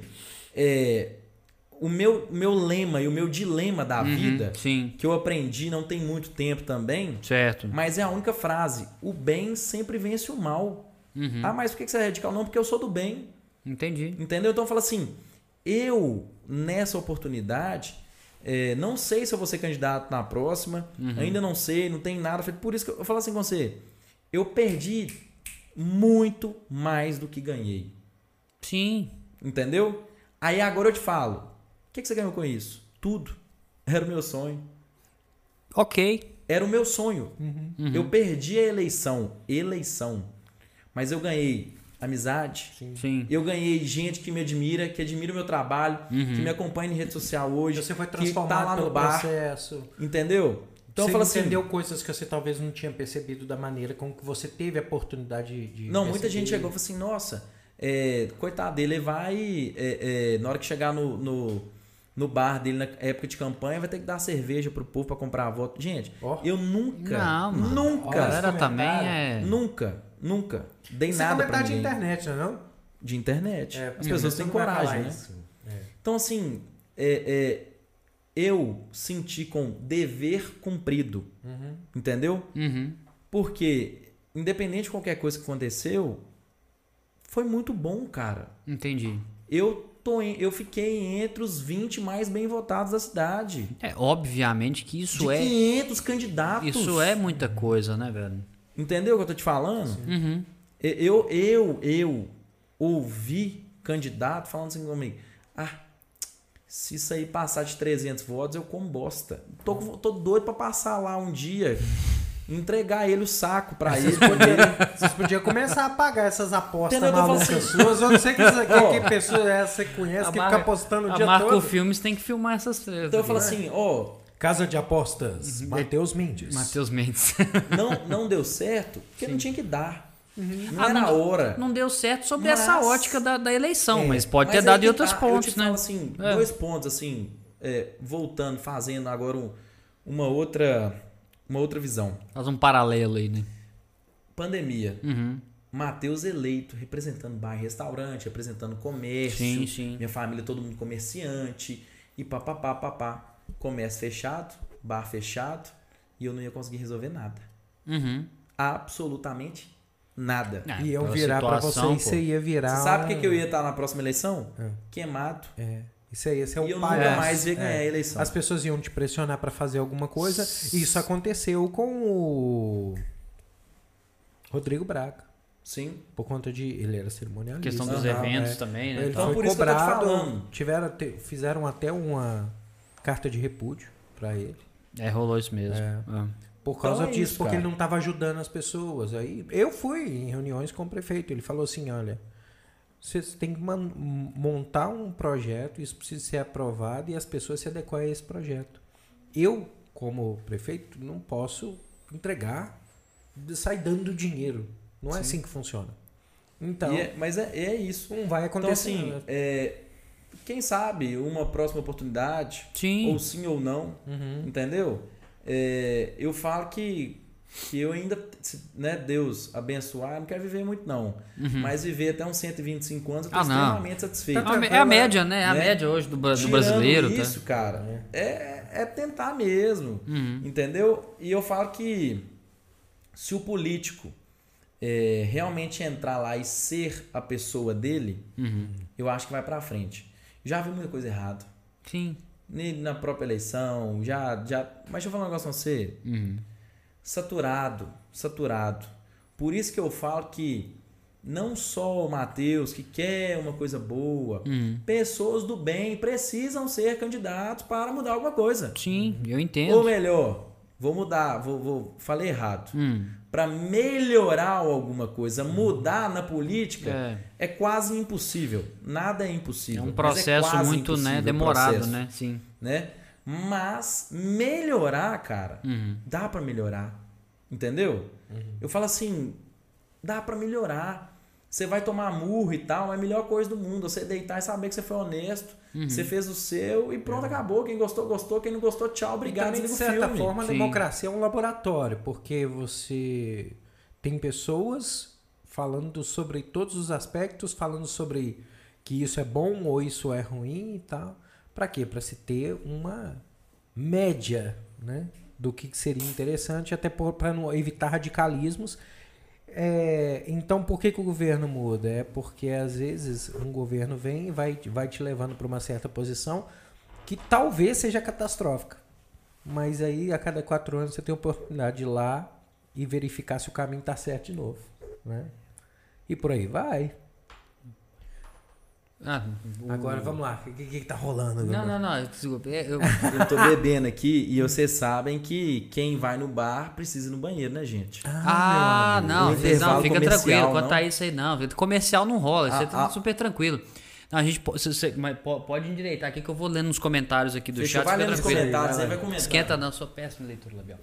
[SPEAKER 3] o meu lema e o meu dilema da vida,
[SPEAKER 1] sim.
[SPEAKER 3] que eu aprendi não tem muito tempo também,
[SPEAKER 1] certo.
[SPEAKER 3] mas é a única frase, o bem sempre vence o mal. Ah, mas por que você é radical? Não, porque eu sou do bem.
[SPEAKER 1] Entendi.
[SPEAKER 3] Entendeu? Então eu falo assim, eu, nessa oportunidade, não sei se eu vou ser candidato na próxima, ainda não sei, não tem nada feito. Por isso que eu falo assim com você, eu perdi muito mais do que ganhei.
[SPEAKER 1] Sim.
[SPEAKER 3] Entendeu? Aí agora eu te falo, o que você ganhou com isso? Tudo. Era o meu sonho.
[SPEAKER 1] Ok.
[SPEAKER 3] Era o meu sonho. Eu perdi a eleição, mas eu ganhei amizade.
[SPEAKER 1] Sim.
[SPEAKER 3] Eu ganhei gente que me admira, que admira o meu trabalho, que me acompanha em rede social hoje.
[SPEAKER 2] Você foi transformado
[SPEAKER 3] que tá lá no bar, processo. Entendeu? Então
[SPEAKER 2] você
[SPEAKER 3] eu falo assim,
[SPEAKER 2] entendeu coisas que você talvez não tinha percebido da maneira como que você teve a oportunidade de
[SPEAKER 3] não, muita gente chegou e falou assim, nossa, coitado dele, ele vai na hora que chegar no bar dele, na época de campanha, vai ter que dar cerveja pro povo pra comprar voto. Gente, eu nunca,
[SPEAKER 1] galera também
[SPEAKER 3] nunca dei
[SPEAKER 2] você
[SPEAKER 3] nada pra ninguém.
[SPEAKER 2] De internet, não é?
[SPEAKER 3] De internet. As pessoas têm coragem, né? Então, assim, eu senti com dever cumprido. Entendeu? Porque, independente de qualquer coisa que aconteceu, foi muito bom, cara.
[SPEAKER 1] Entendi.
[SPEAKER 3] Eu fiquei entre os 20 mais bem votados da cidade.
[SPEAKER 1] Obviamente que isso
[SPEAKER 3] de 500 candidatos.
[SPEAKER 1] Isso é muita coisa, né, velho?
[SPEAKER 3] Entendeu o que eu tô te falando? Eu ouvi candidato falando assim comigo, se isso aí passar de 300 votos, eu como bosta. Tô doido pra passar lá um dia, entregar ele o saco pra ele.
[SPEAKER 2] Vocês podiam começar a pagar essas apostas malucas suas. Eu não sei que pessoa é essa que você conhece, que fica apostando o dia todo.
[SPEAKER 1] A Marco Filmes tem que filmar essas três.
[SPEAKER 3] Então eu falo assim,
[SPEAKER 2] Casa de apostas, Matheus Mendes.
[SPEAKER 3] Não deu certo, porque não tinha que dar. Não era a hora.
[SPEAKER 1] Não deu certo sobre essa ótica da eleição, mas pode ter dado em outros pontos, né?
[SPEAKER 3] Eu te falo assim, 2 pontos, assim, voltando, fazendo agora uma outra visão.
[SPEAKER 1] Faz um paralelo aí, né?
[SPEAKER 3] Pandemia. Matheus eleito, representando bar e restaurante, representando comércio.
[SPEAKER 1] Sim.
[SPEAKER 3] Minha família, todo mundo comerciante. E papapá. Comércio fechado, bar fechado. E eu não ia conseguir resolver nada. Absolutamente nada.
[SPEAKER 2] E eu virar pra você e você ia virar.
[SPEAKER 3] Você sabe o que eu ia estar na próxima eleição? Queimado.
[SPEAKER 2] Isso aí, esse é o
[SPEAKER 3] e eu nunca mais ia ganhar a eleição.
[SPEAKER 2] As pessoas iam te pressionar pra fazer alguma coisa. E isso aconteceu com o Rodrigo Braga.
[SPEAKER 3] Sim.
[SPEAKER 2] Por conta de... Ele era cerimonialista.
[SPEAKER 1] Questão dos eventos também, né?
[SPEAKER 2] Ele foi
[SPEAKER 3] por isso
[SPEAKER 2] cobrado,
[SPEAKER 3] que eu tô te falando.
[SPEAKER 2] Fizeram até uma carta de repúdio pra ele.
[SPEAKER 1] Rolou isso mesmo.
[SPEAKER 2] Por causa
[SPEAKER 3] então
[SPEAKER 2] disso,
[SPEAKER 3] isso,
[SPEAKER 2] porque
[SPEAKER 3] cara.
[SPEAKER 2] ele não estava ajudando as pessoas. Aí eu fui em reuniões com o prefeito. Ele falou assim, olha, vocês têm que montar um projeto, isso precisa ser aprovado e as pessoas se adequarem a esse projeto. Eu, como prefeito, não posso entregar, sair dando dinheiro. Não é assim que funciona. Então,
[SPEAKER 3] mas é isso.
[SPEAKER 2] Não vai acontecer.
[SPEAKER 3] Então, assim, quem sabe uma próxima oportunidade, ou sim ou não, entendeu? Eu falo que eu ainda, né, Deus abençoar, eu não quero viver muito não, mas viver até uns 125 anos eu estou extremamente satisfeito.
[SPEAKER 1] É a média, né? É a média hoje do brasileiro.
[SPEAKER 3] Isso, cara, é tentar mesmo, entendeu? E eu falo que se o político realmente entrar lá e ser a pessoa dele, eu acho que vai pra frente. Já vi muita coisa errada.
[SPEAKER 1] Sim.
[SPEAKER 3] Na própria eleição, já. Mas deixa eu falar um negócio com você. Saturado. Por isso que eu falo que não só o Matheus, que quer uma coisa boa, pessoas do bem precisam ser candidatos para mudar alguma coisa.
[SPEAKER 1] Sim, eu entendo.
[SPEAKER 3] Ou melhor, vou mudar, falei errado. Para melhorar alguma coisa, mudar na política, é quase impossível. Nada é impossível.
[SPEAKER 1] É um processo muito, né, demorado, né? Sim.
[SPEAKER 3] Né? Mas melhorar, cara, dá para melhorar. Entendeu? Eu falo assim, dá para melhorar. Você vai tomar murro e tal, é a melhor coisa do mundo. Você deitar e saber que você foi honesto, você fez o seu e pronto, acabou. Quem gostou, gostou. Quem não gostou, tchau, obrigado.
[SPEAKER 2] Então, de certa forma, a democracia é um laboratório, porque você tem pessoas falando sobre todos os aspectos, falando sobre que isso é bom ou isso é ruim e tal. Para quê? Para se ter uma média, né, do que seria interessante, até para não evitar radicalismos. Então, por que o governo muda? É porque, às vezes, um governo vem e vai te levando para uma certa posição que talvez seja catastrófica. Mas aí, a cada 4 anos, você tem a oportunidade de ir lá e verificar se o caminho está certo de novo, né? E por aí vai. Agora vamos lá, o que tá rolando?
[SPEAKER 1] Não, desculpa.
[SPEAKER 3] Eu tô bebendo aqui e vocês sabem que quem vai no bar precisa ir no banheiro, né, gente?
[SPEAKER 1] Não, fica tranquilo. Quanto a isso aí, não. Comercial não rola, isso tá super tranquilo. Não, a gente pode endireitar aqui que eu vou lendo nos comentários aqui do chat.
[SPEAKER 3] Vai lendo nos comentários, aí vai comentar.
[SPEAKER 1] Esquenta não, sou péssimo leitor labial.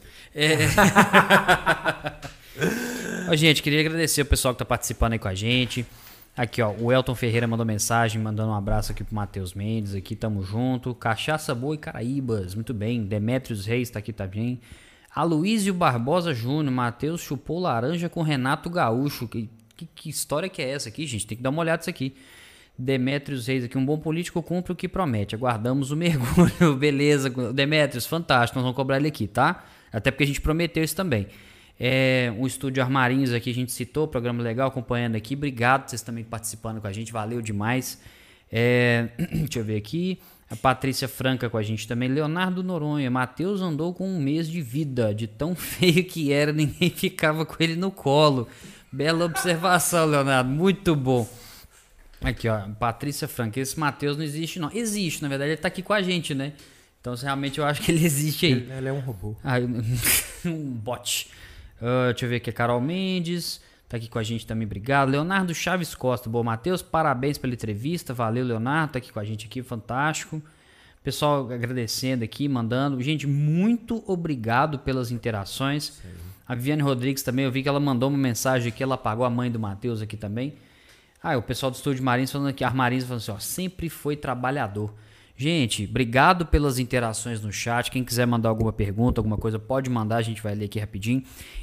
[SPEAKER 1] Gente, queria agradecer o pessoal que tá participando aí com a gente. Aqui, ó, o Elton Ferreira mandou mensagem, mandando um abraço aqui pro Matheus Mendes, aqui, tamo junto. Cachaça Boa e Caraíbas, muito bem. Demétrios Reis tá aqui também. Aloísio Barbosa Júnior, Matheus chupou laranja com Renato Gaúcho. Que história que é essa aqui, gente? Tem que dar uma olhada nisso aqui. Demétrios Reis aqui, um bom político cumpre o que promete. Aguardamos o mergulho. Beleza, Demétrios, fantástico, nós vamos cobrar ele aqui, tá? Até porque a gente prometeu isso também. O Estúdio Armarinhos aqui, a gente citou, programa legal, acompanhando aqui. Obrigado vocês também participando com a gente, valeu demais. Deixa eu ver aqui. A Patrícia Franca com a gente também. Leonardo Noronha. Matheus andou com 1 mês de vida. De tão feio que era, ninguém ficava com ele no colo. Bela observação, Leonardo. Muito bom. Aqui, ó. Patrícia Franca. Esse Matheus não existe, não. Existe, na verdade, ele tá aqui com a gente, né? Então, realmente, eu acho que ele existe aí.
[SPEAKER 2] Ele é um robô.
[SPEAKER 1] Um bot. Deixa eu ver aqui. Carol Mendes. Tá aqui com a gente também, obrigado. Leonardo Chaves Costa, bom, Matheus, parabéns pela entrevista, valeu, Leonardo, tá aqui com a gente aqui, fantástico. Pessoal agradecendo aqui, mandando. Gente, muito obrigado pelas interações. Sim. A Viviane Rodrigues também, eu vi que ela mandou uma mensagem aqui, ela pagou a mãe do Matheus aqui também. O pessoal do Estúdio Marins falando aqui, Armarins falando assim, ó, sempre foi trabalhador. Gente, obrigado pelas interações no chat. Quem quiser mandar alguma pergunta, alguma coisa, pode mandar, a gente vai ler aqui rapidinho.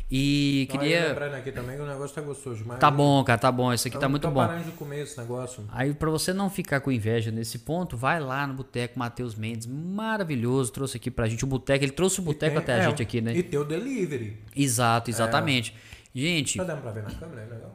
[SPEAKER 1] E queria...
[SPEAKER 2] lembrando aqui também que o negócio tá gostoso demais.
[SPEAKER 1] Tá bom, cara, tá bom. Esse aqui tá muito bom.
[SPEAKER 2] Parando de comer esse negócio.
[SPEAKER 1] Aí, pra você não ficar com inveja nesse ponto, vai lá no Boteco Matheus Mendes, maravilhoso, trouxe aqui pra gente o Boteco. Ele trouxe o Boteco até a gente aqui, né?
[SPEAKER 2] E tem o delivery.
[SPEAKER 1] Exatamente. Gente...
[SPEAKER 2] Tá dando pra ver na câmera, é legal?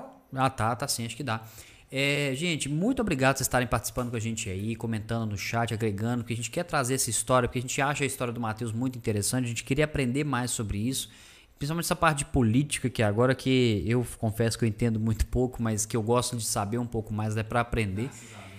[SPEAKER 1] Tá sim, acho que dá. Gente, muito obrigado por vocês estarem participando com a gente aí, comentando no chat, agregando, porque a gente quer trazer essa história, porque a gente acha a história do Matheus muito interessante, a gente queria aprender mais sobre isso, principalmente essa parte de política, que agora que eu confesso que eu entendo muito pouco, mas que eu gosto de saber um pouco mais, para aprender.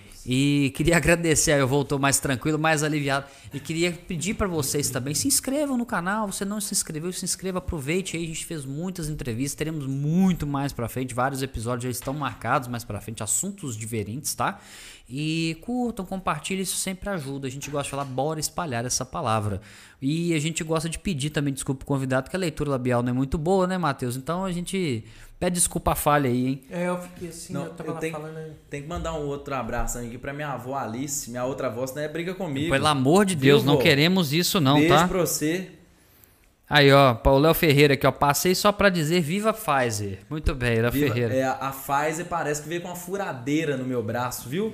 [SPEAKER 1] E queria agradecer, eu voltou mais tranquilo, mais aliviado. E queria pedir para vocês também, se inscrevam no canal, você não se inscreveu, se inscreva, aproveite aí, a gente fez muitas entrevistas, teremos muito mais para frente, vários episódios já estão marcados mais para frente, assuntos diferentes, tá? E curtam, compartilhem, isso sempre ajuda, a gente gosta de falar, bora espalhar essa palavra. E a gente gosta de pedir também desculpa pro convidado, que a leitura labial não é muito boa, né, Matheus? Então a gente pede desculpa a falha aí, hein?
[SPEAKER 2] Eu fiquei assim, eu tava lá falando aí.
[SPEAKER 3] Tem que mandar um outro abraço aqui pra minha avó Alice, minha outra avó, senão é briga comigo.
[SPEAKER 1] Pelo amor de Deus, não queremos isso não,
[SPEAKER 3] beijo
[SPEAKER 1] tá?
[SPEAKER 3] Beijo pra você.
[SPEAKER 1] Aí, ó, o Léo Ferreira aqui, ó, passei só pra dizer viva Pfizer. Muito bem, Léo Ferreira.
[SPEAKER 3] A Pfizer parece que veio com uma furadeira no meu braço, viu?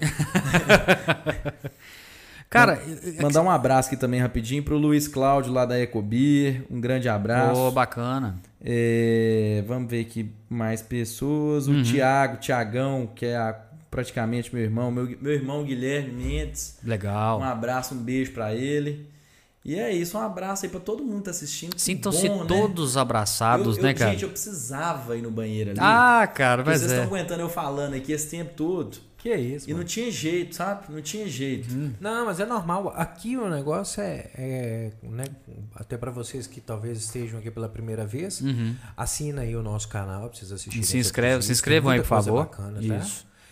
[SPEAKER 1] Cara,
[SPEAKER 3] mandar um abraço aqui também rapidinho pro Luiz Cláudio lá da Ecobir, um grande abraço.
[SPEAKER 1] Bacana.
[SPEAKER 3] Vamos ver aqui mais pessoas. O Tiagão, que é praticamente meu irmão, meu irmão Guilherme Mendes.
[SPEAKER 1] Legal.
[SPEAKER 3] Um abraço, um beijo pra ele. E é isso, um abraço aí pra todo mundo que tá assistindo.
[SPEAKER 1] Sintam-se todos abraçados, né, cara?
[SPEAKER 3] Gente, eu precisava ir no banheiro ali.
[SPEAKER 1] Cara, mas
[SPEAKER 3] vocês estão aguentando eu falando aqui esse tempo todo.
[SPEAKER 2] Que é isso,
[SPEAKER 3] mano? Não tinha jeito, sabe? Não tinha jeito.
[SPEAKER 2] Não, mas é normal. Aqui o negócio né, até para vocês que talvez estejam aqui pela primeira vez, assina aí o nosso canal pra vocês assistirem.
[SPEAKER 1] Se inscrevam aí, por favor.
[SPEAKER 2] Bacana,
[SPEAKER 1] isso.
[SPEAKER 2] Tá?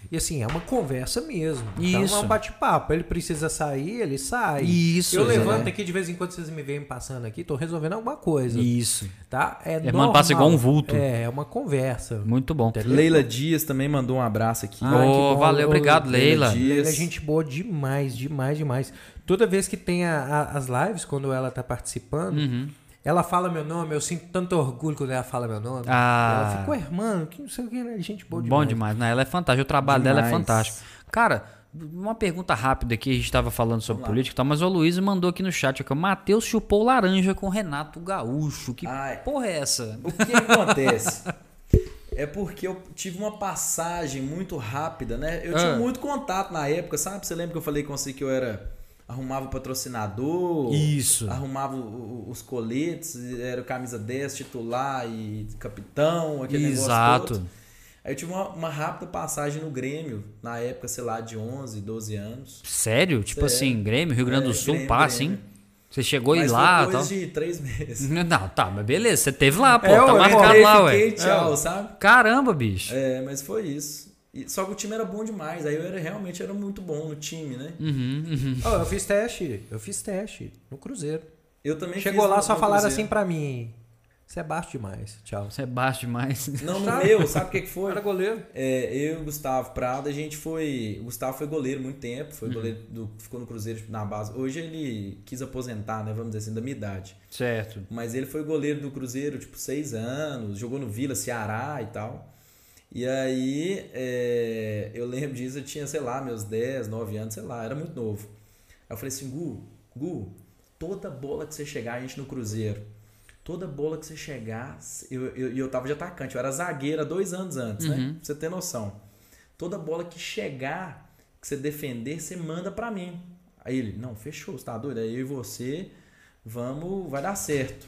[SPEAKER 2] E assim, é uma conversa mesmo.
[SPEAKER 1] Isso.
[SPEAKER 2] Então é um bate-papo. Ele precisa sair, ele sai.
[SPEAKER 1] Isso.
[SPEAKER 2] Eu levanto aqui de vez em quando, vocês me veem passando aqui, tô resolvendo alguma coisa.
[SPEAKER 1] Isso.
[SPEAKER 2] Tá? É
[SPEAKER 1] normal. Passa igual um vulto.
[SPEAKER 2] É uma conversa.
[SPEAKER 1] Muito bom.
[SPEAKER 3] Entendeu? Leila Dias também mandou um abraço aqui.
[SPEAKER 1] Valeu, obrigado, Leila.
[SPEAKER 2] Leila é gente boa demais, demais, demais. Toda vez que tem as lives, quando ela tá participando, ela fala meu nome, eu sinto tanto orgulho quando ela fala meu nome. Ela ficou, irmão, que não sei o que, né? Gente boa demais.
[SPEAKER 1] Bom demais, né? Ela é fantástica, o trabalho dela é fantástico. Cara, uma pergunta rápida aqui, a gente estava falando sobre política e tal, mas o Luiz mandou aqui no chat que o Matheus chupou laranja com Renato Gaúcho. Que porra é essa?
[SPEAKER 3] O que acontece? É porque eu tive uma passagem muito rápida, né? Eu tinha muito contato na época, sabe? Você lembra que eu falei com você que eu arrumava o patrocinador,
[SPEAKER 1] isso,
[SPEAKER 3] arrumava os coletes, era o camisa 10, titular e capitão, aquele negócio todo. Aí eu tive uma rápida passagem no Grêmio, na época, sei lá, de 11, 12 anos.
[SPEAKER 1] Sério? Tipo assim, Grêmio, Rio Grande do Sul, assim? Você chegou aí lá,
[SPEAKER 3] depois de 3 meses.
[SPEAKER 1] Não, tá, mas beleza, você teve lá, pô, tá marcado lá, ué.
[SPEAKER 3] Tchau, sabe?
[SPEAKER 1] Caramba, bicho.
[SPEAKER 3] Mas foi isso. Só que o time era bom demais, aí eu realmente era muito bom no time, né?
[SPEAKER 2] Eu fiz teste no Cruzeiro.
[SPEAKER 3] Eu também
[SPEAKER 2] Chegou lá, só falaram assim pra mim, você é baixo demais, tchau.
[SPEAKER 1] Você é baixo demais.
[SPEAKER 3] Não, no meu, sabe o que foi?
[SPEAKER 2] Era goleiro.
[SPEAKER 3] Eu e o Gustavo Prado, o Gustavo foi goleiro muito tempo, foi goleiro ficou no Cruzeiro na base. Hoje ele quis aposentar, né, vamos dizer assim, da minha idade.
[SPEAKER 1] Certo.
[SPEAKER 3] Mas ele foi goleiro do Cruzeiro, 6 anos, jogou no Vila, Ceará e tal. E aí, eu lembro disso, eu tinha, sei lá, meus 10, 9 anos, sei lá, era muito novo. Aí eu falei assim, Gu, toda bola que você chegar, a gente no Cruzeiro, toda bola que você chegar, eu tava de atacante, eu era zagueiro há 2 anos antes, né? Pra você ter noção. Toda bola que chegar, que você defender, você manda pra mim. Aí ele, não, fechou, você tá doido? Aí eu e você, vai dar certo.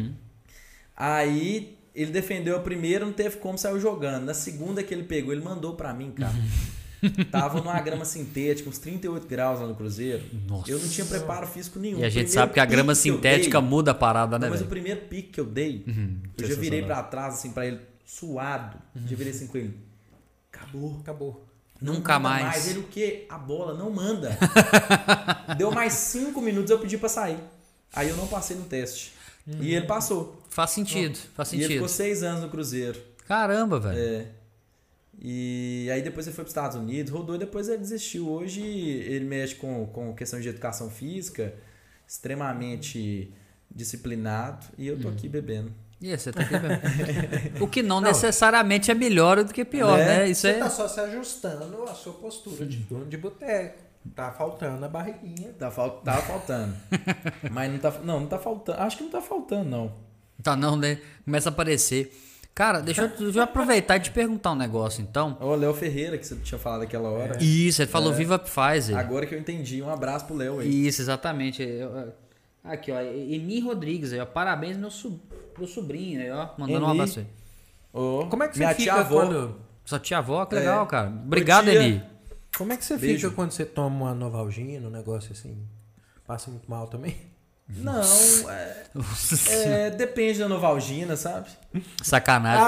[SPEAKER 3] Aí ele defendeu a primeira, não teve como, saiu jogando. Na segunda que ele pegou, ele mandou pra mim, cara. Tava numa grama sintética, uns 38 graus lá no Cruzeiro.
[SPEAKER 1] Nossa.
[SPEAKER 3] Eu não tinha preparo físico nenhum.
[SPEAKER 1] E a gente sabe que a grama sintética muda a parada, né?
[SPEAKER 3] Mas o primeiro pique que eu dei, eu já virei pra trás, assim, pra ele, suado. Já virei assim com ele. Acabou.
[SPEAKER 1] Nunca mais.
[SPEAKER 3] Ele o quê? A bola não manda. Deu mais 5 minutos, eu pedi pra sair. Aí eu não passei no teste. E ele passou.
[SPEAKER 1] Faz sentido.
[SPEAKER 3] E ele ficou 6 anos no Cruzeiro.
[SPEAKER 1] Caramba, velho.
[SPEAKER 3] E aí depois ele foi para os Estados Unidos, rodou e depois ele desistiu. Hoje ele mexe com questão de educação física, extremamente disciplinado, e eu tô aqui bebendo.
[SPEAKER 1] Você tá aqui bebendo. O que não necessariamente é melhor do que pior, né? Isso
[SPEAKER 2] você tá só se ajustando a sua postura de dono de boteco. Tá faltando a barriguinha.
[SPEAKER 3] Tá faltando. Mas não tá faltando. Acho que não tá faltando, não.
[SPEAKER 1] Tá não, né? Começa a aparecer. Cara, deixa eu aproveitar e te perguntar um negócio, então.
[SPEAKER 3] Ô, Léo Ferreira, que você tinha falado aquela hora.
[SPEAKER 1] Isso, ele falou Viva Pfizer.
[SPEAKER 3] Agora que eu entendi. Um abraço pro Léo aí.
[SPEAKER 1] Isso, exatamente. Aqui, ó. Emi Rodrigues aí, ó. Parabéns, meu sobrinho aí, ó. Mandando um abraço aí.
[SPEAKER 2] Como é que você fica quando...
[SPEAKER 1] Sua tia-avó, que legal, cara. Obrigado, Emi.
[SPEAKER 2] Como é que você fica quando você toma uma Novalgina, um negócio assim? Passa muito mal também?
[SPEAKER 3] Não, depende da Novalgina, sabe?
[SPEAKER 1] Sacanagem.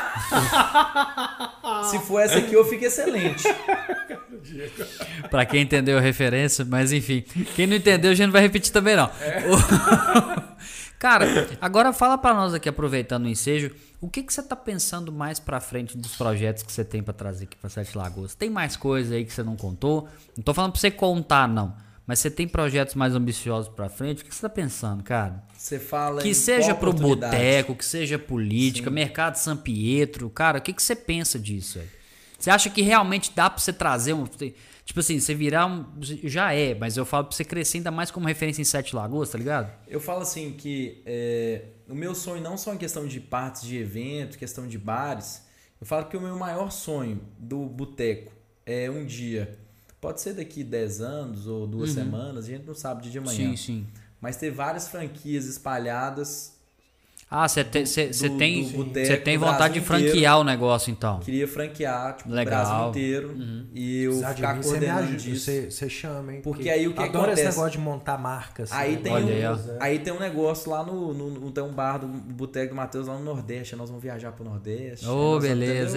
[SPEAKER 3] Se for essa aqui, eu fico excelente.
[SPEAKER 1] Pra quem entendeu a referência, mas enfim. Quem não entendeu, a gente não vai repetir também, não. Cara, agora fala pra nós aqui, aproveitando o ensejo, o que você tá pensando mais pra frente dos projetos que você tem pra trazer aqui pra Sete Lagoas? Tem mais coisa aí que você não contou? Não tô falando pra você contar, não. Mas você tem projetos mais ambiciosos pra frente? O que você tá pensando, cara?
[SPEAKER 3] Você fala
[SPEAKER 1] que seja pro boteco, que seja política, mercado São Pietro. Cara, o que você pensa disso aí? Você acha que realmente dá pra você trazer um... Tipo assim, você virar um... Já mas eu falo pra você crescer ainda mais como referência em Sete Lagoas, tá ligado?
[SPEAKER 3] Eu falo assim que o meu sonho não só em questão de partes de evento, questão de bares. Eu falo que o meu maior sonho do boteco é um dia... Pode ser daqui 10 anos ou 2 semanas, a gente não sabe de dia de manhã.
[SPEAKER 1] Sim.
[SPEAKER 3] Mas ter várias franquias espalhadas.
[SPEAKER 1] Você tem vontade de franquear o negócio, então?
[SPEAKER 3] Queria franquear, o
[SPEAKER 1] legal.
[SPEAKER 3] Brasil inteiro. E eu ficar coordenando disso.
[SPEAKER 2] Você chama, hein?
[SPEAKER 3] Porque aí o que
[SPEAKER 2] adoro
[SPEAKER 3] acontece?
[SPEAKER 2] Esse negócio de montar marcas.
[SPEAKER 3] Aí, aí tem um negócio lá tem um bar do Boteco do Matheus lá no Nordeste. Nós vamos viajar pro Nordeste.
[SPEAKER 1] Beleza, hein?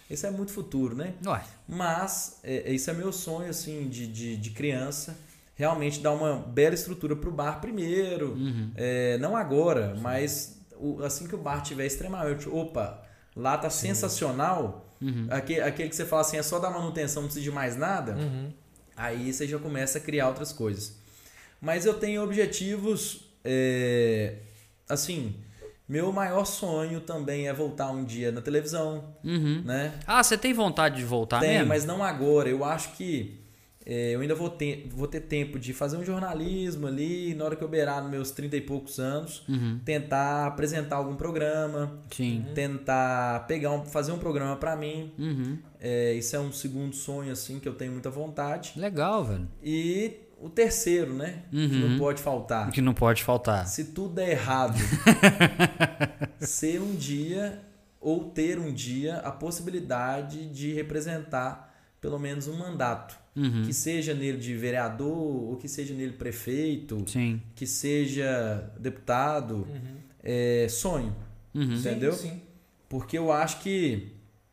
[SPEAKER 3] Isso é muito futuro, né?
[SPEAKER 1] Ué.
[SPEAKER 3] Mas isso é meu sonho, assim, de criança. Realmente dar uma bela estrutura para o bar primeiro. Não agora, mas assim que o bar estiver extremamente... Opa, lá tá sensacional. Aquele que você fala assim, é só dar manutenção, não precisa de mais nada. Aí você já começa a criar outras coisas. Mas eu tenho objetivos... assim... Meu maior sonho também é voltar um dia na televisão, né?
[SPEAKER 1] Ah, você tem vontade de voltar mesmo?
[SPEAKER 3] Tem, mas não agora. Eu acho que eu ainda vou ter tempo de fazer um jornalismo ali, na hora que eu beirar nos meus 30 e poucos anos, tentar apresentar algum programa, tentar fazer um programa pra mim. Isso é um segundo sonho, assim, que eu tenho muita vontade.
[SPEAKER 1] Legal, velho.
[SPEAKER 3] E o terceiro, né? Que não pode faltar.
[SPEAKER 1] Que não pode faltar.
[SPEAKER 3] Se tudo der errado, ser um dia ou ter um dia a possibilidade de representar pelo menos um mandato. Que seja nele de vereador, ou que seja nele prefeito, que seja deputado. Sonho. Entendeu?
[SPEAKER 2] Sim.
[SPEAKER 3] Porque eu acho que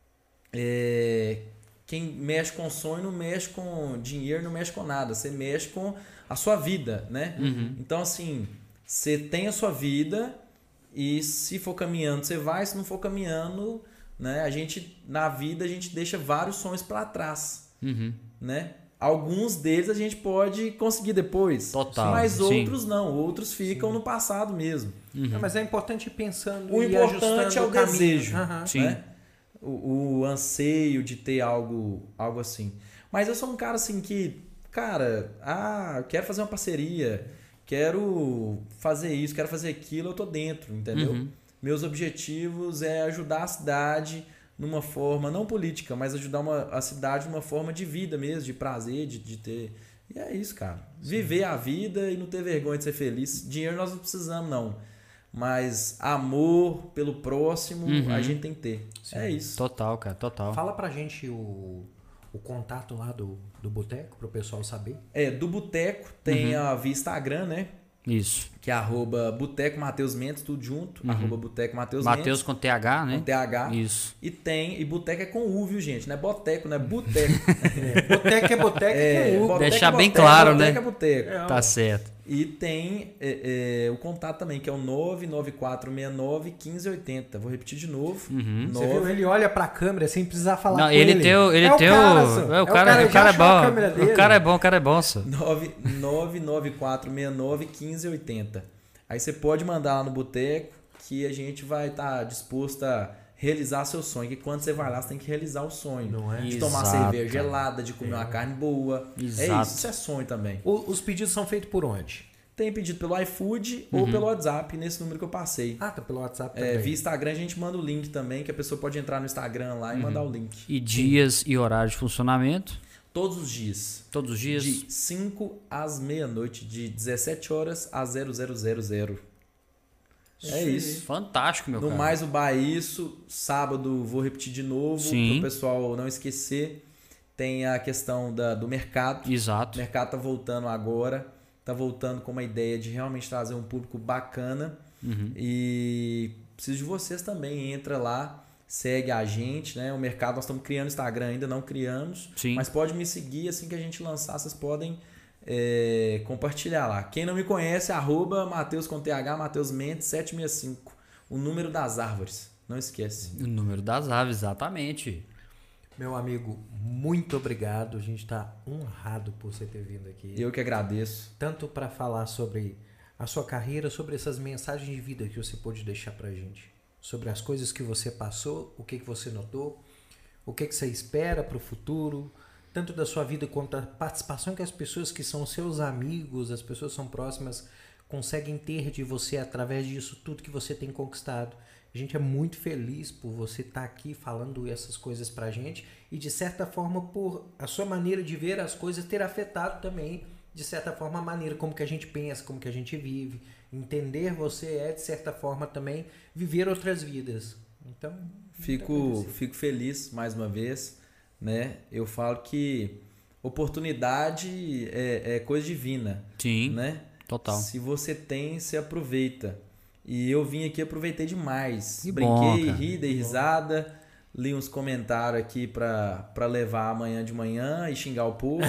[SPEAKER 3] quem mexe com sonho não mexe com dinheiro, não mexe com nada. Você mexe com a sua vida, né? Então, assim, você tem a sua vida e se for caminhando, você vai. Se não for caminhando, né? Na vida, a gente deixa vários sonhos para trás, né? Alguns deles a gente pode conseguir depois.
[SPEAKER 1] Total.
[SPEAKER 3] Mas outros não. Outros ficam no passado mesmo.
[SPEAKER 2] Mas é importante ir pensando
[SPEAKER 3] o
[SPEAKER 2] e
[SPEAKER 3] importante é o
[SPEAKER 2] caminho.
[SPEAKER 3] desejo, né? O anseio de ter algo assim. Mas eu sou um cara assim que, cara, quero fazer uma parceria, quero fazer isso, quero fazer aquilo, eu tô dentro, entendeu? Meus objetivos é ajudar a cidade numa forma, não política, mas ajudar a cidade numa forma de vida mesmo, de prazer, de ter... E é isso, cara. Viver a vida e não ter vergonha de ser feliz. Dinheiro nós não precisamos, não. Mas amor pelo próximo a gente tem que ter. É isso.
[SPEAKER 1] Total, cara, total.
[SPEAKER 2] Fala pra gente o contato lá do Boteco, pro pessoal saber.
[SPEAKER 3] Do Boteco tem a via Instagram, né?
[SPEAKER 1] Isso.
[SPEAKER 3] Que é @Boteco Matheus Mendes, tudo junto. @Boteco Matheus
[SPEAKER 1] Matheus
[SPEAKER 3] Mendes.
[SPEAKER 1] com TH, né?
[SPEAKER 3] Com TH.
[SPEAKER 1] Isso.
[SPEAKER 3] E Boteco é com U, viu, gente? Não é Boteco, não é Boteco.
[SPEAKER 2] Boteco é Boteco com U.
[SPEAKER 1] Deixar bem claro, né?
[SPEAKER 3] Boteco é Boteco.
[SPEAKER 1] Tá certo.
[SPEAKER 3] E tem o contato também, que é o 994691580. Vou repetir de novo.
[SPEAKER 2] Você viu? Ele olha pra câmera sem precisar falar com
[SPEAKER 1] ele. O cara é bom. O cara é bom, só.
[SPEAKER 3] 994691580. Aí você pode mandar lá no Boteco que a gente vai estar disposto a realizar seu sonho. Que quando você vai lá, você tem que realizar o sonho.
[SPEAKER 2] Não é?
[SPEAKER 3] De tomar cerveja gelada, de comer uma carne boa.
[SPEAKER 1] Exato.
[SPEAKER 3] Isso é sonho também.
[SPEAKER 2] Os pedidos são feitos por onde?
[SPEAKER 3] Tem pedido pelo iFood ou pelo WhatsApp, nesse número que eu passei.
[SPEAKER 2] Tá pelo WhatsApp também.
[SPEAKER 3] Via Instagram a gente manda o link também, que a pessoa pode entrar no Instagram lá e mandar o link.
[SPEAKER 1] E dias e horário de funcionamento?
[SPEAKER 3] Todos os dias.
[SPEAKER 1] Todos os dias?
[SPEAKER 3] De 5 às meia-noite, de 17 horas a 0000. É isso.
[SPEAKER 1] Fantástico, meu cara.
[SPEAKER 3] No mais, o bar é isso. Sábado, vou repetir de novo, para o pessoal não esquecer. Tem a questão do mercado.
[SPEAKER 1] Exato.
[SPEAKER 3] O mercado tá voltando agora. Tá voltando com uma ideia de realmente trazer um público bacana. E preciso de vocês também. Entra lá, segue a gente, né? O mercado, nós estamos criando Instagram, ainda não criamos. Mas pode me seguir assim que a gente lançar. Vocês podem compartilhar lá. Quem não me conhece, @Matheus com TH, Matheus Mendes 765. O número das árvores. Não esquece.
[SPEAKER 1] O número das árvores, exatamente.
[SPEAKER 2] Meu amigo, muito obrigado. A gente está honrado por você ter vindo aqui.
[SPEAKER 3] Eu que agradeço.
[SPEAKER 2] Tanto para falar sobre a sua carreira, sobre essas mensagens de vida que você pôde deixar para a gente. Sobre as coisas que você passou, o que você notou, o que você espera para o futuro, tanto da sua vida quanto da participação que as pessoas que são seus amigos, as pessoas que são próximas, conseguem ter de você através disso tudo que você tem conquistado. A gente é muito feliz por você estar aqui falando essas coisas pra gente e, de certa forma, por a sua maneira de ver as coisas ter afetado também, de certa forma, a maneira como que a gente pensa, como que a gente vive. Entender você é, de certa forma, também viver outras vidas. Então,
[SPEAKER 3] fico feliz mais uma vez, né? Eu falo que oportunidade é coisa divina.
[SPEAKER 1] Sim,
[SPEAKER 3] né?
[SPEAKER 1] Total.
[SPEAKER 3] Se você tem, você aproveita. E eu vim aqui, aproveitei demais.
[SPEAKER 1] Que
[SPEAKER 3] Brinquei,
[SPEAKER 1] bom,
[SPEAKER 3] ri, dei risada, li uns comentários aqui pra levar amanhã de manhã e xingar o povo.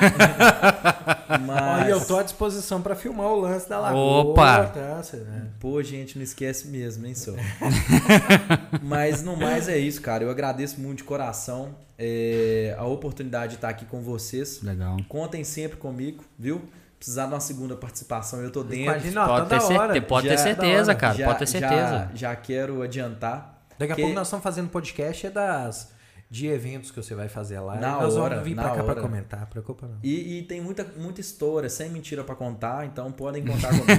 [SPEAKER 2] Mas... eu tô à disposição pra filmar o lance da lagoa.
[SPEAKER 1] Opa!
[SPEAKER 2] Tá,
[SPEAKER 3] Pô, gente, não esquece mesmo, hein, senhor? Mas no mais é isso, cara. Eu agradeço muito de coração a oportunidade de estar aqui com vocês.
[SPEAKER 1] Legal.
[SPEAKER 3] Contem sempre comigo, viu? Precisar de uma segunda participação, eu tô dentro.
[SPEAKER 2] Imagina,
[SPEAKER 1] pode ter certeza, cara. Pode ter certeza.
[SPEAKER 3] Já quero adiantar.
[SPEAKER 2] Daqui a pouco nós estamos fazendo podcast de eventos que você vai fazer lá.
[SPEAKER 3] Nós
[SPEAKER 2] vamos vir pra cá pra comentar, preocupa não.
[SPEAKER 3] E tem muita história, sem mentira pra contar, então podem contar comigo.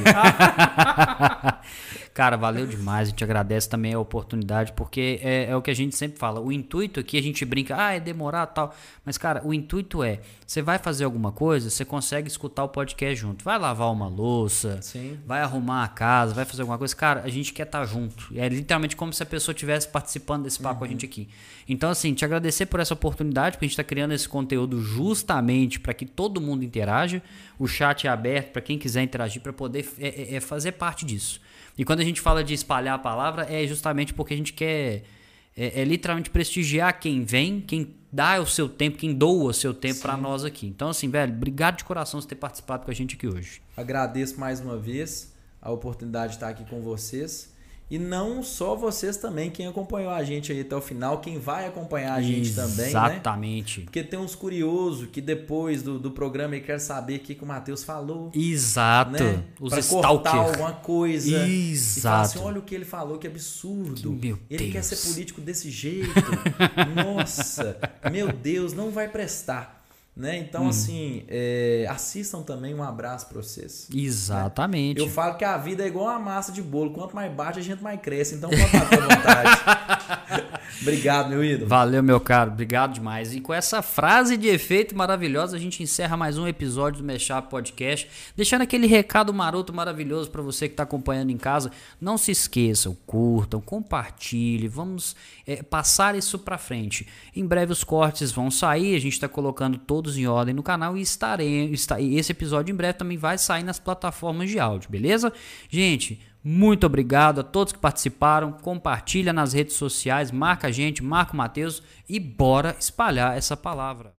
[SPEAKER 1] Cara, valeu demais, a gente agradece também a oportunidade, porque é o que a gente sempre fala, o intuito aqui, a gente brinca, é demorar e tal, mas cara, o intuito você vai fazer alguma coisa, você consegue escutar o podcast junto, vai lavar uma louça,
[SPEAKER 3] sim,
[SPEAKER 1] vai arrumar a casa, vai fazer alguma coisa, cara, a gente quer estar junto, é literalmente como se a pessoa estivesse participando desse papo com a gente aqui. Então assim, te agradecer por essa oportunidade, porque a gente está criando esse conteúdo justamente para que todo mundo interaja, o chat é aberto para quem quiser interagir, para poder fazer parte disso. E quando a gente fala de espalhar a palavra, é justamente porque a gente quer literalmente prestigiar quem vem, quem dá o seu tempo, quem doa o seu tempo para nós aqui. Então assim, velho, obrigado de coração por ter participado com a gente aqui hoje.
[SPEAKER 3] Agradeço mais uma vez a oportunidade de estar aqui com vocês. E não só vocês também, quem acompanhou a gente aí até o final, quem vai acompanhar a gente também,
[SPEAKER 1] exatamente.
[SPEAKER 3] Porque tem uns curiosos que depois do programa ele quer saber o que o Matheus falou.
[SPEAKER 1] Exato.
[SPEAKER 3] Né?
[SPEAKER 1] Os
[SPEAKER 3] pra
[SPEAKER 1] stalker.
[SPEAKER 3] cortar alguma coisa.
[SPEAKER 1] Exato.
[SPEAKER 3] E falar assim, olha o que ele falou, que absurdo. Ele quer ser político desse jeito. Nossa, meu Deus, não vai prestar. Né? Então, assim, assistam também. Um abraço para vocês.
[SPEAKER 1] Exatamente.
[SPEAKER 3] Eu falo que a vida é igual uma massa de bolo. Quanto mais bate, a gente mais cresce. Então, pode bater à vontade. Obrigado, meu ídolo.
[SPEAKER 1] Valeu, meu caro. Obrigado demais. E com essa frase de efeito maravilhosa, a gente encerra mais um episódio do Mashup Podcast. Deixando aquele recado maroto maravilhoso para você que está acompanhando em casa. Não se esqueçam, curtam, compartilhem. Vamos passar isso para frente. Em breve os cortes vão sair. A gente está colocando todos em ordem no canal e esse episódio em breve também vai sair nas plataformas de áudio, beleza? Gente, muito obrigado a todos que participaram, compartilha nas redes sociais, marca a gente, marca o Matheus e bora espalhar essa palavra.